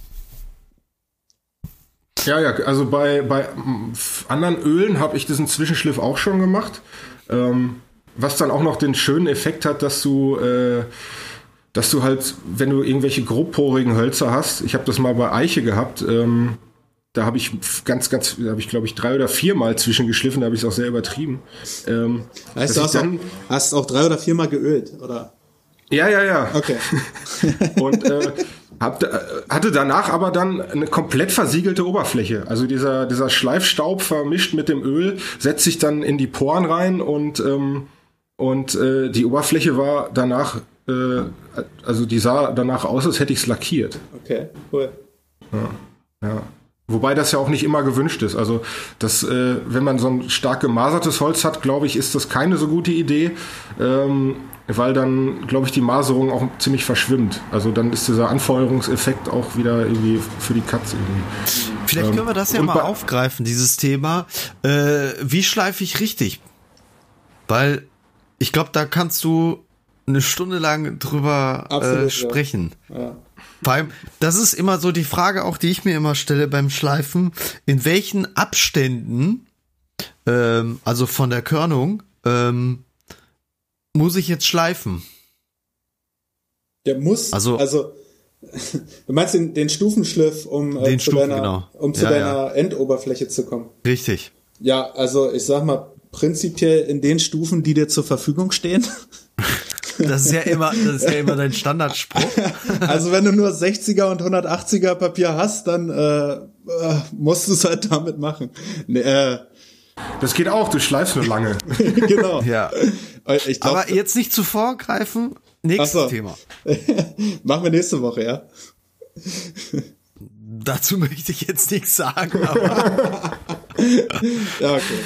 Ja, also bei anderen Ölen habe ich diesen Zwischenschliff auch schon gemacht. Was dann auch noch den schönen Effekt hat, dass du halt, wenn du irgendwelche grobporigen Hölzer hast, ich habe das mal bei Eiche gehabt, da habe ich glaube ich 3 oder 4 Mal zwischengeschliffen, da habe ich es auch sehr übertrieben. Heißt du hast auch 3 oder 4 Mal geölt, oder? Ja. Okay. Und hatte danach aber dann eine komplett versiegelte Oberfläche. Also dieser Schleifstaub vermischt mit dem Öl setzt sich dann in die Poren rein und die Oberfläche war danach, also die sah danach aus, als hätte ich es lackiert. Okay, cool. Ja. Wobei das ja auch nicht immer gewünscht ist. Also das, wenn man so ein stark gemasertes Holz hat, glaube ich, ist das keine so gute Idee, weil dann, glaube ich, die Maserung auch ziemlich verschwimmt. Also dann ist dieser Anfeuerungseffekt auch wieder irgendwie für die Katze irgendwie. Vielleicht können wir das ja mal aufgreifen, dieses Thema. Wie schleife ich richtig? Weil ich glaube, da kannst du eine Stunde lang drüber sprechen. Ja. Vor allem, das ist immer so die Frage auch, die ich mir immer stelle beim Schleifen. In welchen Abständen, also von der Körnung, muss ich jetzt schleifen? Der muss, also du meinst den Stufenschliff, um zu deiner Endoberfläche zu kommen. Richtig. Ja, also ich sag mal, prinzipiell in den Stufen, die dir zur Verfügung stehen. Das ist ja immer dein Standardspruch. Also wenn du nur 60er und 180er Papier hast, dann musst du es halt damit machen. Das geht auch, du schleifst nur lange. Genau. Ja. Ich glaub, aber jetzt nicht zu vorgreifen. Nächstes Thema. Machen wir nächste Woche, ja? Dazu möchte ich jetzt nichts sagen, aber ja, okay.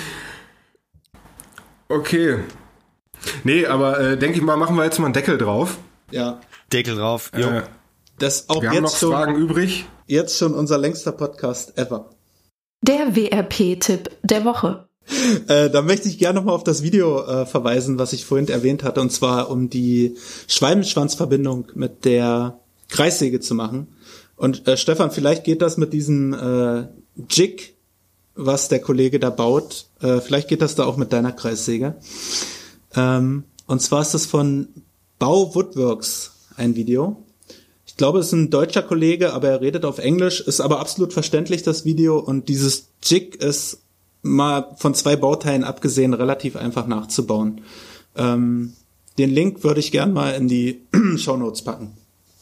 Okay. Nee, aber denke ich mal, machen wir jetzt mal einen Deckel drauf. Ja. Deckel drauf. Das auch wir haben noch Fragen übrig. Jetzt schon unser längster Podcast ever. Der WRP-Tipp der Woche. Da möchte ich gerne nochmal auf das Video verweisen, was ich vorhin erwähnt hatte, und zwar um die Schwalbenschwanzverbindung mit der Kreissäge zu machen. Und Stefan, vielleicht geht das mit diesem Jig, was der Kollege da baut, vielleicht geht das da auch mit deiner Kreissäge. Und zwar ist das von Bau Woodworks ein Video. Ich glaube, es ist ein deutscher Kollege, aber er redet auf Englisch, ist aber absolut verständlich, das Video. Und dieses Jig ist mal von 2 Bauteilen abgesehen relativ einfach nachzubauen. Den Link würde ich gern mal in die Shownotes packen.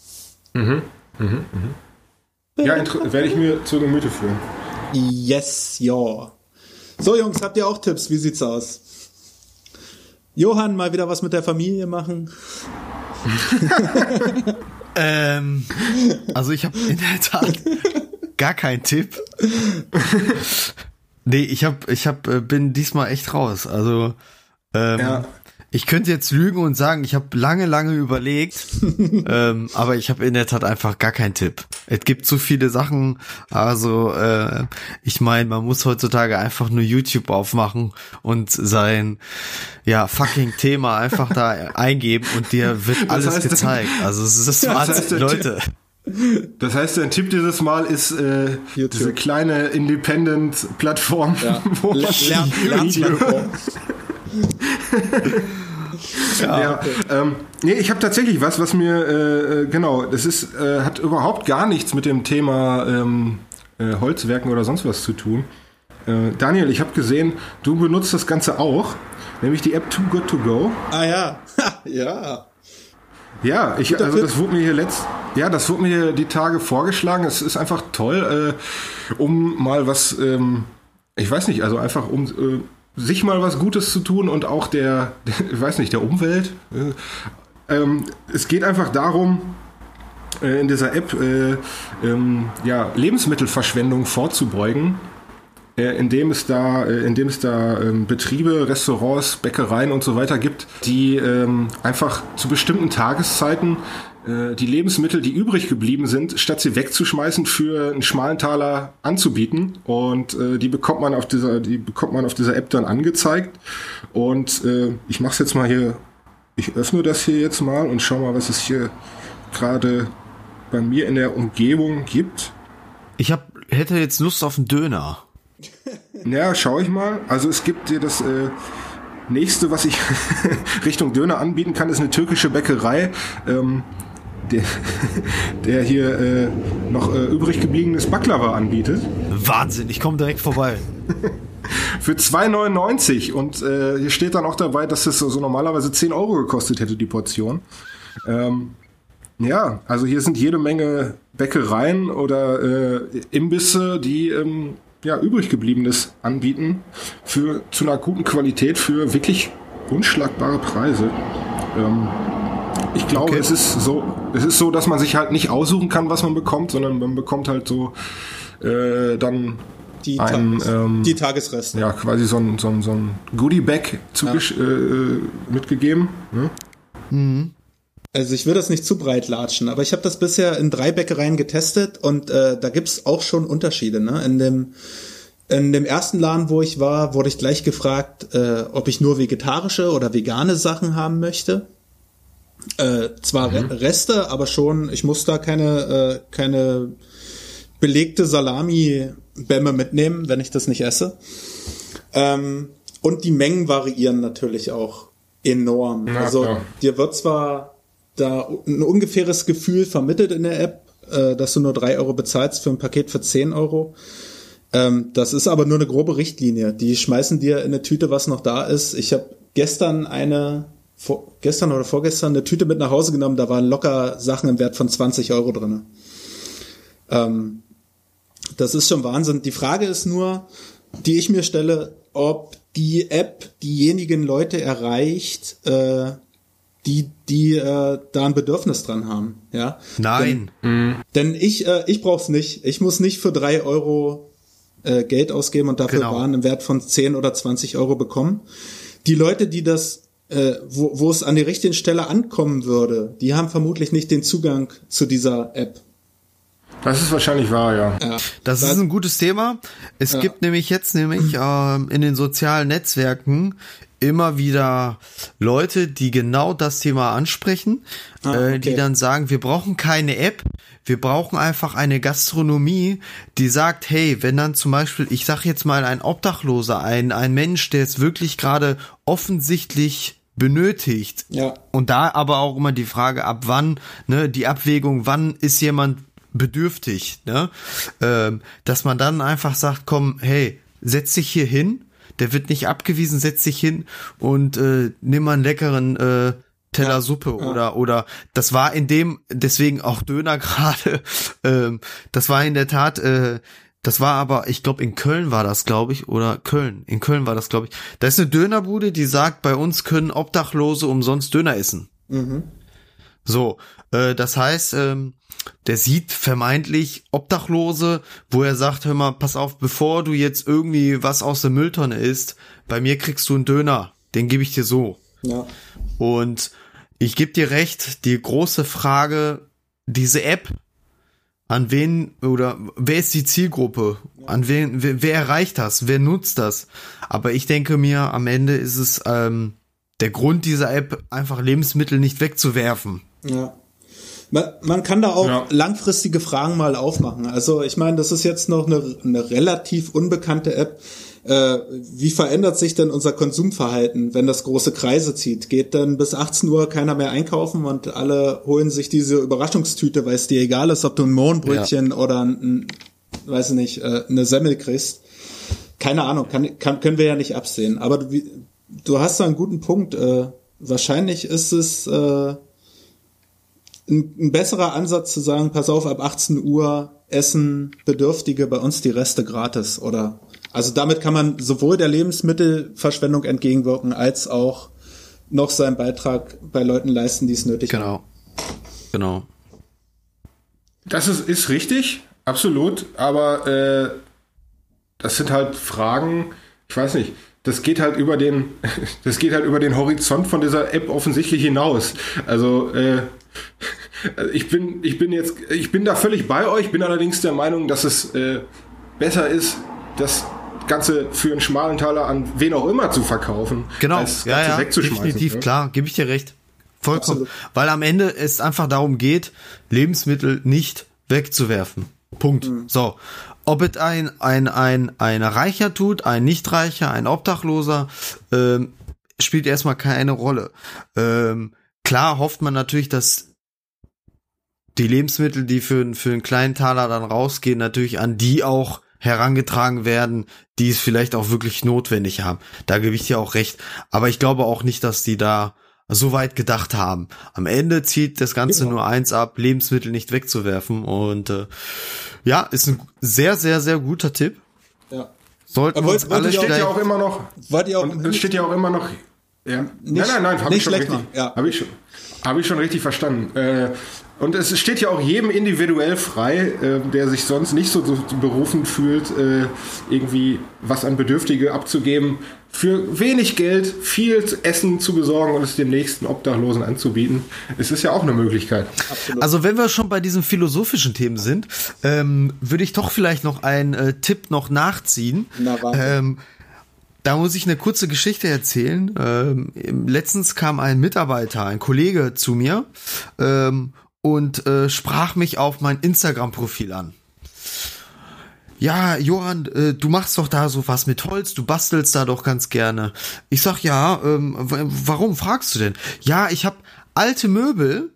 Ja, werde ich mir zu Gemüte führen. Yes, ja. So, Jungs, habt ihr auch Tipps? Wie sieht's aus? Johann, mal wieder was mit der Familie machen? Also ich habe in der Tat gar keinen Tipp. Nee, bin diesmal echt raus. Also ich könnte jetzt lügen und sagen, ich habe lange überlegt, aber ich habe in der Tat einfach gar keinen Tipp. Es gibt so viele Sachen, also ich meine, man muss heutzutage einfach nur YouTube aufmachen und sein fucking Thema einfach da eingeben und dir wird alles gezeigt. Also es ist Wahnsinn, Leute. Das heißt, dein Tipp dieses Mal ist diese kleine Independent-Plattform. Ja. Nee, ich habe tatsächlich was mir, das ist, hat überhaupt gar nichts mit dem Thema Holzwerken oder sonst was zu tun. Daniel, ich habe gesehen, du benutzt das Ganze auch, nämlich die App Too Good To Go. Ah ja, ja. Ja, das wurde mir hier die Tage vorgeschlagen. Es ist einfach toll, um mal was, ich weiß nicht, also einfach um sich mal was Gutes zu tun und auch der Umwelt. Es geht einfach darum, in dieser App Lebensmittelverschwendung vorzubeugen. in dem es da Betriebe, Restaurants, Bäckereien und so weiter gibt, die einfach zu bestimmten Tageszeiten die Lebensmittel, die übrig geblieben sind, statt sie wegzuschmeißen, für einen schmalen Taler anzubieten. Und die bekommt man auf dieser App dann angezeigt. Und ich mache es jetzt mal hier, ich öffne das hier jetzt mal und schau mal, was es hier gerade bei mir in der Umgebung gibt. Ich hätte jetzt Lust auf einen Döner. Ja, schau ich mal. Also es gibt hier das nächste, was ich Richtung Döner anbieten kann, ist eine türkische Bäckerei, der hier noch übrig gebliebenes Baklava anbietet. Wahnsinn, ich komme direkt vorbei. Für 2,99 und hier steht dann auch dabei, dass das so normalerweise 10 Euro gekostet hätte, die Portion. Ja, also hier sind jede Menge Bäckereien oder Imbisse, die übrig gebliebenes anbieten zu einer guten Qualität für wirklich unschlagbare Preise. Ich glaube, es ist so, dass man sich halt nicht aussuchen kann, was man bekommt, sondern man bekommt halt so dann die Tagesreste. Ja, quasi so ein Goodie-Bag mitgegeben. Ne? Mhm. Also ich will das nicht zu breit latschen, aber ich habe das bisher in 3 Bäckereien getestet und da gibt's auch schon Unterschiede. Ne? In dem ersten Laden, wo ich war, wurde ich gleich gefragt, ob ich nur vegetarische oder vegane Sachen haben möchte. Zwar Reste, aber schon, ich muss da keine belegte Salami-Bämme mitnehmen, wenn ich das nicht esse. Und die Mengen variieren natürlich auch enorm. Ja, also klar. Dir wird zwar da ein ungefähres Gefühl vermittelt in der App, dass du nur 3 Euro bezahlst für ein Paket für 10 Euro. Das ist aber nur eine grobe Richtlinie. Die schmeißen dir in eine Tüte, was noch da ist. Ich habe gestern oder vorgestern eine Tüte mit nach Hause genommen, da waren locker Sachen im Wert von 20 Euro drin. Das ist schon Wahnsinn. Die Frage ist nur, die ich mir stelle, ob die App diejenigen Leute erreicht, die da ein Bedürfnis dran haben. Ja? Nein. Denn ich brauch's nicht. Ich muss nicht für 3 Euro Geld ausgeben und dafür Waren im Wert von 10 oder 20 Euro bekommen. Die Leute, die das wo es an der richtigen Stelle ankommen würde, die haben vermutlich nicht den Zugang zu dieser App. Das ist wahrscheinlich wahr, ja. Das ist ein gutes Thema. Es gibt nämlich in den sozialen Netzwerken immer wieder Leute, die genau das Thema ansprechen, die dann sagen, wir brauchen keine App, wir brauchen einfach eine Gastronomie, die sagt, hey, wenn dann zum Beispiel, ich sag jetzt mal ein Obdachloser, ein Mensch, der es wirklich gerade offensichtlich benötigt. Ja. Und da aber auch immer die Frage, ab wann, ne, die Abwägung, wann ist jemand bedürftig, ne? Dass man dann einfach sagt, komm, hey, setz dich hier hin, der wird nicht abgewiesen, setz dich hin und nimm mal einen leckeren Teller Suppe oder das war deswegen auch Döner gerade, das war in der Tat, das war aber, ich glaube in Köln war das, glaube ich, in Köln war das, glaube ich. Da ist eine Dönerbude, die sagt, bei uns können Obdachlose umsonst Döner essen. Mhm. So, das heißt, der sieht vermeintlich Obdachlose, wo er sagt, hör mal, pass auf, bevor du jetzt irgendwie was aus der Mülltonne isst, bei mir kriegst du einen Döner, den gebe ich dir so. Ja. Und ich gebe dir recht, die große Frage, diese App, an wen oder wer ist die Zielgruppe? An wen, wer erreicht das? Wer nutzt das? Aber ich denke mir, am Ende ist es der Grund dieser App, einfach Lebensmittel nicht wegzuwerfen. Ja. Man kann da auch langfristige Fragen mal aufmachen. Also ich meine, das ist jetzt noch eine relativ unbekannte App. Wie verändert sich denn unser Konsumverhalten, wenn das große Kreise zieht? Geht dann bis 18 Uhr keiner mehr einkaufen und alle holen sich diese Überraschungstüte, weil es dir egal ist, ob du ein Mohnbrötchen oder eine Semmel kriegst? Keine Ahnung, können wir ja nicht absehen. Aber du hast da einen guten Punkt. Wahrscheinlich ist es ein besserer Ansatz zu sagen, pass auf, ab 18 Uhr essen Bedürftige bei uns die Reste gratis, oder? Also damit kann man sowohl der Lebensmittelverschwendung entgegenwirken, als auch noch seinen Beitrag bei Leuten leisten, die es nötig haben. Genau. Das ist richtig, absolut, aber das sind halt Fragen, ich weiß nicht, das geht halt über den Horizont von dieser App offensichtlich hinaus. Also ich bin da völlig bei euch, bin allerdings der Meinung, dass es besser ist, das Ganze für einen schmalen Taler an wen auch immer zu verkaufen, genau, als das Ganze wegzuschmeißen. Definitiv, ne? Klar, gebe ich dir recht. Vollkommen. Absolut. Weil am Ende es einfach darum geht, Lebensmittel nicht wegzuwerfen. Punkt. So. Ob es ein Reicher tut, ein Nichtreicher, ein Obdachloser, spielt erstmal keine Rolle. Klar hofft man natürlich, dass die Lebensmittel, die für einen kleinen Taler dann rausgehen, natürlich an die auch herangetragen werden, die es vielleicht auch wirklich notwendig haben. Da gebe ich dir auch recht. Aber ich glaube auch nicht, dass die da so weit gedacht haben. Am Ende zieht das Ganze nur eins ab, Lebensmittel nicht wegzuwerfen. Und ja, ist ein sehr, sehr, sehr guter Tipp. Ja. Sollten wir uns alle steht ja auch immer noch. Es steht ja auch immer noch. Ja. Nein, habe ich schon richtig. Ja. Habe ich schon richtig verstanden. Und es steht ja auch jedem individuell frei, der sich sonst nicht so berufen fühlt, irgendwie was an Bedürftige abzugeben, für wenig Geld viel Essen zu besorgen und es dem nächsten Obdachlosen anzubieten. Es ist ja auch eine Möglichkeit. Absolut. Also wenn wir schon bei diesen philosophischen Themen sind, würde ich doch vielleicht noch einen Tipp noch nachziehen. Na, warte. Da muss ich eine kurze Geschichte erzählen. Letztens kam ein Mitarbeiter, ein Kollege zu mir und sprach mich auf mein Instagram-Profil an. Ja, Johann, du machst doch da so was mit Holz, du bastelst da doch ganz gerne. Ich sag, ja, warum fragst du denn? Ja, ich habe alte Möbel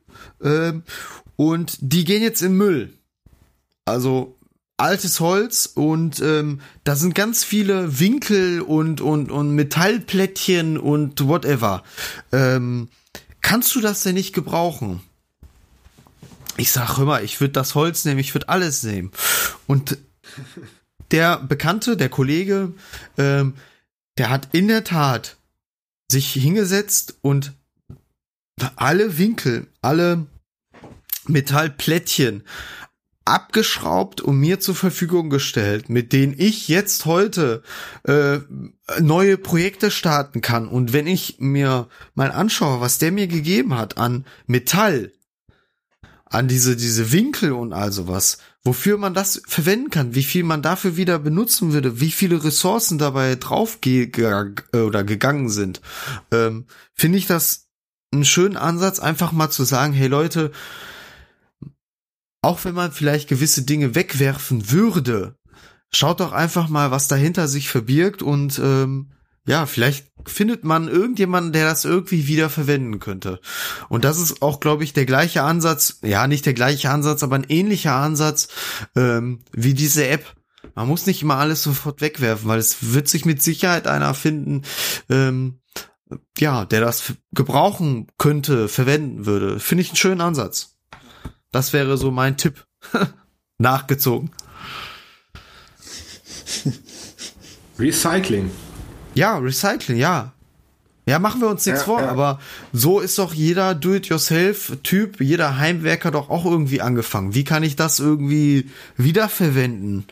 und die gehen jetzt im Müll. Also altes Holz und da sind ganz viele Winkel und Metallplättchen und whatever. Kannst du das denn nicht gebrauchen? Ich sag, hör mal, ich würde das Holz nehmen, ich würde alles nehmen. Und der Bekannte, der Kollege, der hat in der Tat sich hingesetzt und alle Winkel, alle Metallplättchen abgeschraubt und mir zur Verfügung gestellt, mit denen ich jetzt heute neue Projekte starten kann. Und wenn ich mir mal anschaue, was der mir gegeben hat an Metall, an diese Winkel und all sowas, wofür man das verwenden kann, wie viel man dafür wieder benutzen würde, wie viele Ressourcen dabei drauf gegangen sind, finde ich das einen schönen Ansatz, einfach mal zu sagen, hey Leute, auch wenn man vielleicht gewisse Dinge wegwerfen würde, schaut doch einfach mal, was dahinter sich verbirgt und ja, vielleicht findet man irgendjemanden, der das irgendwie wieder verwenden könnte. Und das ist auch, glaube ich, der gleiche Ansatz, ja, nicht der gleiche Ansatz, aber ein ähnlicher Ansatz wie diese App. Man muss nicht immer alles sofort wegwerfen, weil es wird sich mit Sicherheit einer finden, ja, der das gebrauchen könnte, verwenden würde. Finde ich einen schönen Ansatz. Das wäre so mein Tipp. Nachgezogen. Recycling. Ja, Recycling, ja. Ja, machen wir uns nichts vor, aber so ist doch jeder Do-it-yourself-Typ, jeder Heimwerker doch auch irgendwie angefangen. Wie kann ich das irgendwie wiederverwenden?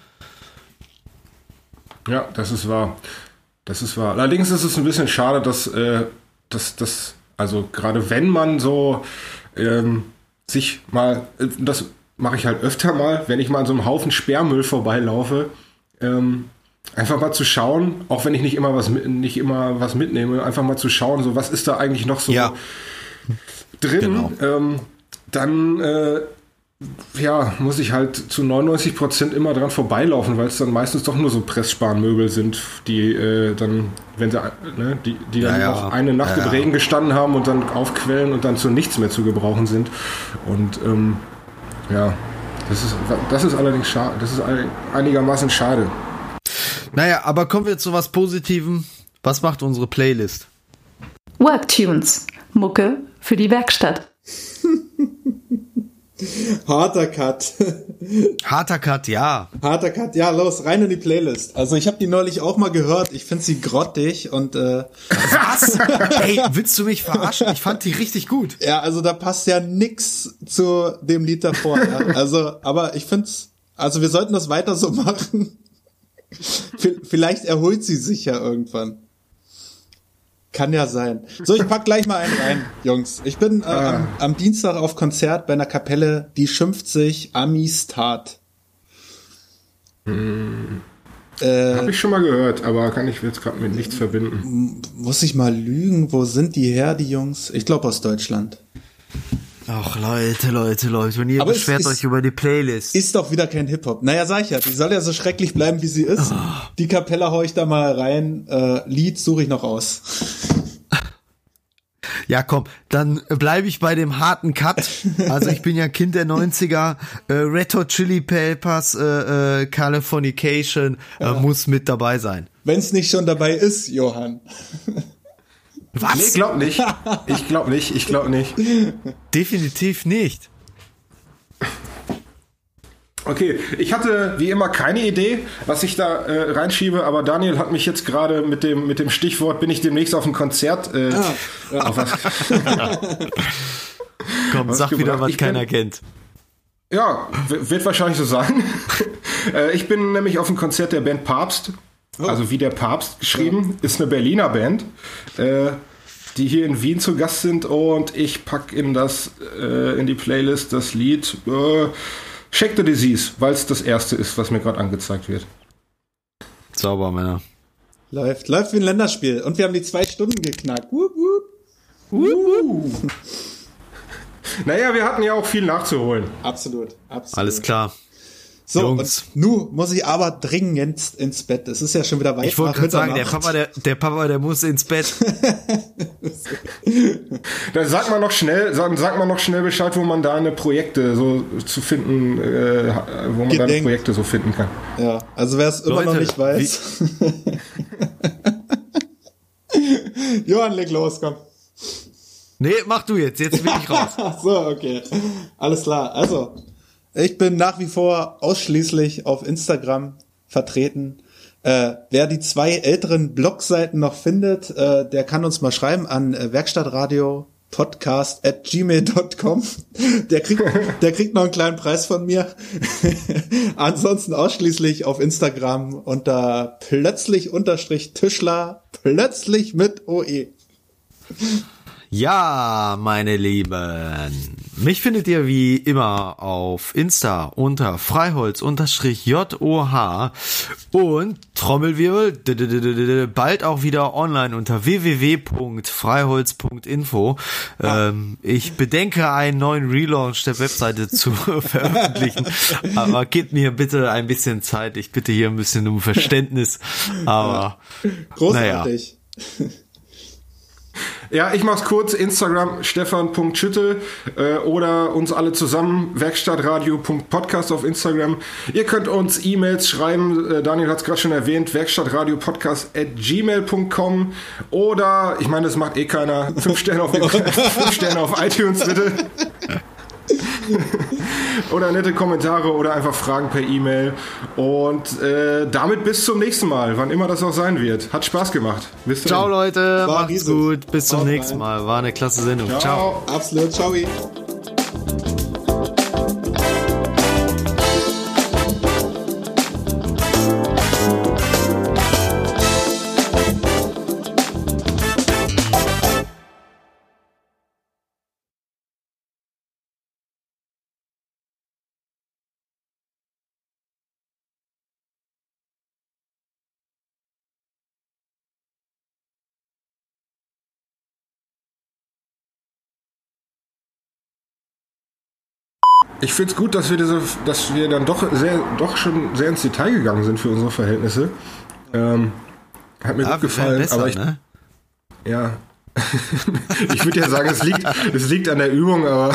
Ja, das ist wahr. Das ist wahr. Allerdings ist es ein bisschen schade, dass also gerade wenn man so sich mal, das mache ich halt öfter mal, wenn ich mal an so einem Haufen Sperrmüll vorbeilaufe, einfach mal zu schauen, auch wenn ich nicht immer was mitnehme, einfach mal zu schauen, so was ist da eigentlich noch so drin. Genau. Dann muss ich halt zu 99% immer dran vorbeilaufen, weil es dann meistens doch nur so Pressspanmöbel sind, die dann, wenn sie, die dann auch eine Nacht im Regen gestanden haben und dann aufquellen und dann zu nichts mehr zu gebrauchen sind. Und das ist allerdings schade. Das ist einigermaßen schade. Naja, aber kommen wir zu was Positivem. Was macht unsere Playlist? Worktunes. Mucke für die Werkstatt. Harter Cut. Harter Cut, ja. Harter Cut, ja, los, rein in die Playlist. Also ich habe die neulich auch mal gehört. Ich finde sie grottig und Was? Ey, willst du mich verarschen? Ich fand die richtig gut. Ja, also da passt ja nix zu dem Lied davor. Ja. Also, aber ich find's, also wir sollten das weiter so machen. Vielleicht erholt sie sich ja irgendwann. Kann ja sein. So, ich pack gleich mal einen rein, Jungs. Ich bin am Dienstag auf Konzert bei einer Kapelle, die schimpft sich Amistad. Habe ich schon mal gehört, aber kann ich jetzt gerade mit nichts verbinden. Muss ich mal lügen? Wo sind die her, die Jungs? Ich glaube aus Deutschland. Ach, Leute, und ihr Aber beschwert euch über die Playlist. Ist doch wieder kein Hip-Hop. Naja, sag ich ja, die soll ja so schrecklich bleiben, wie sie ist. Die Kapelle hau ich da mal rein. Lied suche ich noch aus. Ja, komm, dann bleibe ich bei dem harten Cut. Also ich bin ja Kind der 90er. Red Hot Chili Peppers, Californication muss mit dabei sein. Wenn's nicht schon dabei ist, Johann. Was? Nee, ich glaub nicht. Definitiv nicht. Okay, ich hatte wie immer keine Idee, was ich da reinschiebe, aber Daniel hat mich jetzt gerade mit dem Stichwort, bin ich demnächst auf ein Konzert auf was Komm, was sag wieder, gebracht. was keiner kennt. Ja, wird wahrscheinlich so sein. Ich bin nämlich auf ein Konzert der Band Papst, also wie der Papst geschrieben, ist eine Berliner Band, die hier in Wien zu Gast sind, und ich pack in die Playlist das Lied Shake the Disease, weil es das erste ist, was mir gerade angezeigt wird. Sauber, Männer. Läuft wie ein Länderspiel. Und wir haben die 2 Stunden geknackt. Wup, wup. Wup. Naja, wir hatten ja auch viel nachzuholen. Absolut. Alles klar. So, Jungs. und nun muss ich aber dringend ins Bett. Es ist ja schon wieder weit Ich wollte nach gerade sagen, Mitternacht. der Papa, der muss ins Bett. Dann sag mal noch schnell Bescheid, wo man deine Projekte so zu finden, wo man deine Projekte so finden kann. Ja, also wer es immer noch Leute, nicht weiß. Johann, leg los, komm. Nee, mach du jetzt bin ich raus. Ach so, okay. Alles klar. Also, ich bin nach wie vor ausschließlich auf Instagram vertreten. Wer die 2 älteren Blogseiten noch findet, der kann uns mal schreiben an werkstattradiopodcast@gmail.com. Der kriegt noch einen kleinen Preis von mir. Ansonsten ausschließlich auf Instagram unter plötzlich_Tischler, plötzlich mit OE. Ja, meine Lieben. Mich findet ihr wie immer auf Insta unter Freiholz_JOH und Trommelwirbel bald auch wieder online unter www.freiholz.info. Ich bedenke, einen neuen Relaunch der Webseite zu veröffentlichen, aber gebt mir bitte ein bisschen Zeit. Ich bitte hier ein bisschen um Verständnis, aber großartig. Naja. Ja, ich mach's kurz. Instagram stefan.schütte oder uns alle zusammen werkstattradio.podcast auf Instagram. Ihr könnt uns E-Mails schreiben. Daniel hat's gerade schon erwähnt. werkstattradiopodcast@gmail.com oder, ich meine, das macht eh keiner. 5 Sterne auf iTunes bitte. Oder nette Kommentare oder einfach Fragen per E-Mail. Und damit bis zum nächsten Mal, wann immer das auch sein wird. Hat Spaß gemacht. Bis Ciao Leute, macht's riesig. gut. Bis zum Haut nächsten rein. Mal. War eine klasse Sendung. Ciao. Absolut, ciao. Ich find's gut, dass wir dann doch schon sehr ins Detail gegangen sind für unsere Verhältnisse. Hat mir gut gefallen, besser, aber ne? ja. Ich würde ja sagen, es liegt an der Übung, aber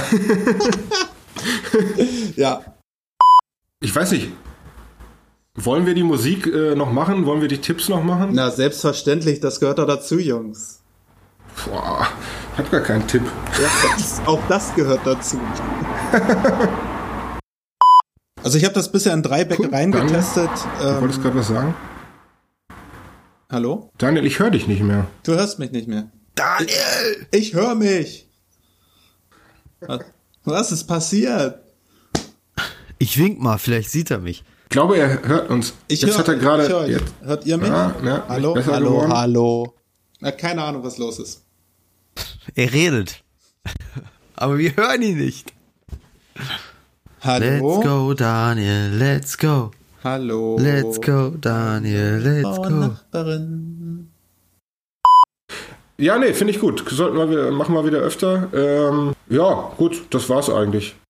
Ja. ich weiß nicht. Wollen wir die Musik noch machen? Wollen wir die Tipps noch machen? Na, selbstverständlich, das gehört doch dazu, Jungs. Boah, ich hab gar keinen Tipp. Ja, auch das gehört dazu. Also ich habe das bisher in 3 Bäckereien getestet. Du wolltest gerade was sagen? Hallo? Daniel, ich höre dich nicht mehr. Du hörst mich nicht mehr. Daniel! Ich höre mich. Was ist passiert? Ich wink mal, vielleicht sieht er mich. Ich glaube, er hört uns. Hat er gerade. Hört ihr mich? Ja, hallo, geworden. hallo. Na, keine Ahnung, was los ist. Er redet. Aber wir hören ihn nicht. Hallo. Let's go, Daniel, let's go. Hallo. Let's go, Daniel, let's go. Nachbarin. Ja, nee, finde ich gut. Machen wir wieder öfter. Ja, gut, das war's eigentlich.